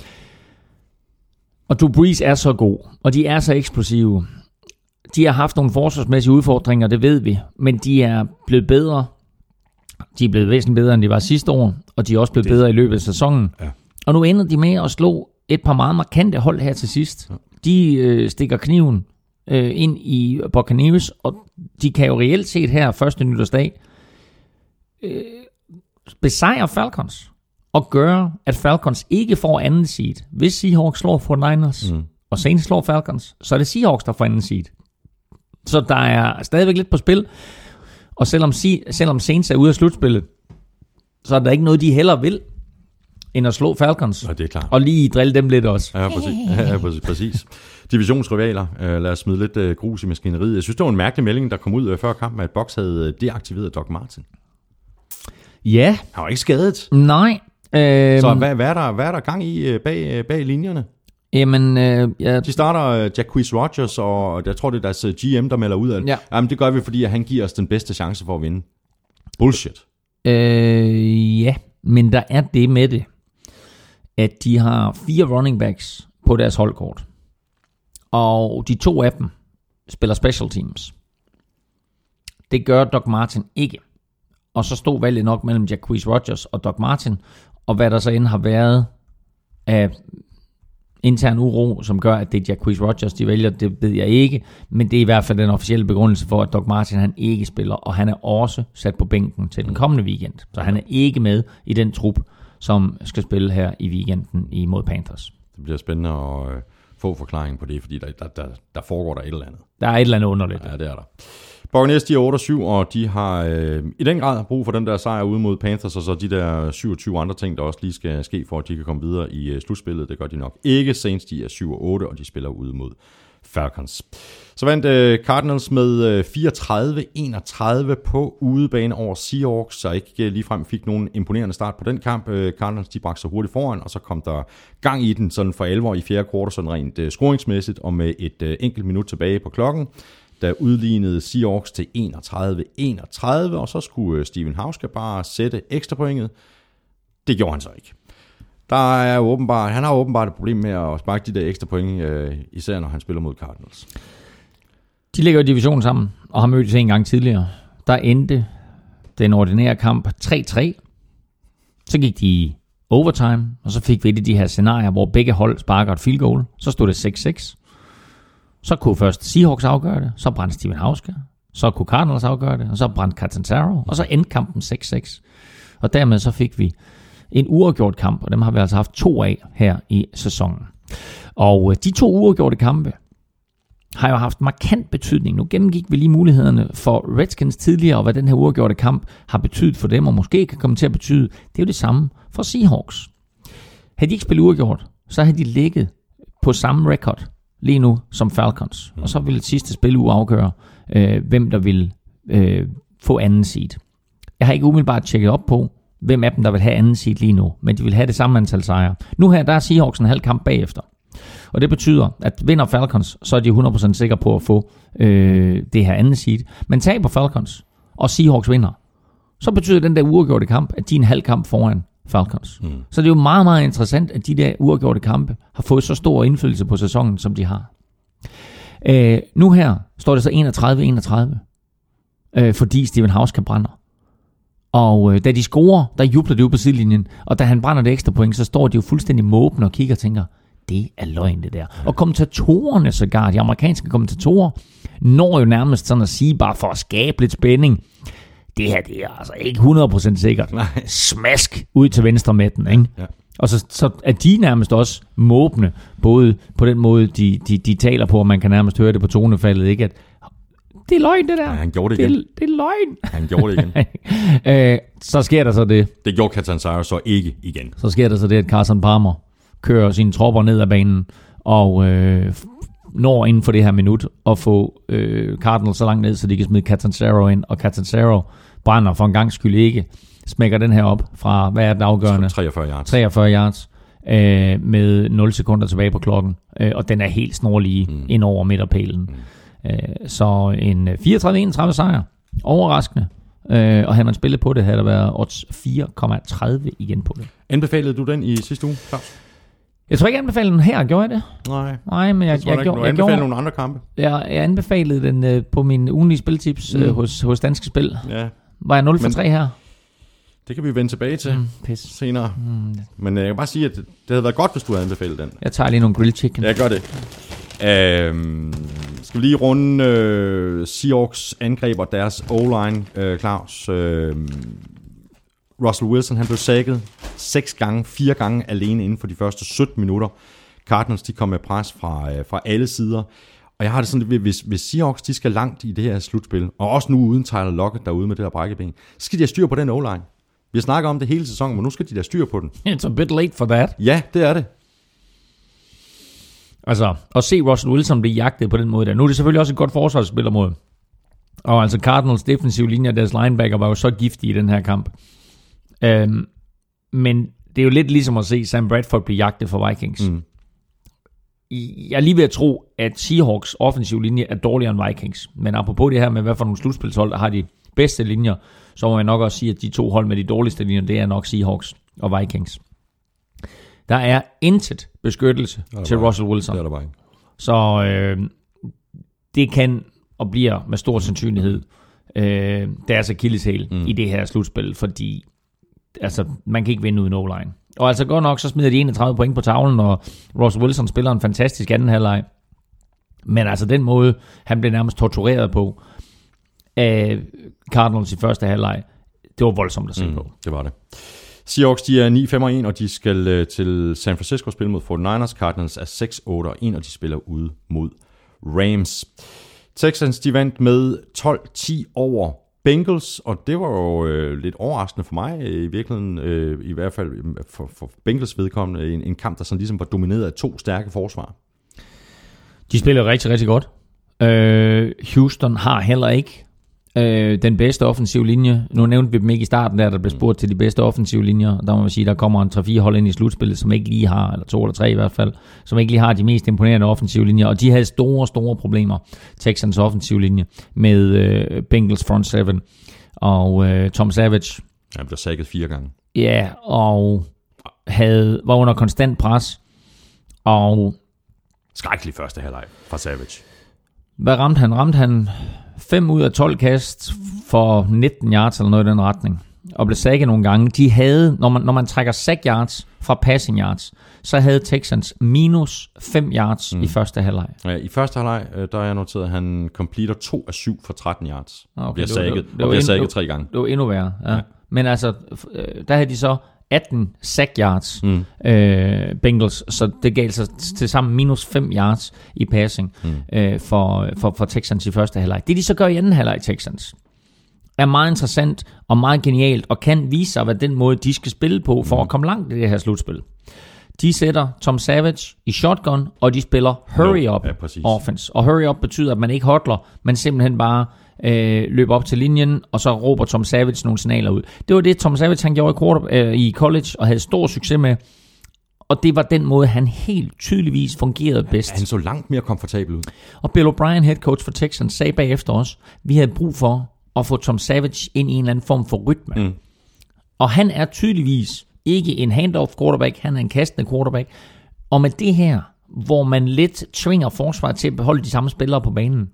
Og Drew Brees er så god, og de er så eksplosive. De har haft nogle forsvarsmæssige udfordringer, det ved vi, men de er blevet bedre. De er blevet væsentligt bedre, end de var sidste år, og de er også blevet det. bedre i løbet af sæsonen. Ja. Og nu ender de med at slå et par meget markante hold her til sidst. Ja. De øh, stikker kniven øh, ind i Buccaneers, og de kan jo reelt set her første nytårsdag øh, besejre Falcons og gøre, at Falcons ikke får anden seed. Hvis Seahawks slår forty-niners, mm. og Saints slår Falcons, så er det Seahawks, der får anden seed. Så der er stadigvæk lidt på spil, og selvom, selvom Saints er ude af slutspillet, så er der ikke noget, de heller vil, end at slå Falcons. Ja, det er klart. Og lige drille dem lidt også. Ja, præcis. Ja, præcis, præcis. Divisionsrivaler. Uh, lad os smide lidt uh, grus i maskineriet. Jeg synes, det var en mærkelig melding, der kom ud uh, før kampen, at Bucs havde deaktiveret Doc Martin. Ja. Han var ikke skadet. Nej. Øhm, så hvad, hvad, er der, hvad er der gang i uh, bag, bag linjerne? Jamen, øh, ja. De starter uh, Jacquizz Rodgers, og jeg tror, det er deres uh, G M, der melder ud af det. Ja. Jamen, det gør vi, fordi han giver os den bedste chance for at vinde. Bullshit. Øh, ja, men der er det med det, at de har fire running backs på deres holdkort. Og de to af dem spiller special teams. Det gør Doc Martin ikke. Og så stod valget nok mellem Jacquizz Rodgers og Doc Martin, og hvad der så end har været af intern uro, som gør, at det er Jacquizz Rodgers, de vælger, det ved jeg ikke, men det er i hvert fald den officielle begrundelse for, at Doc Martin han ikke spiller, og han er også sat på bænken til den kommende weekend. Så han er ikke med i den trup, som skal spille her i weekenden imod Panthers. Det bliver spændende at øh, få forklaring på det, fordi der, der, der, der foregår der et eller andet. Der er et eller andet underligt. Ja, det er der. Buccaneers, de er otte og syv, og de har øh, i den grad brug for den der sejr ude mod Panthers, og så de der syvogtyve andre ting, der også lige skal ske, for at de kan komme videre i øh, slutspillet. Det gør de nok ikke. Saints, de er syv og otte, og de spiller ude mod Falcons. Så vandt øh, Cardinals med øh, fireogtredive enogtredive på udebane over Seahawks, så ikke øh, ligefrem fik nogen imponerende start på den kamp. Øh, Cardinals, de bragte sig hurtigt foran, og så kom der gang i den sådan for alvor i fjerde kvartal, sådan rent øh, scoringsmæssigt, og med et øh, enkelt minut tilbage på klokken, der udlignede Seahawks til enogtredive enogtredive, og så skulle Stephen Hauschka bare sætte ekstra pointet. Det gjorde han så ikke. Der er åbenbart, han har åbenbart et problem med at sparke de der ekstra point, især når han spiller mod Cardinals. De ligger i divisionen sammen, og har mødtes en gang tidligere. Der endte den ordinære kamp tre tre. Så gik de i overtime, og så fik vi et af de her scenarier, hvor begge hold sparker et field goal. Så stod det seks seks. Så kunne først Seahawks afgøre det, så brændte Stephen Hauschka, så kunne Cardinals afgøre det, og så brændte Catanzaro, og så endte kampen seks seks. Og dermed så fik vi en uafgjort kamp, og dem har vi altså haft to af her i sæsonen. Og de to uafgjorte kampe har jo haft markant betydning. Nu gennemgik vi lige mulighederne for Redskins tidligere, og hvad den her uafgjorte kamp har betydet for dem, og måske kan komme til at betyde. Det er jo det samme for Seahawks. Havde de ikke spillet uafgjort, så havde de ligget på samme record lige nu som Falcons. Og så vil det sidste spil uge afgøre, øh, hvem der vil øh, få anden seed. Jeg har ikke umiddelbart tjekket op på, hvem af dem, der vil have anden seed lige nu, men de vil have det samme antal sejre. Nu her, der er Seahawks en halv kamp bagefter. Og det betyder, at vinder Falcons, så er de hundrede procent sikre på at få øh, det her anden seed. Men taber Falcons, og Seahawks vinder, så betyder den der uafgjorte kamp, at de er en halv kamp foran Falcons. Mm. Så det er jo meget, meget interessant, at de der uafgjorte kampe har fået så stor indflydelse på sæsonen, som de har. Øh, nu her står det så enogtredive enogtredive, øh, fordi Stephen Hauschka brænder. Og øh, da de scorer, der jubler de ud på sidelinjen, og da han brænder det ekstra point, så står de jo fuldstændig måbne og kigger og tænker, det er løgn det der. Og kommentatorerne sågar, de amerikanske kommentatorer, når jo nærmest sådan at sige, bare for at skabe lidt spænding, det her, det er altså ikke hundrede procent sikkert. Nej. Smask ud til venstre midten, ikke? Ja. Og så, så er de nærmest også måbne, både på den måde, de, de, de taler på, og man kan nærmest høre det på tonefaldet, ikke? At det er løgn, det der. Ja, han gjorde det igen. Det, det er løgn. Han gjorde det igen. øh, så sker der så det. Det gjorde Catanzaro så ikke igen. Så sker der så det, at Carson Palmer kører sine tropper ned ad banen, og øh, når inden for det her minut at få øh, Cardinals så langt ned, så de kan smide Catanzaro ind, og Catanzaro brænder for en gang skyld ikke, smækker den her op fra, hvad er den afgørende? treogfyrre yards. treogfyrre yards øh, med nul sekunder tilbage på klokken, øh, og den er helt snorlige mm. ind over midterpælen. Mm. Øh, så en fireogtredive enogtredive sejr, overraskende, Øh, og havde man spillet på det, havde der været odds fire komma tredive igen på det. Anbefalede du den i sidste uge, Claus? Jeg tror ikke, jeg anbefalede den her, gjorde jeg det? Nej. Nej, men jeg, jeg, jeg, jeg, gjorde... Du anbefalede nogle andre kampe? Jeg, jeg anbefalede den øh, på min ugenlige spiltips mm. øh, hos, hos Danske Spil. Ja. Var jeg nul for tre her? Det kan vi vende tilbage til mm, pis. senere. Mm. Men jeg kan bare sige, at det havde været godt, hvis du havde anbefalet den. Jeg tager lige nogle grilled chicken. Jeg gør det. Øhm, skal vi lige runde øh, Seahawks angreber deres O-line, øh, Claus. Øh, Russell Wilson, han blev sacket seks gange, fire gange alene inden for de første sytten minutter. Cardinals, de kom med pres fra, øh, fra alle sider. Og jeg har det sådan, at hvis, hvis Seahawks, de skal langt i det her slutspil, og også nu uden Tyler Lockett derude med det her brækkeben, så skal de have styr på den O-line. Vi snakker om det hele sæsonen, men nu skal de have styr på den. It's a bit late for that. Ja, det er det. Altså, at se Russell Wilson blive jagtet på den måde der. Nu er det selvfølgelig også et godt forsvarsspil mod. Og altså Cardinals defensive linje og deres linebacker var jo så giftige i den her kamp. Øhm, men det er jo lidt ligesom at se Sam Bradford blive jagtet for Vikings. Mm. Jeg er lige ved at tro, at Seahawks offensive linje er dårligere end Vikings. Men apropos det her med, hvad for nogle slutspilshold, der har de bedste linjer, så må jeg nok også sige, at de to hold med de dårligste linjer, det er nok Seahawks og Vikings. Der er intet beskyttelse til bare, Russell Wilson. Det er der bare ikke. Så øh, det kan og bliver med stor sandsynlighed øh, deres akilleshæl mm. i det her slutspil, fordi altså, man kan ikke vinde uden O-line. Og altså godt nok, så smider de enogtredive point på tavlen, og Russell Wilson spiller en fantastisk anden halvleg. Men altså den måde, han blev nærmest tortureret på af Cardinals i første halvleg, det var voldsomt at se mm, på. Det var det. Seahawks, de er ni fem og en, og de skal uh, til San Francisco spille mod forty-niners. Cardinals er seks otte og en, og de spiller ude mod Rams. Texans, de vandt med tolv ti over Bengals, og det var jo øh, lidt overraskende for mig i virkeligheden, øh, i hvert fald for, for Bengals vedkommende, en, en kamp, der sådan ligesom var domineret af to stærke forsvar. De spiller rigtig, rigtig godt. Øh, Houston har heller ikke øh, den bedste offensive linje. Nu nævnte vi dem ikke i starten, der der blev spurgt til de bedste offensive linjer. Der må man sige, der kommer en tre fire hold ind i slutspillet, som ikke lige har, eller to eller tre i hvert fald, som ikke lige har de mest imponerende offensive linjer. Og de havde store, store problemer, Texans offensive linje, med øh, Bengals front seven og øh, Tom Savage. Han blev sacket fire gange. Ja, og havde, var under konstant pres. Og skrækkelig første halvleg fra Savage. Hvad ramte han? Ramte han fem ud af tolv kast for nitten yards eller noget i den retning, og blev sacket nogle gange. De havde, når man, når man trækker sack yards fra passing yards, så havde Texans minus fem yards mm. i første halvleg. Ja, i første halvleg, der er jeg noteret, at han completer to af syv for tretten yards. Okay, bliver sacket, og bliver sacket tre gange. Det var endnu værre. Ja. Ja. Men altså, der havde de så atten sack yards, mm. øh, Bengals, så det gav sig til sammen minus fem yards i passing mm. øh, for, for, for Texans i første halvleg. Det de så gør i anden halvleg, Texans, er meget interessant og meget genialt, og kan vise sig, hvad den måde, de skal spille på, for mm. at komme langt i det her slutspil. De sætter Tom Savage i shotgun, og de spiller hurry-up ja, offense. Og hurry-up betyder, at man ikke hodler, men simpelthen bare øh, løber op til linjen, og så råber Tom Savage nogle signaler ud. Det var det, Tom Savage han gjorde i, quarter, øh, i college, og havde stor succes med. Og det var den måde, han helt tydeligvis fungerede bedst. Han så langt mere komfortabel ud. Og Bill O'Brien, head coach for Texans, sagde bagefter os, vi havde brug for at få Tom Savage ind i en eller anden form for rytme. Mm. Og han er tydeligvis ikke en handoff quarterback, han er en kastende quarterback. Og med det her, hvor man lidt tvinger forsvaret til at beholde de samme spillere på banen,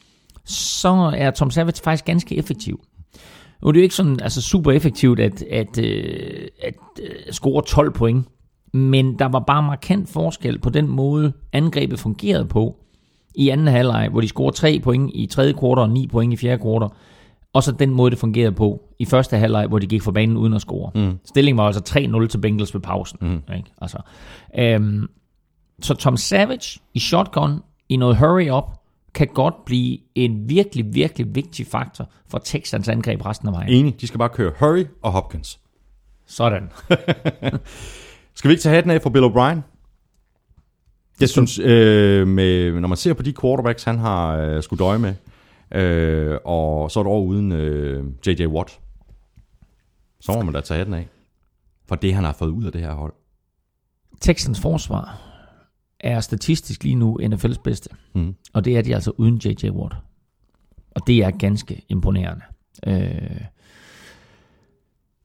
så er Tom Savage faktisk ganske effektiv. Nu er det jo ikke sådan altså super effektivt at, at, at, at, at score tolv point, men der var bare markant forskel på den måde, angrebet fungerede på i anden halvleg, hvor de scorede tre point i tredje kvartal og ni point i fjerde kvartal, og så den måde, det fungerede på i første halvleg, hvor de gik for banen uden at score. Mm. Stillingen var altså tre nul til Bengals ved pausen. Mm. Ikke? Altså, øhm, så Tom Savage i shotgun, i noget hurry-up, kan godt blive en virkelig, virkelig vigtig faktor for Texans angreb resten af vejen. Enig, de skal bare køre Hurry og Hopkins. Sådan. Skal vi ikke tage hatten af for Bill O'Brien? Jeg synes, øh, med, når man ser på de quarterbacks, han har øh, skulle døje med, øh, og så et år uden øh, J J Watt, så må man da tage hatten af for det, han har fået ud af det her hold. Texans forsvar er statistisk lige nu N F L's bedste. Mm. Og det er de altså uden J J Watt. Og det er ganske imponerende. Øh,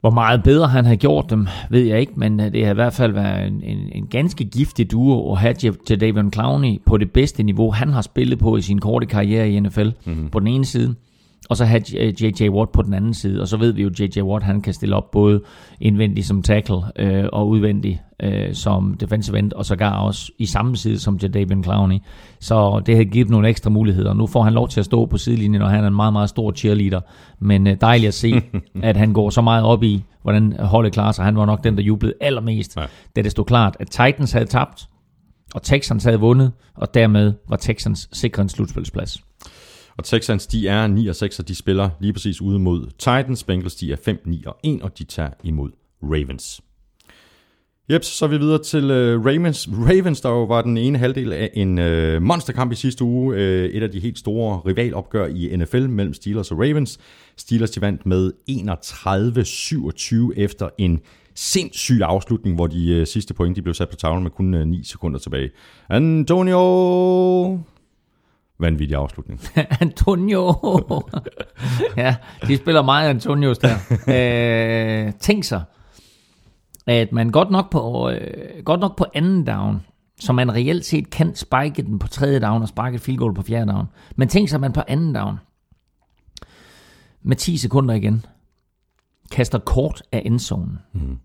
Hvor meget bedre han har gjort dem, ved jeg ikke, men det har i hvert fald været en, en, en ganske giftig duo at have Jadeveon Clowney på det bedste niveau, han har spillet på i sin korte karriere i N F L, mm-hmm. på den ene side, og så have J J Watt på den anden side, og så ved vi jo, at J J Watt han kan stille op både indvendigt som tackle øh, og udvendigt øh, som defensive end, og sågar også i samme side som Jadeveon Clowney. Så det har givet nogle ekstra muligheder. Nu får han lov til at stå på sidelinjen, og han er en meget, meget stor cheerleader. Men øh, dejligt at se, at han går så meget op i, hvordan holdet klarer sig. Han var nok den, der jublede allermest, ja. Da det stod klart, at Titans havde tabt, og Texans havde vundet, og dermed var Texans sikret en slutspilsplads. Og Texans, de er ni og seks, og de spiller lige præcis ude mod Titans. Bengals, de er fem ni og en, og de tager imod Ravens. Jep, så er vi videre til uh, Ravens. Ravens, der jo var den ene halvdel af en uh, monsterkamp i sidste uge. Uh, et af de helt store rivalopgør i N F L mellem Steelers og Ravens. Steelers, de vandt med enogtredive syvogtyve efter en sindssyg afslutning, hvor de uh, sidste point de blev sat på tavlen med kun uh, ni sekunder tilbage. Antonio... vanvittig afslutning. Antonio. Ja, de spiller meget Antonios der. øh, tænk sig, at man godt nok på øh, godt nok på anden down, så man reelt set kan spike den på tredje down og sparke et field goal på fjerde down. Men tænk sig, at man på anden down med ti sekunder igen kaster kort af endzonen. Mm.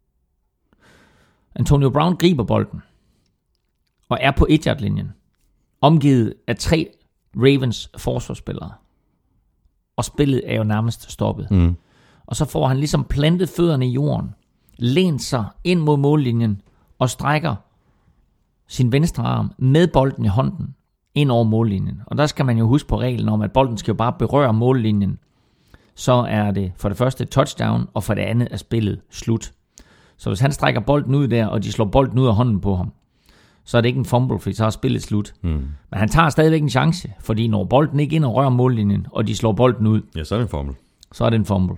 Antonio Brown griber bolden og er på et-yard-linjen, omgivet af tre Ravens forsvarsspillere. Og spillet er jo nærmest stoppet. Mm. Og så får han ligesom plantet fødderne i jorden, lænt sig ind mod mållinjen og strækker sin venstre arm med bolden i hånden ind over mållinjen. Og der skal man jo huske på reglen om, at bolden skal jo bare berøre mållinjen. Så er det for det første touchdown, og for det andet er spillet slut. Så hvis han strækker bolden ud der, og de slår bolden ud af hånden på ham, så er det ikke en fumble, fordi så er spillet slut. Mm. Men han tager stadigvæk en chance, fordi når bolden ikke ind og rører mållinjen, og de slår bolden ud, ja, så er det en fumble. Så er det en fumble.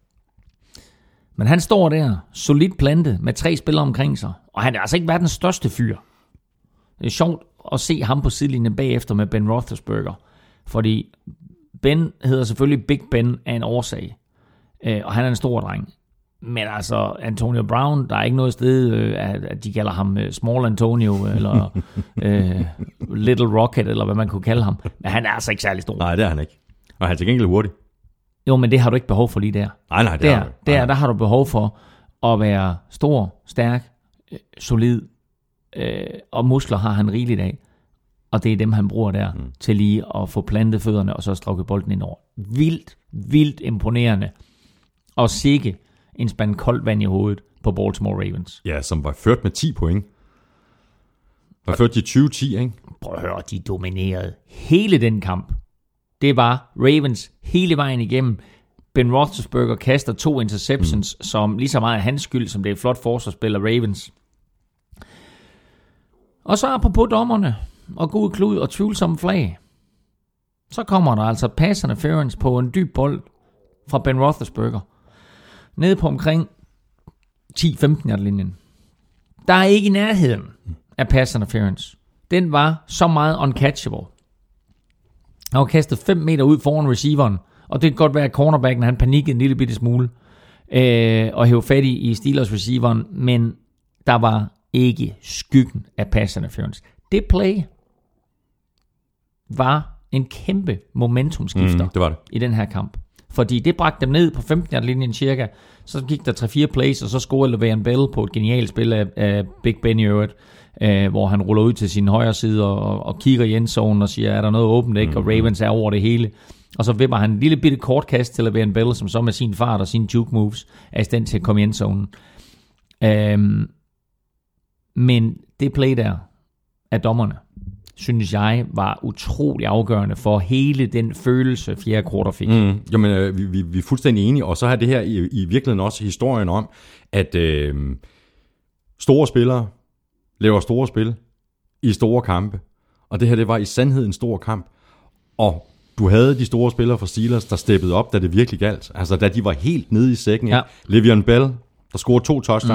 Men han står der, solidt plantet, med tre spillere omkring sig, og han er altså ikke verdens største fyr. Det er sjovt at se ham på sidelinjen bagefter med Ben Roethlisberger, fordi Ben hedder selvfølgelig Big Ben af en årsag, og han er en stor dreng. Men altså, Antonio Brown, der er ikke noget sted, at de kalder ham Small Antonio, eller uh, Little Rocket, eller hvad man kunne kalde ham. Men han er altså ikke særlig stor. Nej, det er han ikke. Og han er til gengæld hurtig. Jo, men det har du ikke behov for lige der. Nej, nej, det der, har du. Der, der har du behov for at være stor, stærk, solid, øh, og muskler har han rigeligt af. Og det er dem, han bruger der, mm. til lige at få plantet fødderne, og så strukke bolden ind over. Vildt, vildt imponerende. Og sikke en spand koldt vand i hovedet på Baltimore Ravens. Ja, som var ført med ti point. Var ført de tyve ti, ikke? Prøv at høre, de dominerede hele den kamp. Det var Ravens hele vejen igennem. Ben Roethlisberger kaster to interceptions, mm. som lige så meget er hans skyld, som det er et flot forsvarsspil af Ravens. Og så apropos dommerne, og god klud og tvivlsomme flag, så kommer der altså pass interference på en dyb bold fra Ben Roethlisberger, nede på omkring ti femten yard linjen. Der er ikke i nærheden af pass interference. Den var så meget uncatchable. Han var kastet fem meter ud foran receiveren, og det kan godt være, at cornerbacken han panikkede en lille bitte smule øh, og hævde fat i, i Steelers receiveren, men der var ikke skyggen af pass interference. Det play var en kæmpe momentumskifter mm, det var det. I den her kamp. Fordi det bragte dem ned på femten yard linjen cirka. Så gik der tre fire plays, og så scorede LeV'Veon Bell på et genialt spil af, af Big Ben i øvrigt, øh, hvor han ruller ud til sin højre side og, og kigger i endzonen og siger, er der noget åbent, ikke? Mm-hmm. Og Ravens er over det hele. Og så vipper han en lille bitte kort kast til LeV'Veon Bell, som så med sin fart og sine juke moves er i stand til at komme i endzonen. Øhm, men det play der af dommerne, synes jeg, var utrolig afgørende for hele den følelse, fjerde kvartal fik. Mm, jamen, øh, vi, vi, vi er fuldstændig enige, og så har det her i, i virkeligheden også historien om, at øh, store spillere laver store spil i store kampe, og det her, det var i sandhed en stor kamp, og du havde de store spillere fra Steelers, der steppede op, da det virkelig galt. Altså, da de var helt nede i sækken. Ja. Le'Veon Bell, der scorede to touchdowns, mm.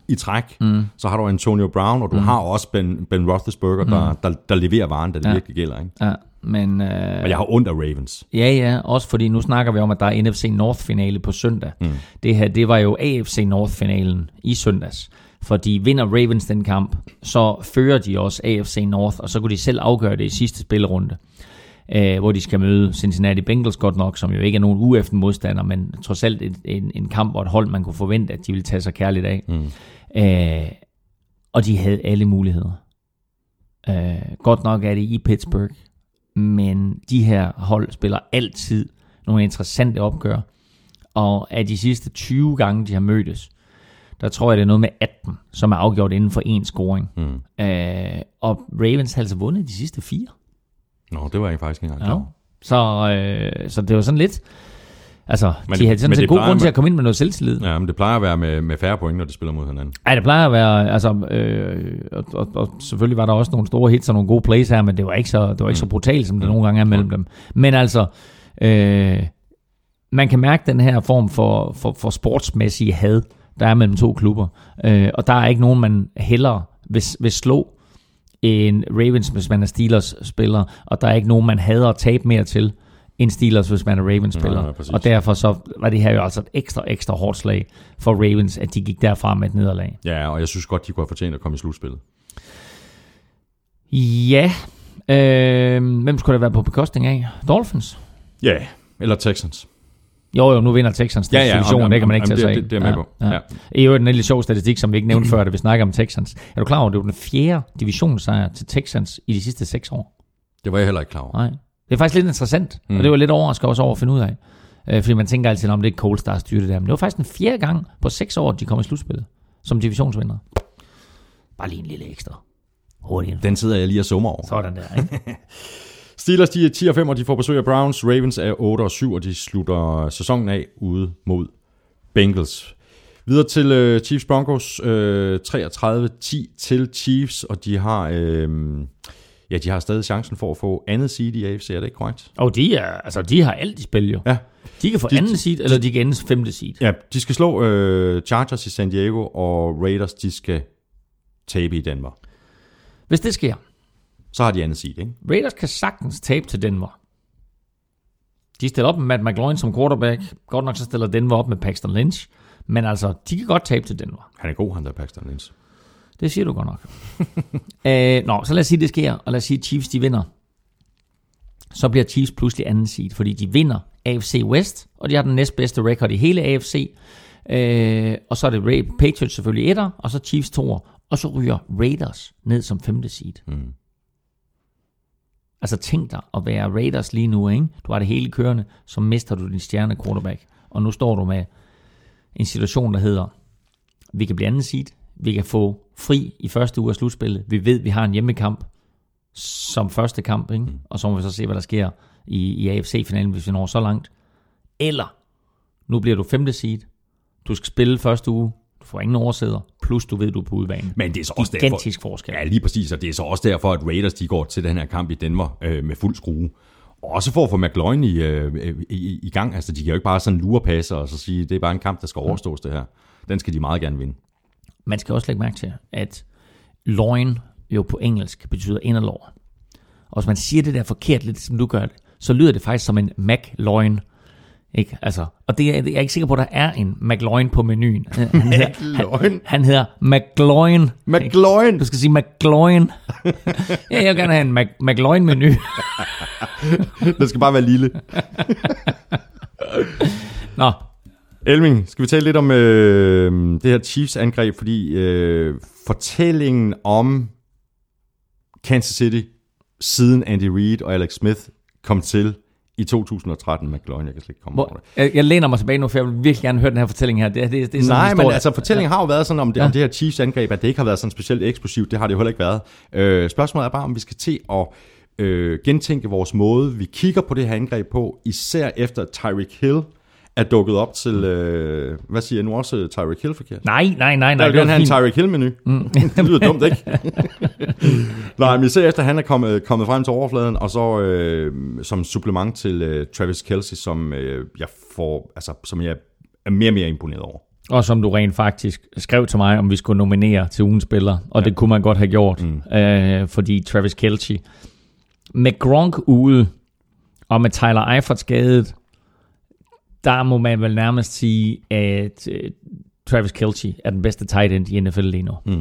i træk, mm. så har du Antonio Brown, og du mm. har også Ben, Ben Roethlisberger, mm. der, der, der leverer varen, da det ja. virkelig gælder. Ikke? Ja, men... Øh, og jeg har ondt af Ravens. Ja, ja, også fordi nu snakker vi om, at der er N F C North-finale på søndag. Mm. Det her, det var jo A F C North-finalen i søndags. Fordi vinder Ravens den kamp, så fører de også A F C North, og så kunne de selv afgøre det i sidste spillerunde, øh, hvor de skal møde Cincinnati Bengals godt nok, som jo ikke er nogen U F C-modstander, men trods alt en, en, en kamp og et hold, man kunne forvente, at de ville tage sig kærligt af. Mm. Øh, og de havde alle muligheder. Øh, godt nok er det i Pittsburgh, men de her hold spiller altid nogle interessante opgør, og af de sidste tyve gange, de har mødtes, der tror jeg, det er noget med atten, som er afgjort inden for én scoring. Mm. Øh, og Ravens har altså vundet de sidste fire. Nå, det var jeg faktisk ikke engang klar. Ja. Så, øh, så det var sådan lidt... Altså, men de havde sådan set god grund til at komme ind med noget selvtillid. Ja, men det plejer at være med, med færre point, når de spiller mod hinanden. Ja, det plejer at være... Altså, øh, og, og, og selvfølgelig var der også nogle store hits og nogle gode plays her, men det var ikke så, det var ikke mm. så brutalt, som det mm. nogle gange er mellem mm. dem. Men altså... Øh, man kan mærke den her form for, for, for sportsmæssige had, der er mellem to klubber. Øh, og der er ikke nogen, man hellere vil, vil slå end Ravens, hvis man er Steelers-spiller. Og der er ikke nogen, man hader at tabe mere til end Steelers, hvis man er Ravens-spiller. Ja, ja, og derfor så var det her jo altså et ekstra, ekstra hårdt slag for Ravens, at de gik derfra med et nederlag. Ja, og jeg synes godt, de kunne have fortjent at komme i slutspillet. Ja. Øh, hvem skulle det være på bekostning af? Dolphins? Ja, eller Texans. Jo, jo, nu vinder Texans ja, ja, divisionen, det kan man ikke tage sig af. Det, det er med ja, på. Ja. Ja. I øvrigt en lille sjov statistik, som vi ikke nævnte før, da vi snakker om Texans. Er du klar over, at det var den fjerde divisionssejr til Texans i de sidste seks år? Det var jeg heller ikke klar over. Nej. Det er faktisk lidt interessant, mm. og det var lidt overraskende også over at finde ud af. Øh, fordi man tænker altid, om det er Coles, der har styrt det der. Men det var faktisk den fjerde gang på seks år, de kom i slutspillet som divisionsvinder. Bare lige en lille ekstra. Hurtigt. Den sidder jeg lige og summer over. Sådan der, ikke? Steelers, de er ti og fem, og de får besøg af Browns. Ravens er otte og syv, og de slutter sæsonen af ude mod Bengals. Videre til uh, Chiefs Broncos, uh, treogtredive ti til Chiefs, og de har, uh, ja, de har stadig chancen for at få andet seed i A F C, er det ikke korrekt? Og de, er, altså, de har alt i spil jo. Ja. De kan få de, anden seed, eller de kan ende femte seed. Ja, de skal slå uh, Chargers i San Diego, og Raiders, de skal tabe i Denver. Hvis det sker, så har de andet seed, ikke? Raiders kan sagtens tabe til Denver. De stiller op med Matt McGloin som quarterback. Godt nok så stiller Denver op med Paxton Lynch. Men altså, de kan godt tabe til Denver. Han er god, han der Paxton Lynch. Det siger du godt nok. Æh, nå, så lad os sige, det sker. Og lad os sige, at Chiefs de vinder. Så bliver Chiefs pludselig anden seed, fordi de vinder A F C West, og de har den næstbedste record i hele A F C. Æh, og så er det Patriots selvfølgelig etter, og så Chiefs toer. Og så ryger Raiders ned som femte seed. Mm. Altså tænk dig at være Raiders lige nu, ikke? Du har det hele kørende, så mister du din stjerne quarterback. Og nu står du med en situation, der hedder, vi kan blive anden seed, vi kan få fri i første uge af slutspillet, vi ved, vi har en hjemmekamp som første kamp, ikke? Og så må vi så se, hvad der sker i, i A F C-finalen, hvis vi når så langt. Eller, nu bliver du femte seed, du skal spille første uge, du får ingen oversæder, plus du ved, du er på udebane. Men det er så også gigantisk derfor, forskel. Ja, lige præcis, og det er så også derfor, at Raiders de går til den her kamp i Denver øh, med fuld skrue. Og også for at få McGloin i, øh, i, i gang. Altså, de kan jo ikke bare sådan lurepasser og så sige, det er bare en kamp, der skal overstås det her. Den skal de meget gerne vinde. Man skal også lægge mærke til, at loin jo på engelsk betyder inderlår. Og hvis man siger det der forkert lidt, som du gør det, så lyder det faktisk som en McLoin. Ikke? Altså, og det er, jeg er ikke sikker på, at der er en McLoin på menuen. Han hedder, han, han hedder McGloin. McGloin. Du skal sige McGloin. Ja, jeg vil gerne have en Mac, McGloin-menu. Det skal bare være lille. Nå. Elming, skal vi tale lidt om øh, det her Chiefs-angreb, fordi øh, fortællingen om Kansas City, siden Andy Reid og Alex Smith kom til i to tusind og tretten, McGloin, jeg kan slet ikke komme Hvor, over det. Jeg, jeg læner mig tilbage nu, for jeg vil virkelig gerne høre den her fortælling her. Det, det, det er Nej, men altså fortællingen ja. har jo været sådan om det, ja. om det her Chiefs-angreb, at det ikke har været sådan specielt eksplosivt. Det har det jo heller ikke været. Øh, spørgsmålet er bare, om vi skal til at øh, gentænke vores måde, vi kigger på det her angreb på, især efter Tyreek Hill er dukket op til, øh, hvad siger jeg nu også, Tyreek Hill forkert? Nej, nej, nej. nej der vil gerne have en Tyreek Hill-menu. Mm. Det lyder dumt, ikke? Nej, men især efter han er kommet, kommet frem til overfladen, og så øh, som supplement til øh, Travis Kelce, som øh, jeg får, altså, som jeg er mere og mere imponeret over. Og som du rent faktisk skrev til mig, om vi skulle nominere til ugens spiller. Og ja. Det kunne man godt have gjort, mm. øh, fordi Travis Kelce med Gronk ude, og med Tyler Eifert skadet, der må man vel nærmest sige, at uh, Travis Kelce er den bedste tight end i N F L lige nu. Mm.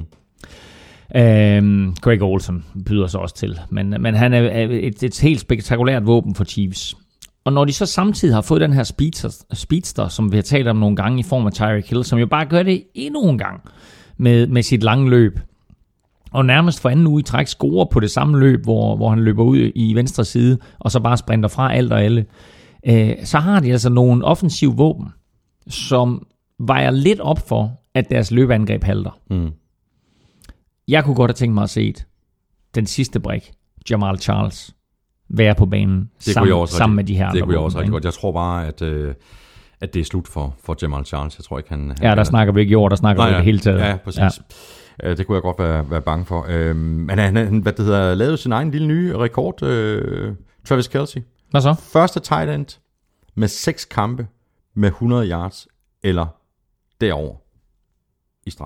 Um, Greg Olsen byder sig også til, men, men han er et, et helt spektakulært våben for Chiefs. Og når de så samtidig har fået den her speedster, speedster som vi har talt om nogle gange i form af Tyreek Hill, som jo bare gør det endnu en gang med, med sit lange løb, og nærmest for anden uge i træk scorer på det samme løb, hvor, hvor han løber ud i venstre side, og så bare sprinter fra alt og alle, øh, så har de altså nogle offensive våben, som vejer lidt op for, at deres løbeangreb halter. Mm. Jeg kunne godt have tænkt mig at se den sidste brik, Jamal Charles, være på banen sammen, sammen med de her andre. Det kunne jeg også rigtig godt. Jeg tror bare, at, øh, at det er slut for, for Jamal Charles. Jeg tror ikke, han... han ja, der kan... snakker vi ikke i år, der snakker Nej, vi ikke det hele taget. Ja, præcis. Ja. Det kunne jeg godt være, være bange for. Øhm, men han, han hvad det hedder, lavede sin egen lille nye rekord, øh, Travis Kelce. Hvad så? Første tight end med seks kampe med hundrede yards eller derover i streg.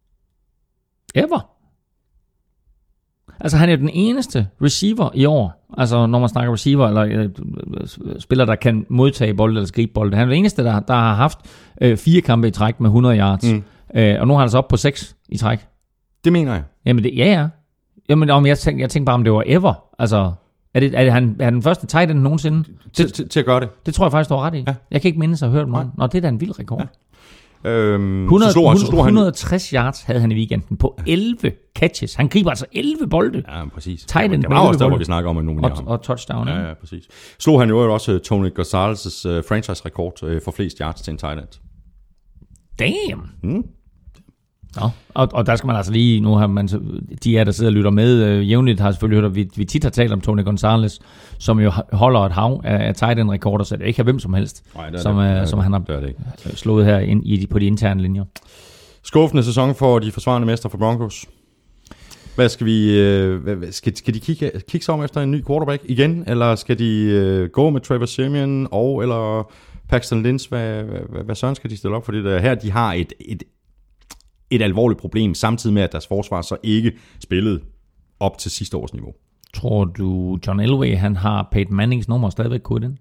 Ever? Altså han er den eneste receiver i år, altså når man snakker receiver, eller øh, spiller, der kan modtage bolde eller gribe bolde. Han er den eneste, der, der har haft øh, fire kampe i træk med hundrede yards. Mm. Øh, og nu har han så op på seks i træk. Det mener jeg. Jamen det, ja, ja. Jamen om jeg tænker, jeg tænker bare, om det var ever. Altså, er det, er det han, er den første tight end nogensinde? Til, til, til at gøre det. Det tror jeg faktisk, du har ret i. Ja. Jeg kan ikke mindes at have hørt noget. Nå, det er da en vild rekord. Ja. Øhm, hundrede, så slog han, så slog hundrede og tres yards havde han i weekenden på elleve catches. Han griber altså elleve bolde. Ja, præcis. Tight end det var også der, hvor vi snakker om at nominere og, ham. Og touchdown. Ja, ja, præcis. Slog han jo også Tony Gonzalez' uh, franchise-rekord uh, for flest yards til en tight end. Damn! Mm. Nå, og, og der skal man altså lige, nu har man, de af der sidder og lytter med, øh, jævnligt har selvfølgelig hørt, at vi, vi tit har talt om Tony Gonzalez, som jo holder et hav af, af tight end rekorder, så det er ikke hvem som helst, Nej, det som, det. Øh, som han har det det slået her ind i, på de interne linjer. Skuffende sæson for de forsvarende mestre for Broncos. Hvad skal vi, øh, skal, skal de kigge, kigge sig om efter en ny quarterback igen, eller skal de øh, gå med Trevor Siemian og eller Paxton Lynch? Hvad, hvad, hvad, hvad sådan skal de stille op? Fordi der, her de har et, et et alvorligt problem, samtidig med, at deres forsvar så ikke spillede op til sidste års niveau. Tror du, John Elway, han har Peyton Mannings nummer stadigvæk kodet ind?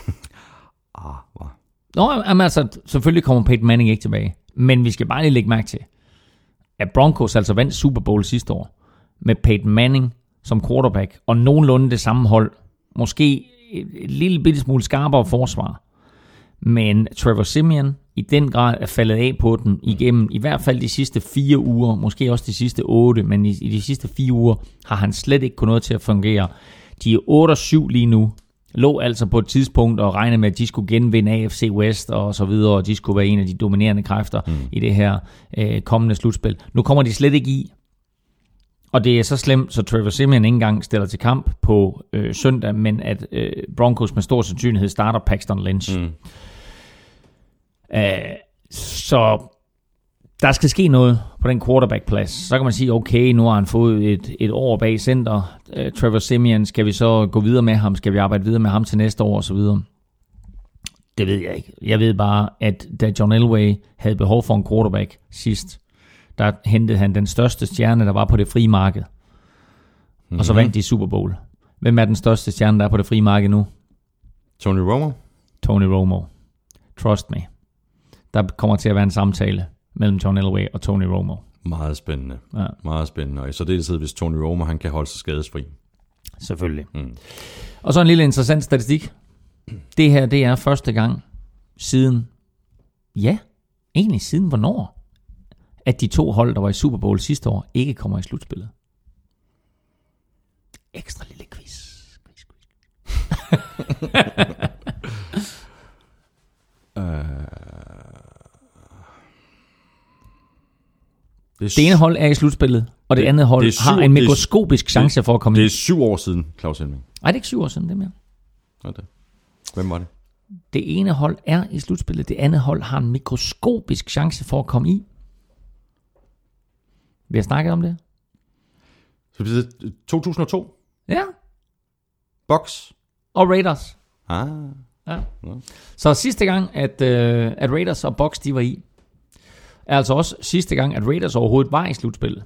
ah, wow. Nå, altså, selvfølgelig kommer Peyton Manning ikke tilbage. Men vi skal bare lige lægge mærke til, at Broncos altså vandt Super Bowl sidste år, med Peyton Manning som quarterback, og nogenlunde det samme hold. Måske et lille bitte smule skarpere forsvar. Men Trevor Siemian i den grad er faldet af på den igennem i hvert fald de sidste fire uger, måske også de sidste otte, men i, i de sidste fire uger har han slet ikke kunnet noget til at fungere. De er otte og syv lige nu, lå altså på et tidspunkt og regnede med, at de skulle genvinde A F C West og så videre, og de skulle være en af de dominerende kræfter mm. i det her øh, kommende slutspil. Nu kommer de slet ikke i, og det er så slemt, så Trevor Siemian ikke engang stiller til kamp på øh, søndag, men at øh, Broncos med stor sandsynlighed starter Paxton Lynch. Mm. Uh, så der skal ske noget på den quarterback-plads. Så kan man sige, okay, nu har han fået et, et år bag center. Uh, Trevor Siemian, skal vi så gå videre med ham? Skal vi arbejde videre med ham til næste år og så videre? Det ved jeg ikke. Jeg ved bare, at da John Elway havde behov for en quarterback sidst, der hentede han den største stjerne, der var på det frie marked. Mm-hmm. Og så vandt de Super Bowl. Hvem er den største stjerne, der er på det frie marked nu? Tony Romo. Tony Romo. Trust me. Der kommer til at være en samtale mellem John Elway og Tony Romo. Meget spændende. Ja. Meget spændende. Og i særdeleshed, hvis Tony Romo han kan holde sig skadesfri. Selvfølgelig. Mm. Og så en lille interessant statistik. Det her, det er første gang siden, ja, egentlig siden hvornår, at de to hold, der var i Super Bowl sidste år, ikke kommer i slutspillet. Ekstra lille quiz. quiz, quiz. uh... Det, det ene hold er i slutspillet, og det, det andet hold det syv, har en mikroskopisk det, chance for at komme ind. Det er syv år siden, Claus Helming. Nej, det er ikke syv år siden, det mere. Okay. Hvem var det? Det ene hold er i slutspillet, det andet hold har en mikroskopisk chance for at komme i. Vi har snakket om det. Så det er to tusind og to? Ja. Bucks? Og Raiders. Ah. Ja. Så sidste gang, at, uh, at Raiders og Bucks, de var i, er altså også sidste gang, at Raiders overhovedet var i slutspillet.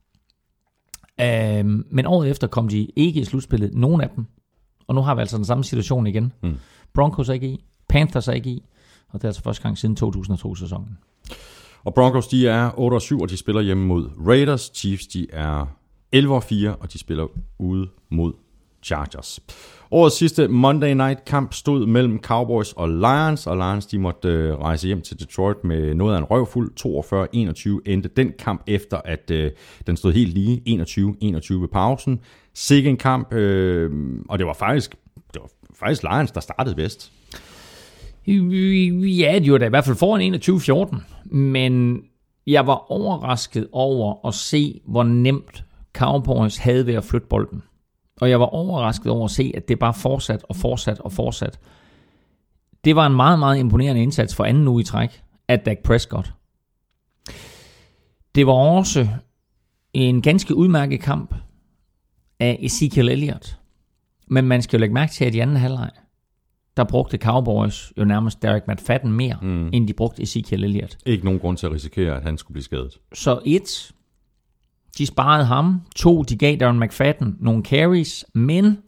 Uh, men året efter kom de ikke i slutspillet, nogen af dem. Og nu har vi altså den samme situation igen. Mm. Broncos er ikke i, Panthers er ikke i, og det er altså første gang siden to tusind og to-sæsonen. Og Broncos, de er otte og syv, og de spiller hjemme mod Raiders. Chiefs, de er elleve og fire, og de spiller ude mod Chargers. Årets sidste Monday Night kamp stod mellem Cowboys og Lions, og Lions, de måtte øh, rejse hjem til Detroit med noget af en røvfuld. toogfyrre enogtyve endte den kamp efter, at øh, den stod helt lige enogtyve enogtyve ved pausen. Sikke en kamp, øh, og det var faktisk, det var faktisk Lions, der startede bedst. Ja, de var da i hvert fald foran enogtyve fjorten, men jeg var overrasket over at se, hvor nemt Cowboys havde ved at flytte bolden. Og jeg var overrasket over at se, at det bare fortsat og fortsat og fortsat. Det var en meget, meget imponerende indsats for anden uge i træk af Dak Prescott. Det var også en ganske udmærket kamp af Ezekiel Elliott. Men man skal jo lægge mærke til, at i anden halvleg, der brugte Cowboys jo nærmest Derek McFadden mere, mm. end de brugte Ezekiel Elliott. Ikke nogen grund til at risikere, at han skulle blive skadet. Så et, de sparede ham. To, de gav Darren McFadden nogle carries. Men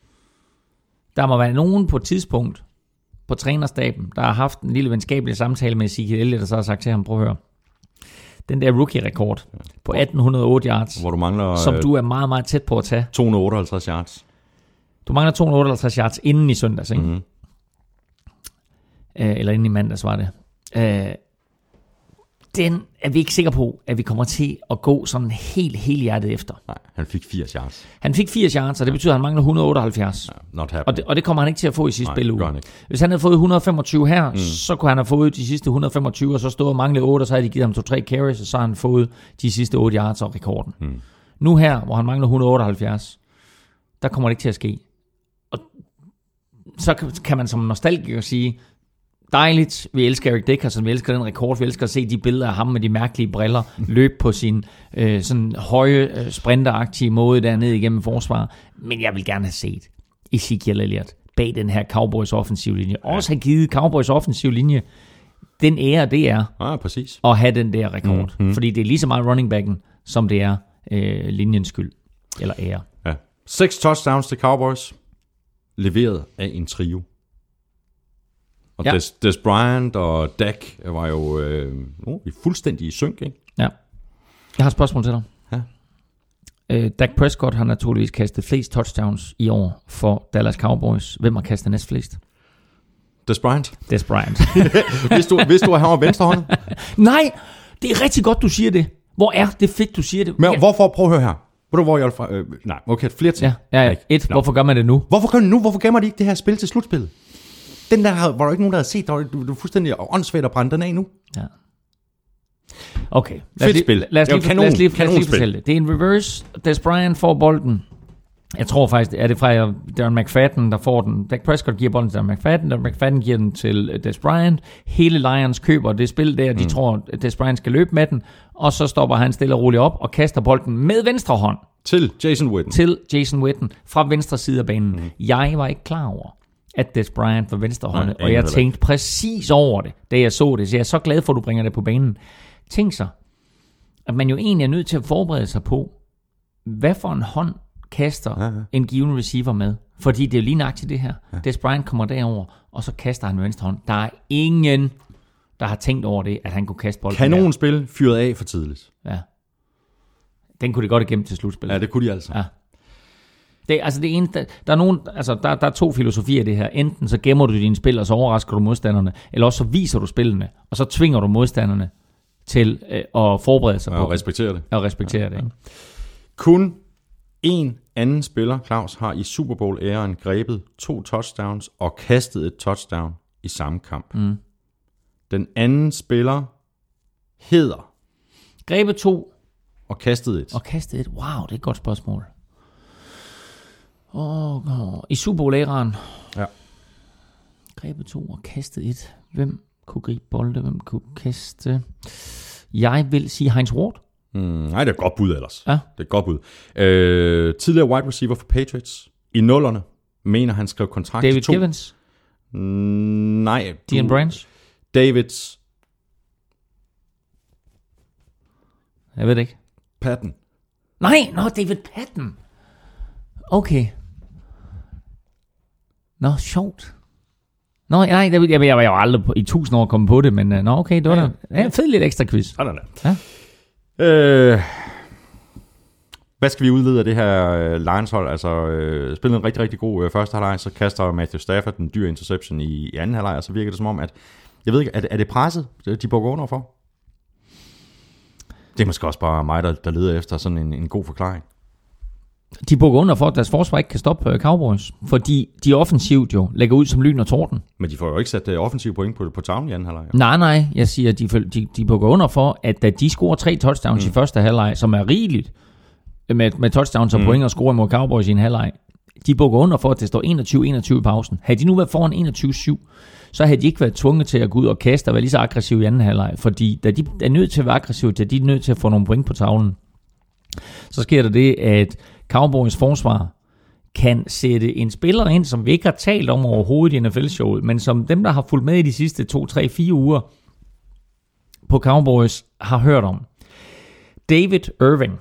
der må være nogen på et tidspunkt på trænerstaben, der har haft en lille venskabelig samtale med Ezekiel Elliott, og så har sagt til ham, prøv at høre, den der rookie-rekord på atten hundrede og otte yards, hvor du mangler, som du er meget, meget tæt på at tage. to hundrede og otteoghalvtreds yards. Du mangler to hundrede og otteoghalvtreds yards inden i søndags, ikke? Mm-hmm. Eller inden i mandags var det. Øh, den er vi ikke sikre på, at vi kommer til at gå sådan helt, helt hjertet efter. Nej, han fik firs yards. Han fik firs yards, og det betyder, at han mangler et hundrede og otteoghalvfjerds. Ja, og, det, og det kommer han ikke til at få i sidste spilleuge. Nej, hvis han havde fået et hundrede og femogtyve her, mm. så kunne han have fået de sidste et hundrede og femogtyve, og så stod og manglede otte, og så havde de givet ham to-tre carries, og så har han fået de sidste otte yards og rekorden. Mm. Nu her, hvor han mangler et hundrede og otteoghalvfjerds, der kommer det ikke til at ske. Og så kan man som nostalgiker sige, dejligt, vi elsker Eric Dickerson, vi elsker den rekord, vi elsker at se de billeder af ham med de mærkelige briller løbe på sin øh, sådan høje, øh, sprinteragtige måde dernede igennem forsvaret. Men jeg vil gerne have set Ezekiel Elliott bag den her Cowboys offensiv linje. Ja. Også have givet Cowboys offensiv linje den ære, det er ah, præcis. at have den der rekord. Mm-hmm. Fordi det er lige så meget running backen, som det er øh, linjens skyld. Eller ære. Ja. Seks touchdowns til Cowboys, leveret af en trio. Og ja. Des, Des Bryant og Dak var jo øh, uh, fuldstændig i synk, ikke? Ja. Jeg har et spørgsmål til dig. Ja. Øh, Dak Prescott har naturligvis kastet flest touchdowns i år for Dallas Cowboys. Hvem har kastet næst flest? Des Bryant. Des Bryant. hvis, du, hvis du er her over venstrehånden? Nej, det er rigtig godt, du siger det. Hvor er det fedt, du siger det? Men ja. Hvorfor? Prøv at høre her. Hvor du hvor jeg fra? Øh, nej, okay, flere ting. Ja, ja, ja. Et, no. Hvorfor gør man det nu? Hvorfor gør man det nu? Hvorfor gemmer de ikke det her spil til slutspillet? Den der var der ikke nogen, der havde set. Du, du er fuldstændig åndssvagt at brænde den af nu. Ja. Okay. Lad os, lige, lad os lige, kanon, lad os lige, lad os lige fortælle det. Det er en reverse. Des Bryant får bolden. Jeg tror faktisk, er det fra Darren McFadden, der får den. Dak Prescott giver bolden til Darren McFadden. Darren McFadden giver den til Des Bryant. Hele Lions køber det spil der. De mm. tror, at Des Bryant skal løbe med den. Og så stopper han stille og roligt op og kaster bolden med venstre hånd. Til Jason Witten. Til Jason Witten fra venstre side af banen. Mm. Jeg var ikke klar over, at Des Bryant var venstre hånd. Og jeg tænkte præcis over det, da jeg så det. Så jeg er så glad for, at du bringer det på banen. Tænk så, at man jo egentlig er nødt til at forberede sig på, hvad for en hånd kaster ja, ja. en given receiver med. Fordi det er jo lige nøjagtigt det her. Ja. Des Bryant kommer derover, og så kaster han med venstre hånd. Der er ingen, der har tænkt over det, at han kunne kaste bolden. Kanonspil fyret af for tidligt. Ja. Den kunne de godt igennem til slutspillet. Ja, det kunne de altså. Ja. Det, altså det ene, der, der er nogen, altså der, der er to filosofier i det her. Enten så gemmer du dine spil, og så overrasker du modstanderne, eller også så viser du spillene, og så tvinger du modstanderne til øh, at forberede sig ja, på og respektere det. Og respektere ja, det. Ikke? Kun en anden spiller, Claus, har i Super Bowl-æren grebet to touchdowns og kastet et touchdown i samme kamp. Mm. Den anden spiller hedder... Grebet to. Og kastet et. Og kastet et. Wow, det er et godt spørgsmål. Oh, oh. I Super Bowl-æren. Ja. Grebet to og kastet et. Hvem kunne gribe bolde? Hvem kunne kaste? Jeg vil sige Heinz Ward. Mm, nej, det er et godt bud ellers. Ja. Det er et godt bud. Øh, tidligere wide receiver for Patriots. I nullerne mener han skrev kontrakt David til to. David Givens? Mm, nej. Dean Branch? Davids Jeg ved det ikke. Patton. Nej, nå, David Patton. Okay. Nå, sjovt. Nå, nej, jeg, jeg, jeg var jo aldrig på, i tusind år kommet på det, men nå, okay, det var da ja, fed lidt ekstra quiz. Sådan der. Ja. Øh, hvad skal vi udlede af det her uh, Lions-hold? Altså, uh, spillede en rigtig, rigtig god uh, første halvleg, så kaster Matthew Stafford en dyr interception i, i anden halvleg, og så virker det som om, at, jeg ved ikke, er, er det presset, de bukker under for? Det er måske også bare mig, der, der leder efter sådan en, en god forklaring. De bukker under for, at deres forsvar ikke kan stoppe Cowboys, fordi de offensivt jo lægger ud som lyn og torden. Men de får jo ikke sat uh, offensive point på, på tavlen i anden halvleg. Nej, nej, jeg siger, at de, de, de bukker under for, at da de scorer tre touchdowns mm. i første halvleg, som er rigeligt med, med touchdowns og mm. point og scorer mod Cowboys i en halvleg, de bukker under for, at det står enogtyve enogtyve i pausen. Havde de nu været foran enogtyve syv, så havde de ikke været tvunget til at gå ud og kaste og være lige så aggressive i anden halvleg, fordi da de er nødt til at være aggressive, da de er nødt til at få nogle point på tavlen, så sker der det, at Cowboys forsvar kan sætte en spiller ind, som vi ikke har talt om overhovedet i N F L-showet, men som dem, der har fulgt med i de sidste to, tre, fire uger på Cowboys, har hørt om. David Irving,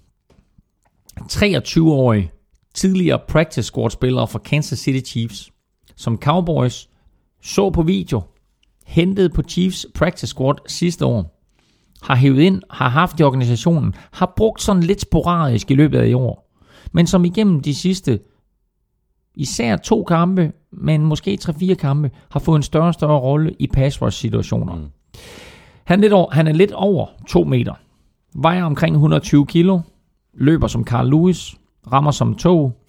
treogtyve-årig, tidligere practice squad-spiller for Kansas City Chiefs, som Cowboys så på video, hentede på Chiefs practice squad sidste år, har hævet ind, har haft i organisationen, har brugt sådan lidt sporadisk i løbet af i år, men som igennem de sidste især to kampe, men måske tre-fire kampe, har fået en større og større rolle i pass rush situationer. Mm. Han, er lidt over, han er lidt over to meter, vejer omkring et hundrede og tyve kilo, løber som Carl Lewis, rammer som tog,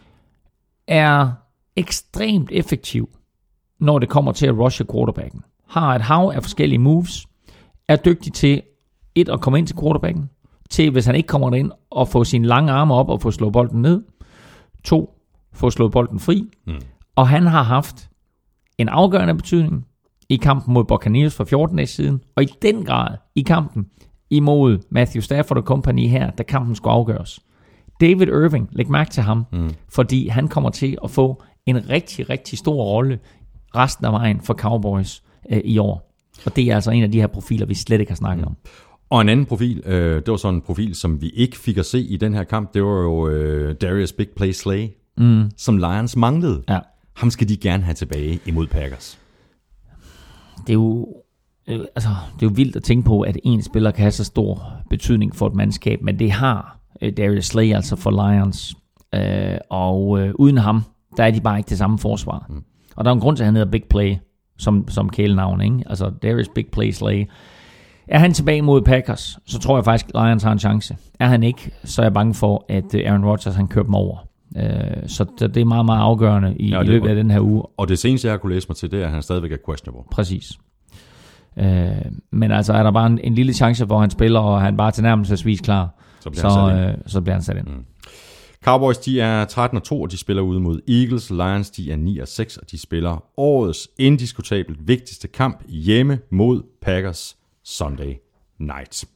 er ekstremt effektiv, når det kommer til at rushe quarterbacken. Har et hav af forskellige moves, er dygtig til et at komme ind til quarterbacken, til hvis han ikke kommer derind, og få sine lange arme op og få slået bolden ned, to, få slået bolden fri, mm. og han har haft en afgørende betydning i kampen mod Buccaneers for fjorten dage siden, og i den grad i kampen imod Matthew Stafford og company her, da kampen skulle afgøres. David Irving, læg mærke til ham, mm. fordi han kommer til at få en rigtig, rigtig stor rolle resten af vejen for Cowboys øh, i år. Og det er altså en af de her profiler, vi slet ikke har snakket mm. om. Og en anden profil, øh, det var sådan en profil, som vi ikke fik at se i den her kamp, det var jo øh, Darius Big Play Slay, mm. som Lions manglede. Ja. Ham skal de gerne have tilbage imod Packers. Det er jo, øh, altså, det er jo vildt at tænke på, at en spiller kan have så stor betydning for et mandskab, men det har øh, Darius Slay altså for Lions. Øh, og øh, uden ham, der er de bare ikke det samme forsvar. Mm. Og der er en grund til, at han hedder Big Play, som, som kælenavn, ikke? Altså Darius Big Play Slay. Er han tilbage mod Packers, så tror jeg faktisk, at Lions har en chance. Er han ikke, så er jeg bange for, at Aaron Rodgers han kører dem over. Uh, så det er meget, meget afgørende i, ja, i løbet af den her uge. Og det seneste, jeg har kunne læse mig til, det er, at han stadigvæk er questionable. Præcis. Uh, men altså er der bare en, en lille chance, hvor han spiller, og han bare tilnærmelsesvis klar, så bliver, så, han, uh, så bliver han sat ind. Mm. Cowboys, de er tretten og to, og de spiller ude mod Eagles. Lions, de er ni og seks, og de spiller årets indiskutabelt vigtigste kamp hjemme mod Packers Sunday night.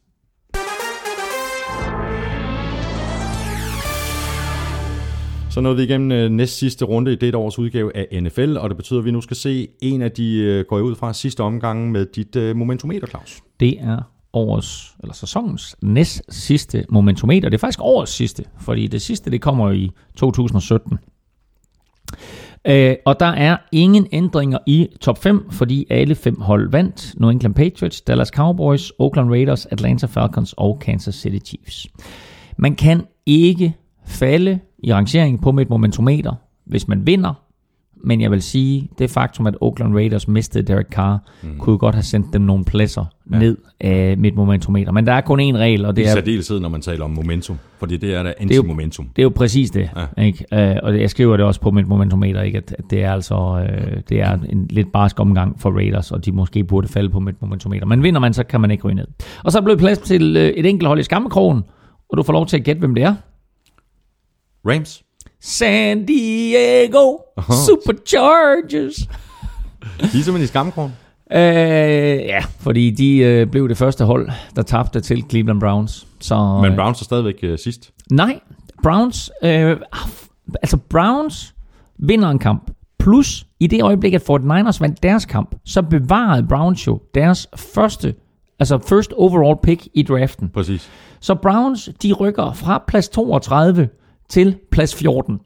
Så nåede vi igennem næst sidste runde i dette års udgave af N F L, og det betyder, at vi nu skal se en af de går ud fra sidste omgang med dit momentometer, Claus. Det er årets, eller sæsonens næst sidste momentometer. Det er faktisk årets sidste, fordi det sidste, det kommer i to tusind sytten. Øh, og der er ingen ændringer i top fem, fordi alle fem hold vandt. New England Patriots, Dallas Cowboys, Oakland Raiders, Atlanta Falcons og Kansas City Chiefs. Man kan ikke falde i rangeringen på med et momentometer, hvis man vinder. Men jeg vil sige, det faktum, at Oakland Raiders mistede Derek Carr, mm. kunne godt have sendt dem nogle pladser ja. ned af mit momentometer. Men der er kun én regel, og det er... I særdeleshed, når man taler om momentum, fordi det er der anti-momentum. Det er jo præcis det, ja. Ikke? Uh, og jeg skriver det også på mit momentometer, ikke? At, at det er altså uh, det er en lidt barsk omgang for Raiders, og de måske burde falde på mit momentometer. Men vinder man, så kan man ikke ryge ned. Og så er der blevet plads til uh, et enkelt hold i skammekrogen, og du får lov til at gætte, hvem det er. Rams. San Diego oh. Superchargers. Ligesom i skammekrogen? Øh, ja, fordi de øh, blev det første hold, der tabte til Cleveland Browns. Så, Men Browns er stadigvæk øh, sidst? Nej, Browns, øh, altså Browns vinder en kamp. Plus, i det øjeblik, at forty-niners vandt deres kamp, så bevarede Browns jo deres første Altså first overall pick i draften. Præcis. Så Browns, de rykker fra plads toogtredive til plads fjorten.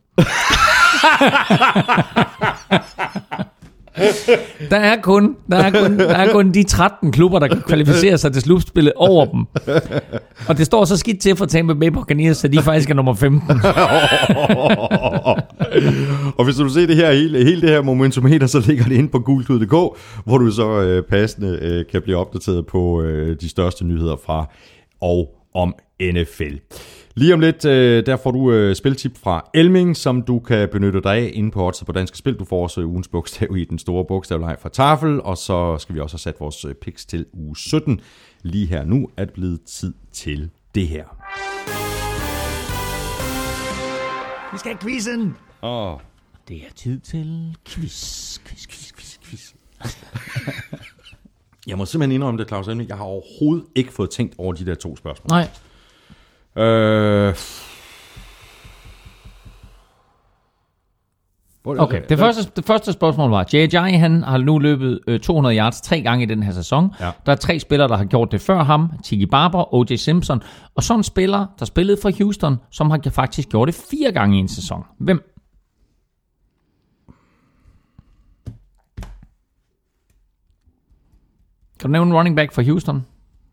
Der er kun, der er kun, der er kun de tretten klubber, der kan kvalificere sig til slutspillet over dem. Og det står så skidt til for Tampa Bay Buccaneers, så de faktisk er nummer femten. Og hvis du ser det her, hele, hele det her momentometer, så ligger det inde på gulklud punktum d k, hvor du så øh, passende øh, kan blive opdateret på øh, de største nyheder fra og om N F L. Lige om lidt, øh, der får du øh, spiltip fra Elming, som du kan benytte dig af inde på Odds på Danske Spil. Du får også ugens bogstav i den store bogstavleg fra Tafel, og så skal vi også have sat vores øh, picks til uge sytten. Lige her nu er det blevet tid til det her. Vi skal have quizzen! Åh. Det er tid til quiz, quiz, quiz, quiz, quiz. Jeg må simpelthen indrømme det, Claus Elming. Jeg har overhovedet ikke fået tænkt over de der to spørgsmål. Nej. Øh... Okay, det første, det første spørgsmål var, J J han har nu løbet øh, to hundrede yards tre gange i den her sæson. Ja. Der er tre spillere, der har gjort det før ham. Tiki Barber, O J Simpson. Og så en spiller, der spillede for Houston, som har faktisk gjort det fire gange i en sæson. Hvem? Kan du nævne en running back for Houston?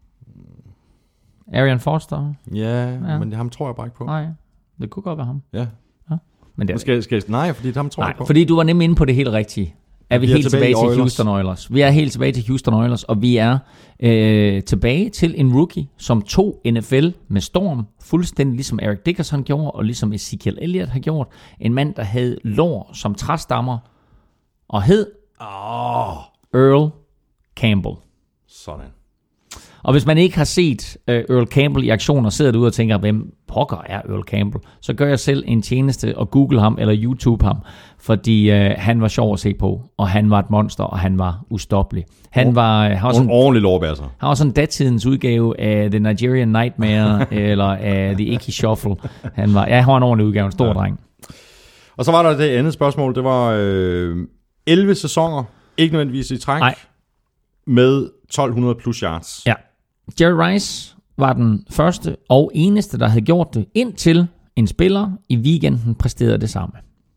Arian Foster? Ja, ja, men ham tror jeg bare ikke på. Nej, det kunne godt være ham. Ja. Ja. Men det er skal, skal, nej, fordi ham tror nej, jeg på. fordi du var nemlig inde på det helt rigtige. Er vi, vi er helt tilbage, tilbage til Houston Oilers. Vi er helt tilbage til Houston Oilers, og vi er øh, tilbage til en rookie, som tog N F L med storm, fuldstændig ligesom Eric Dickerson gjorde, og ligesom Ezekiel Elliott har gjort. En mand, der havde lår som træstammer, og hed oh. Earl Campbell. Sådan. Og hvis man ikke har set uh, Earl Campbell i aktion og sidder derude og tænker, hvem pokker er Earl Campbell, så gør jeg selv en tjeneste og google ham eller YouTube ham, fordi uh, han var sjov at se på, og han var et monster, og han var ustoppelig. Han oh, var, uh, var sådan, en ordentlig lårbærser. Han var sådan datidens udgave af The Nigerian Nightmare eller af The Icky Shuffle. Han var, ja, han var en ordentlig udgave, en stor ja. dreng. Og så var der det andet spørgsmål, det var øh, elleve sæsoner, ikke nødvendigvis i træk, Nej. med tolv hundrede plus yards. Ja. Jerry Rice var den første og eneste, der havde gjort det, indtil en spiller i weekenden præsterede det samme.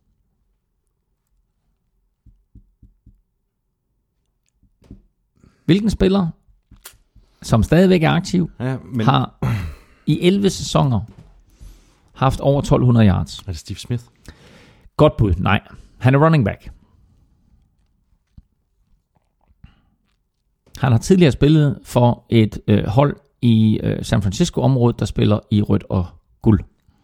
Hvilken spiller, som stadigvæk er aktiv, ja, men... har i elleve sæsoner haft over tolv hundrede yards? Er det Steve Smith? Godt bud. Nej. Han er running back. Han har tidligere spillet for et øh, hold i øh, San Francisco-området, der spiller i rødt og guld.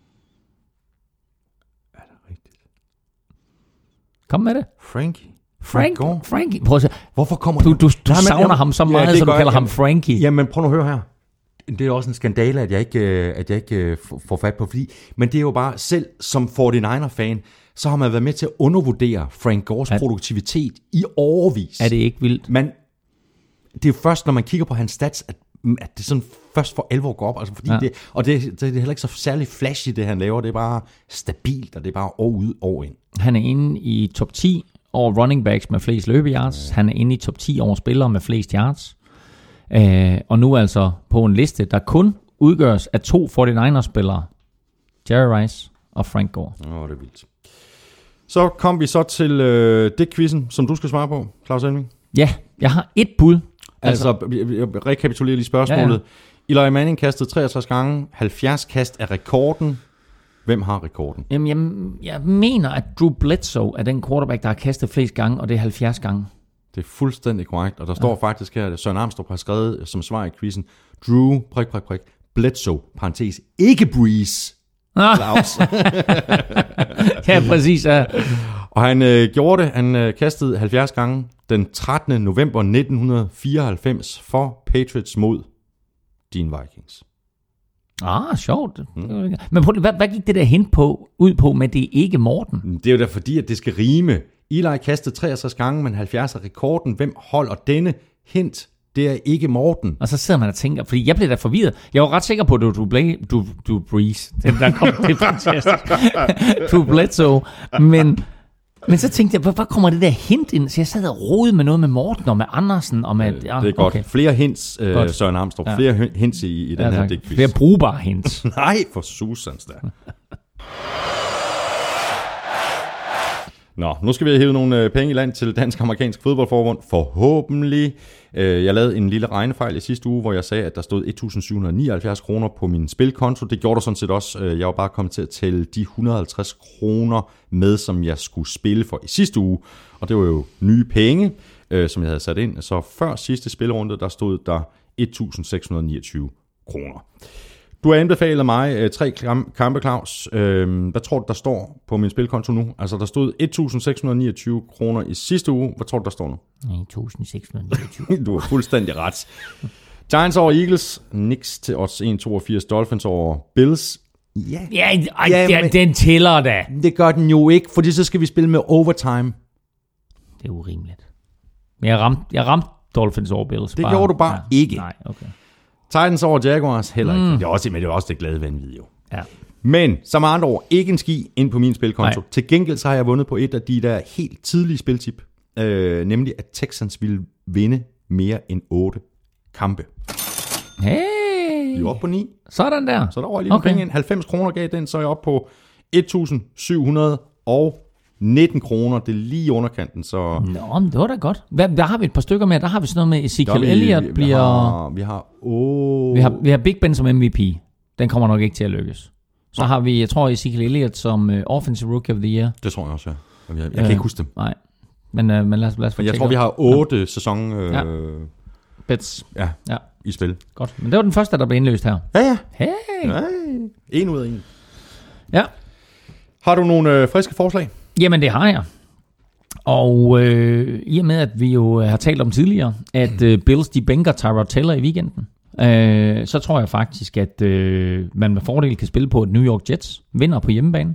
Er det rigtigt? Kom med det. Frankie. Frank, Frankie. Prøv at se. Hvorfor kommer du? Du, du, du savner jamen, ham så meget, ja, så du kalder jeg, ham Frankie. Jamen, prøv nu at høre her. Det er også en skandale, at jeg ikke, at jeg ikke får fat på, fordi, men det er jo bare, selv som forty-niner-fan, så har man været med til at undervurdere Frank Gores er, produktivitet i årevis. Er det ikke vildt? Man, det er jo først, når man kigger på hans stats, at, at det sådan først for alvor går op. Altså fordi ja. det, og det, det, det er heller ikke så særlig flashy, det han laver. Det er bare stabilt, og det er bare år ud, år ind. Han er inde i top ti over running backs med flest løbeyards. Ja. Han er inde i top ti over spillere med flest yards. Uh, og nu altså på en liste, der kun udgøres af to forty-niners-spillere. Jerry Rice og Frank Gore. Åh, oh, det er vildt. Så kom vi så til øh, det quizzen, som du skal svare på, Claus Elming. Ja, jeg har et bud. Altså, altså jeg rekapitulerer lige spørgsmålet. Ja, ja. Eli Manning kastede treogtres gange, halvfjerds kast er rekorden. Hvem har rekorden? Jamen, jeg, jeg mener, at Drew Bledsoe er den quarterback, der har kastet flest gange, og det er halvfjerds gange. Det er fuldstændig korrekt, og der ja. står faktisk her, at Søren Armstrong har skrevet som svar i quizzen, Drew, prik, prik, prik, Bledsoe, parentes, ikke Breeze. Claus. Ja, præcis. Ja. Og han øh, gjorde det, han øh, kastede halvfjerds gange den trettende november nitten fireoghalvfems for Patriots mod Dean Vikings. Ah, sjovt. Mm. Men prøv, hvad, hvad gik det der hint på, ud på med det ikke Morten? Det er jo da fordi, at det skal rime. Eli kastede treogtres gange, men halvfjerds er rekorden. Hvem holder denne hint? Det er ikke Morten. Og så sidder man og tænker, fordi jeg blev da forvirret. Jeg var ret sikker på, at du, du, du, du Breeze. Den der kom, det er fantastisk. Du Bledsoe. Men, Men så tænkte jeg, hvor kommer det der hint ind? Så jeg sad og rodede med noget med Morten og med Andersen. Og med, ja, det er godt. Okay. Flere hints, øh, godt. Søren Amstrup. Ja. Flere hints i, i den ja, her digtquiz. Flere brugbare hints. Nej, for susans da. Nå, nu skal vi hive nogle penge i land til Dansk-Amerikansk Fodboldforbund. Forhåbentlig. Jeg lavede en lille regnefejl i sidste uge, hvor jeg sagde, at der stod et tusind syv hundrede nioghalvfjerds kroner på min spilkonto. Det gjorde der sådan set også. Jeg var bare kommet til at tælle de et hundrede og halvtreds kroner med, som jeg skulle spille for i sidste uge. Og det var jo nye penge, som jeg havde sat ind. Så før sidste spillerunde, der stod der et tusind seks hundrede niogtyve kroner. Du har anbefalet mig øh, tre kampe, Claus. Øh, hvad tror du, der står på min spilkonto nu? Altså, der stod et tusind seks hundrede niogtyve kroner i sidste uge. Hvad tror du, der står nu? et tusind seks hundrede niogtyve. Du har fuldstændig ret. Giants over Eagles. Knicks til odds en komma toogfirs. Dolphins over Bills. Ja, ja, ej, ja den, den tæller da. Det gør den jo ikke, fordi så skal vi spille med overtime. Det er urimeligt. Men jeg ramte, jeg ramte Dolphins over Bills. Det bare, gjorde du bare ja, ikke. Nej, okay. Titans over Jaguars heller ikke. Mm. Det er også, men det er også det glade vanvid jo. Ja. Men som andre ord, ikke en ski ind på min spilkonto. Nej. Til gengæld så har jeg vundet på et af de der helt tidlige spiltip. Øh, nemlig at Texans ville vinde mere end otte kampe. Hey! Vi er oppe på ni. Sådan der. Så der var lige okay. Penge ind. halvfems kroner gav den, så er jeg oppe på et tusind syv hundrede nitten kroner. Det er lige underkanten, så... Nå, men det var da godt. Hvad, der har vi et par stykker mere. Der har vi sådan noget med Ezekiel Elliott vi, bliver... Har, vi har... Oh. Vi har, vi har Big Ben som M V P. Den kommer nok ikke til at lykkes. Så ja. har vi, jeg tror, Ezekiel Elliott som uh, Offensive Rookie of the Year. Det tror jeg også, ja. Jeg, jeg kan øh, ikke huske dem. Nej. Men, uh, men lad os, lad os få Jeg tror, vi har otte ja. sæson... Øh, ja. Bets. Ja, ja, i spil. Godt. Men det var den første, der blev indløst her. Ja, ja. Hey. hey. En ud af en. Ja. Har du nogle øh, friske forslag? Jamen, det har jeg. Og øh, i og med, at vi jo har talt om tidligere, at øh, Bills de bænker Tyrod Taylor i weekenden, øh, så tror jeg faktisk, at øh, man med fordel kan spille på, at New York Jets vinder på hjemmebane.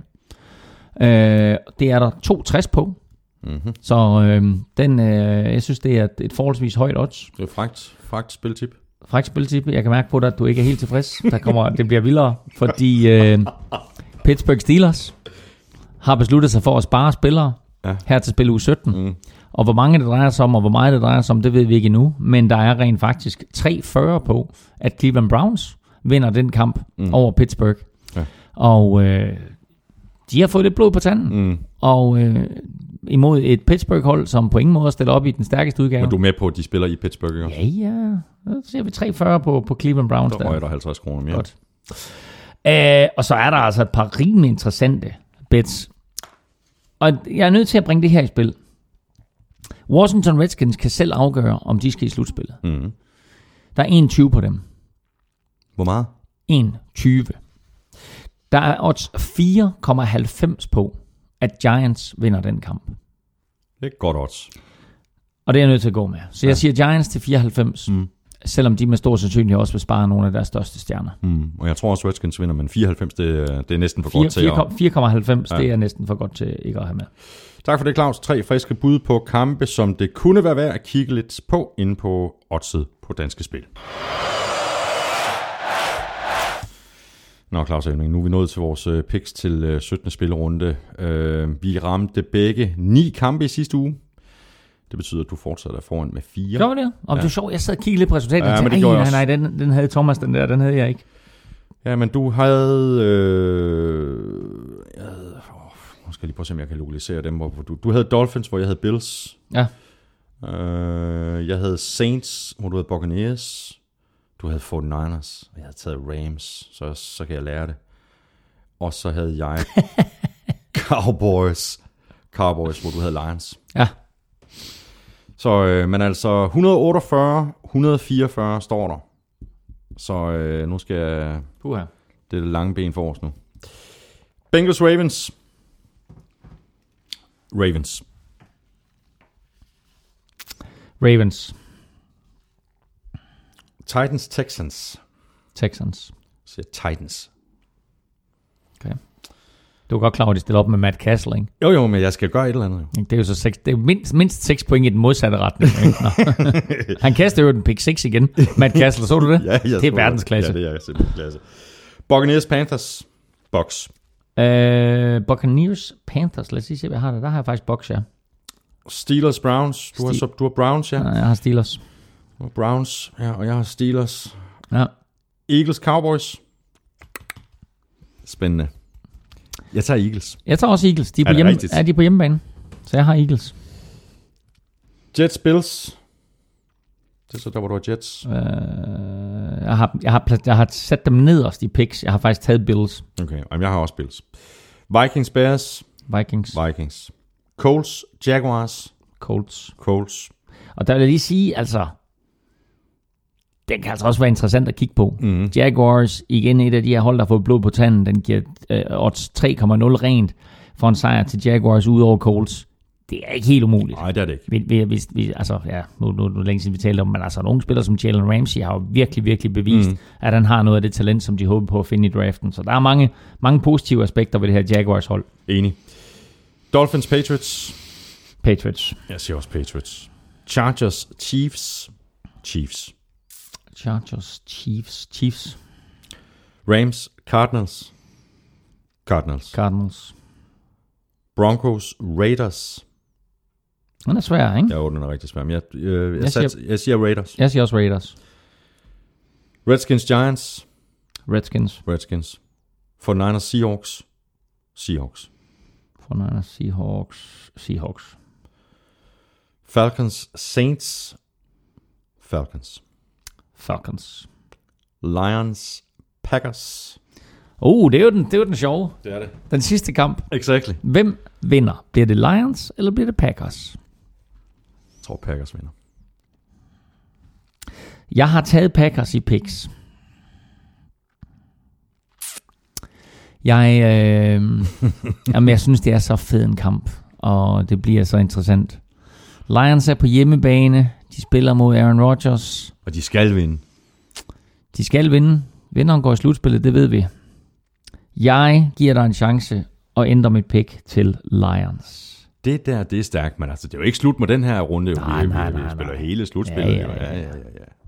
Øh, det er der to komma tres på. Mm-hmm. Så øh, den, øh, jeg synes, det er et, et forholdsvis højt odds. Det er fragt, fragt spiltip. Fragt spiltip. Jeg kan mærke på dig, at du ikke er helt tilfreds. Der kommer, det bliver vildere, fordi øh, Pittsburgh Steelers har besluttet sig for at spare spillere ja. her til spil uge sytten. Mm. Og hvor mange det drejer sig om, og hvor meget det drejer sig om, det ved vi ikke endnu. Men der er rent faktisk tre komma fyrre på, at Cleveland Browns vinder den kamp mm. over Pittsburgh. Ja. Og øh, de har fået lidt blod på tanden. Mm. Og øh, imod et Pittsburgh-hold, som på ingen måde stiller op i den stærkeste udgave. Men du er med på, at de spiller i Pittsburgh også? Ja, ja. Så ser vi tre komma fyrre på, på Cleveland Browns. Der røger der halvtreds kroner mere. Godt. Æh, og så er der altså et par rimelig interessante bets. Og jeg er nødt til at bringe det her i spil. Washington Redskins kan selv afgøre, om de skal i slutspillet. Mm. Der er en komma tyve på dem. Hvor meget? en komma tyve. Der er odds fire komma halvfems på, at Giants vinder den kamp. Det er godt odds. Og det er jeg nødt til at gå med. Så jeg ja. siger Giants til fireoghalvfems, mm. selvom de med stor sandsynlighed også vil spare nogle af deres største stjerner. Mm. Og jeg tror også, Redskins vinder, men fireoghalvfems, det, det er næsten for godt til at... fire komma halvfems, ja. Det er næsten for godt til ikke at have med. Tak for det, Claus. Tre friske bud på kampe, som det kunne være værd at kigge lidt på inde på oddset på Danske Spil. Nå, Claus Elming, nu er vi nået til vores picks til syttende spillerunde. Vi ramte begge ni kampe i sidste uge. Det betyder, at du fortsætter foran med fire. Gjorde det? Og ja. Det er sjovt, jeg sad og kiggede lidt på resultatet. Ja, men det gjorde jeg nej, nej, den, den havde Thomas, den der, den havde jeg ikke. Ja, men du havde... Øh, jeg havde åh, nu skal jeg lige prøve at se, om jeg kan lokalisere dem. Hvor du, du havde Dolphins, hvor jeg havde Bills. Ja. Øh, jeg havde Saints, hvor du havde Buccaneers. Du havde forty-niners, og jeg havde taget Rams, så, så kan jeg lære det. Og så havde jeg Cowboys, Cowboys, hvor du havde Lions. Ja. Så, øh, men altså, et hundrede otteogfyrre, et hundrede fireogfyrre står der. Så øh, nu skal jeg... Puha. Det er det lange ben for os nu. Bengals Ravens. Ravens. Ravens. Titans Texans. Texans. Så Titans. Okay. Du er godt klar over, at de stiller op med Matt Castle, ikke? Jo, jo, men jeg skal gøre et eller andet. Det er jo så seks, det er mindst, mindst seks point i den modsatte retning. Han kaster jo den pick seks igen. Matt Castle, så du det? Ja, jeg det er verdensklasse. Ja, det er simpelthen klasse. Buccaneers Panthers. Bucks. Uh, Buccaneers, Panthers. Lad os lige se, hvad jeg har der. Der har jeg faktisk Bucs, ja. Steelers, Browns. Du, Ste- har, du har Browns, ja. Nej, jeg har Steelers. Du har Browns, ja, og jeg har Steelers. Ja. Eagles, Cowboys. Spændende. Jeg tager Eagles. Jeg tager også Eagles. De er, er på, hjemme, rigtigt? er de på hjemmebane. Så jeg har Eagles. Jets, Bills. Det er så der, hvor du har Jets. Uh, jeg, har, jeg, har, jeg har sat dem nederst i picks. Jeg har faktisk taget Bills. Okay, og jeg har også Bills. Vikings, Bears. Vikings. Vikings. Colts, Jaguars. Colts. Colts. Og der vil jeg lige sige, altså, den kan altså også være interessant at kigge på. Mm. Jaguars, igen et af de her hold, der har fået blod på tanden, den giver øh, odds tre komma nul rent for en sejr til Jaguars ud over Colts. Det er ikke helt umuligt. Nej, det er det ikke. Vi, vi, vi, vi, altså, ja, nu, nu, nu længe siden vi talte om, men altså en ung spiller som Jalen Ramsey har jo virkelig, virkelig bevist, mm. at han har noget af det talent, som de håber på at finde i draften. Så der er mange, mange positive aspekter ved det her Jaguars hold. Enig. Dolphins, Patriots. Patriots. Jeg siger også Patriots. Chargers, Chiefs. Chiefs. Chargers, Chiefs, Chiefs. Rams, Cardinals. Cardinals. Cardinals. Broncos, Raiders. Den er svær, ikke? Ja, den er rigtig svær. Men jeg, øh, jeg, Jeg sat, siger- jeg siger Raiders. Jeg siger også Raiders. Redskins, Giants. Redskins. Redskins. forty-niners, Seahawks. Seahawks. forty-niners, Seahawks. Seahawks. Falcons, Saints. Falcons. Falcons. Lions, Packers. Oh, det er jo den, det er jo den sjove. Det er det. Den sidste kamp. Exactly. Hvem vinder? Bliver det Lions, eller bliver det Packers? Jeg tror, Packers vinder. Jeg har taget Packers i picks. Jeg, øh, jamen, jeg synes, det er så fed en kamp, og det bliver så interessant. Lions er på hjemmebane. De spiller mod Aaron Rodgers. Og de skal vinde. De skal vinde. Vinderen går i slutspillet, det ved vi. Jeg giver dig en chance og ændrer mit pick til Lions. Det der, det er stærkt, men altså, det er jo ikke slut med den her runde. Jo. Nej, vi, nej, vi, vi nej, spiller nej. hele slutspillet. Ja, jo. ja, ja. ja, ja, ja.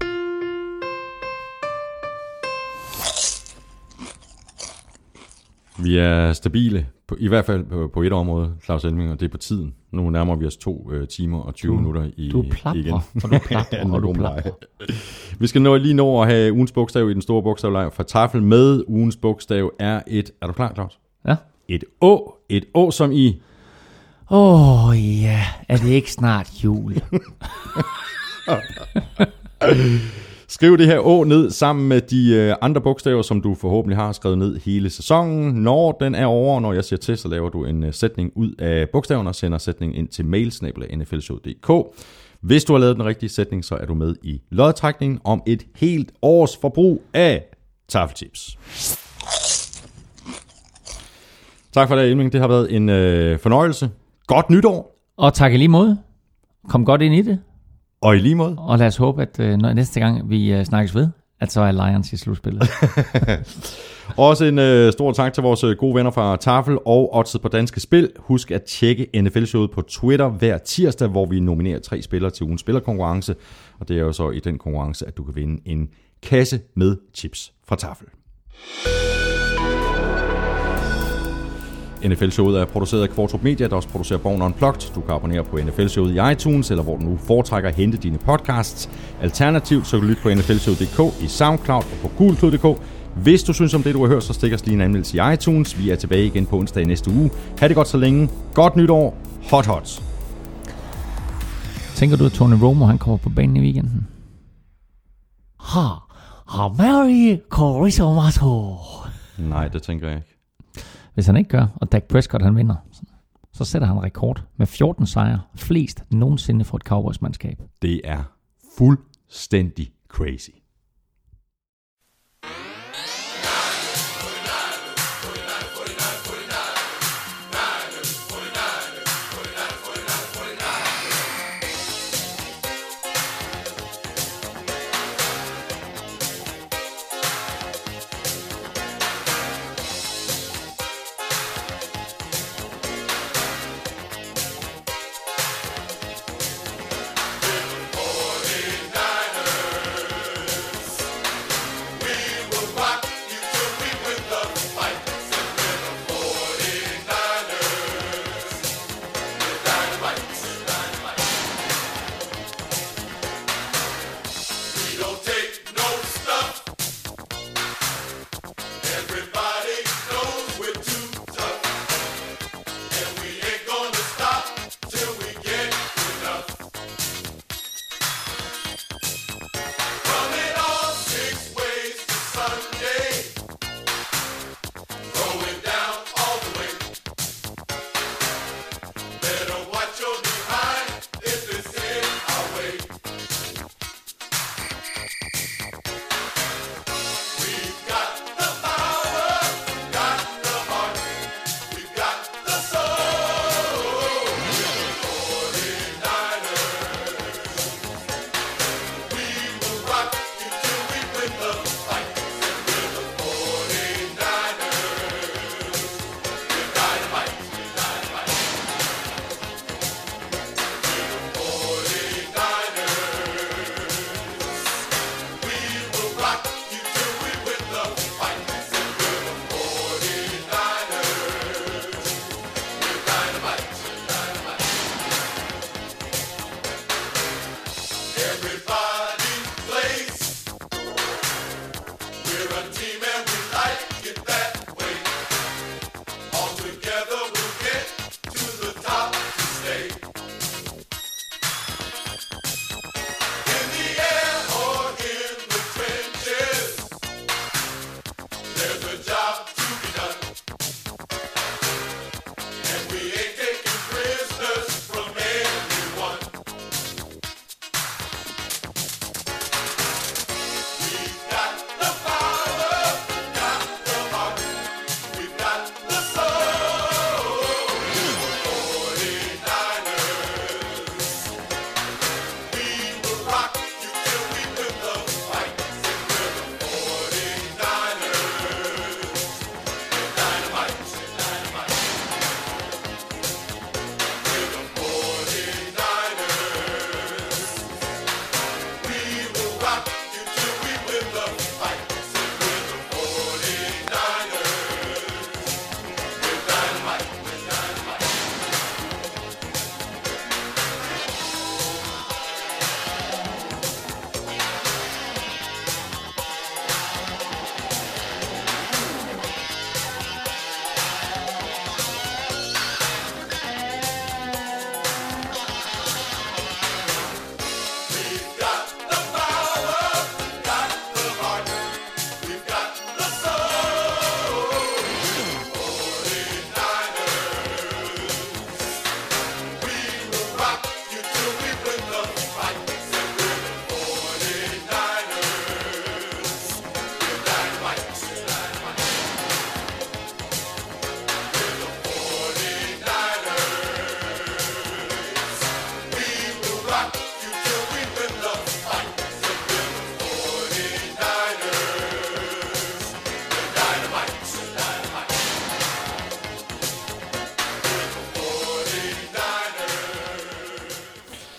Vi er stabile, på, i hvert fald på, på et område, Claus Elming, og det er på tiden. Nu nærmer vi os to uh, timer og tyve Du- minutter i, Du plaprer, igen. og du plaprer, og du Nå, plaprer. Vi skal nå lige nå at have ugens bogstav i den store bogstavlejr fra Tafel med. Ugens bogstav er et... Er du klar, Claus? Ja. Et Å. Et Å som i... Åh oh, ja, er det ikke snart jul? Skriv det her Å ned sammen med de øh, andre bogstaver, som du forhåbentlig har skrevet ned hele sæsonen. Når den er over, når jeg siger til, så laver du en øh, sætning ud af bogstaverne og sender sætningen ind til mail snabel-a n f l show punktum d k. Hvis du har lavet den rigtige sætning, så er du med i lodtrækningen om et helt års forbrug af Tafelchips. Tak for det, Elming. Det har været en øh, fornøjelse. Godt nytår, Og tak i lige måde. Kom godt ind i det. og i lige måde. Og lad os håbe, at øh, når næste gang vi øh, snakkes ved, at så er Lions i slutspillet. Også en øh, stor tak til vores øh, gode venner fra Tafel og Oddset på Danske Spil. Husk at tjekke N F L-showet på Twitter hver tirsdag, hvor vi nominerer tre spillere til ugens spillerkonkurrence. Og det er jo så i den konkurrence, at du kan vinde en kasse med chips fra Tafel. N F L-showet er produceret af Kvartrup Media, der også producerer Born Unplugged. Du kan abonnere på N F L-showet i iTunes, eller hvor du nu foretrækker at hente dine podcasts. Alternativt, så kan du lytte på N F L show punktum d k, i SoundCloud og på gulklud punktum d k. Hvis du synes om det, du har hørt, så stik os lige en anmeldelse i iTunes. Vi er tilbage igen på onsdag i næste uge. Ha' det godt så længe. Godt nytår. Hot hot. Tænker du, at Tony Romo han kommer på banen i weekenden? Ha, ha, Merry Christmas. Nej, det tænker jeg ikke. Hvis han ikke gør, og Dak Prescott han vinder, så sætter han rekord med fjorten sejre, flest nogensinde for et Cowboys-mandskab. Det er fuldstændig crazy.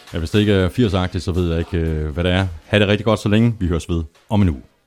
Ja, hvis det ikke er firs-agtigt, så ved jeg ikke, hvad det er. Ha' det rigtig godt så længe. Vi høres ved om en uge.